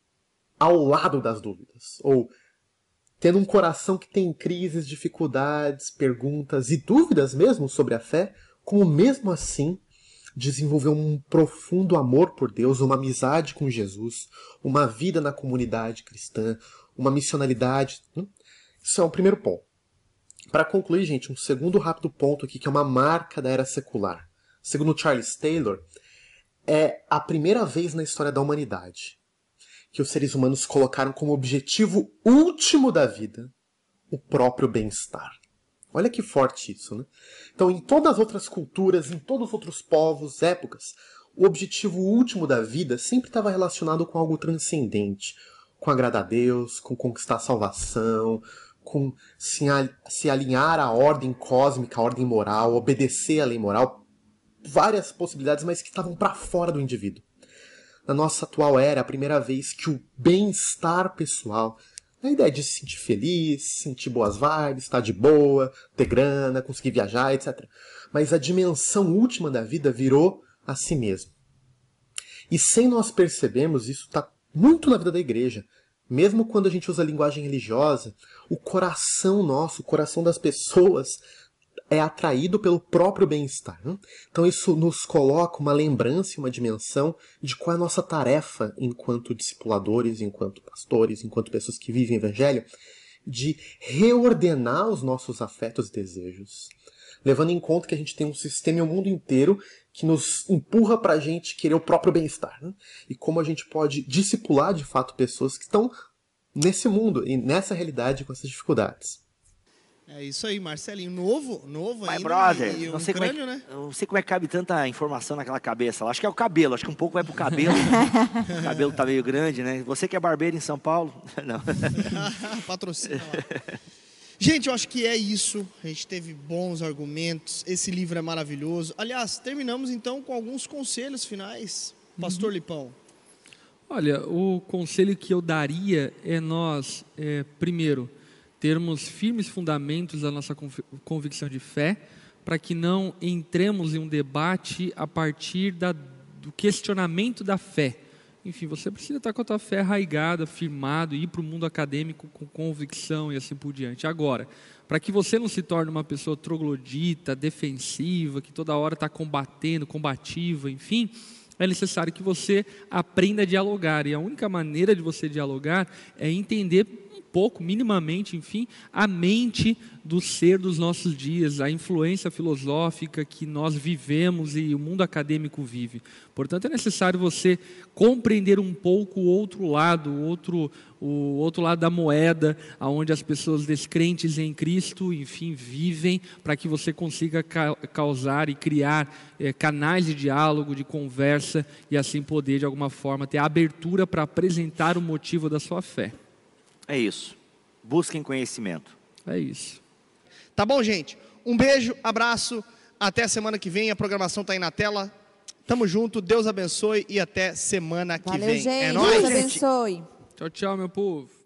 [SPEAKER 7] ao lado das dúvidas, ou tendo um coração que tem crises, dificuldades, perguntas e dúvidas mesmo sobre a fé, como mesmo assim desenvolver um profundo amor por Deus, uma amizade com Jesus, uma vida na comunidade cristã, uma missionalidade. Isso é o primeiro ponto. Para concluir, gente, um segundo rápido ponto aqui, que é uma marca da era secular. Segundo Charles Taylor, é a primeira vez na história da humanidade que os seres humanos colocaram como objetivo último da vida o próprio bem-estar. Olha que forte isso, né? Então, em todas as outras culturas, em todos os outros povos, épocas, o objetivo último da vida sempre estava relacionado com algo transcendente, com agradar a Deus, com conquistar a salvação, com se, se alinhar à ordem cósmica, à ordem moral, obedecer à lei moral, várias possibilidades, mas que estavam para fora do indivíduo. Na nossa atual era, a primeira vez que o bem-estar pessoal, a ideia de se sentir feliz, sentir boas vibes, estar de boa, ter grana, conseguir viajar, etcétera. Mas a dimensão última da vida virou a si mesmo. E sem nós percebermos, isso está muito na vida da igreja. Mesmo quando a gente usa a linguagem religiosa, o coração nosso, o coração das pessoas é atraído pelo próprio bem-estar. Né? Então isso nos coloca uma lembrança e uma dimensão de qual é a nossa tarefa enquanto discipuladores, enquanto pastores, enquanto pessoas que vivem o evangelho, de reordenar os nossos afetos e desejos, levando em conta que a gente tem um sistema e um mundo inteiro que nos empurra para a gente querer o próprio bem-estar. Né? E como a gente pode discipular de fato pessoas que estão nesse mundo e nessa realidade com essas dificuldades.
[SPEAKER 1] É isso aí, Marcelinho, novo, novo
[SPEAKER 4] My
[SPEAKER 1] ainda.
[SPEAKER 4] brother,
[SPEAKER 1] e, e
[SPEAKER 4] não,
[SPEAKER 1] um
[SPEAKER 4] sei
[SPEAKER 1] crânio,
[SPEAKER 4] como é,
[SPEAKER 1] né?
[SPEAKER 4] não sei como é que cabe tanta informação naquela cabeça lá. Acho que é o cabelo, acho que um pouco vai pro cabelo. O cabelo tá meio grande, né? Você que é barbeiro em São Paulo? Não.
[SPEAKER 1] Patrocina lá. Gente, eu acho que é isso. A gente teve bons argumentos. Esse livro é maravilhoso. Aliás, terminamos então com alguns conselhos finais. Pastor uhum. Lipão.
[SPEAKER 2] Olha, o conselho que eu daria é nós, é, primeiro, termos firmes fundamentos da nossa convicção de fé, para que não entremos em um debate a partir da, do questionamento da fé. Enfim, você precisa estar com a tua fé arraigada, firmado, e ir para o mundo acadêmico com convicção e assim por diante. Agora, para que você não se torne uma pessoa troglodita, defensiva, que toda hora está combatendo, combativa, enfim, é necessário que você aprenda a dialogar. E a única maneira de você dialogar é entender um pouco, minimamente, enfim, a mente do ser dos nossos dias, a influência filosófica que nós vivemos e o mundo acadêmico vive. Portanto, é necessário você compreender um pouco o outro lado, o outro, o outro lado da moeda, onde as pessoas descrentes em Cristo, enfim, vivem, para que você consiga ca causar e criar é, canais de diálogo, de conversa, e assim poder, de alguma forma, ter abertura para apresentar o motivo da sua fé.
[SPEAKER 4] É isso. Busquem conhecimento.
[SPEAKER 2] É isso.
[SPEAKER 1] Tá bom, gente? Um beijo, abraço, até semana que vem, a programação tá aí na tela. Tamo junto, Deus abençoe e até semana que
[SPEAKER 3] Valeu,
[SPEAKER 1] vem.
[SPEAKER 3] gente.
[SPEAKER 1] É
[SPEAKER 3] Deus
[SPEAKER 1] nóis.
[SPEAKER 3] abençoe.
[SPEAKER 2] Tchau, tchau, meu povo.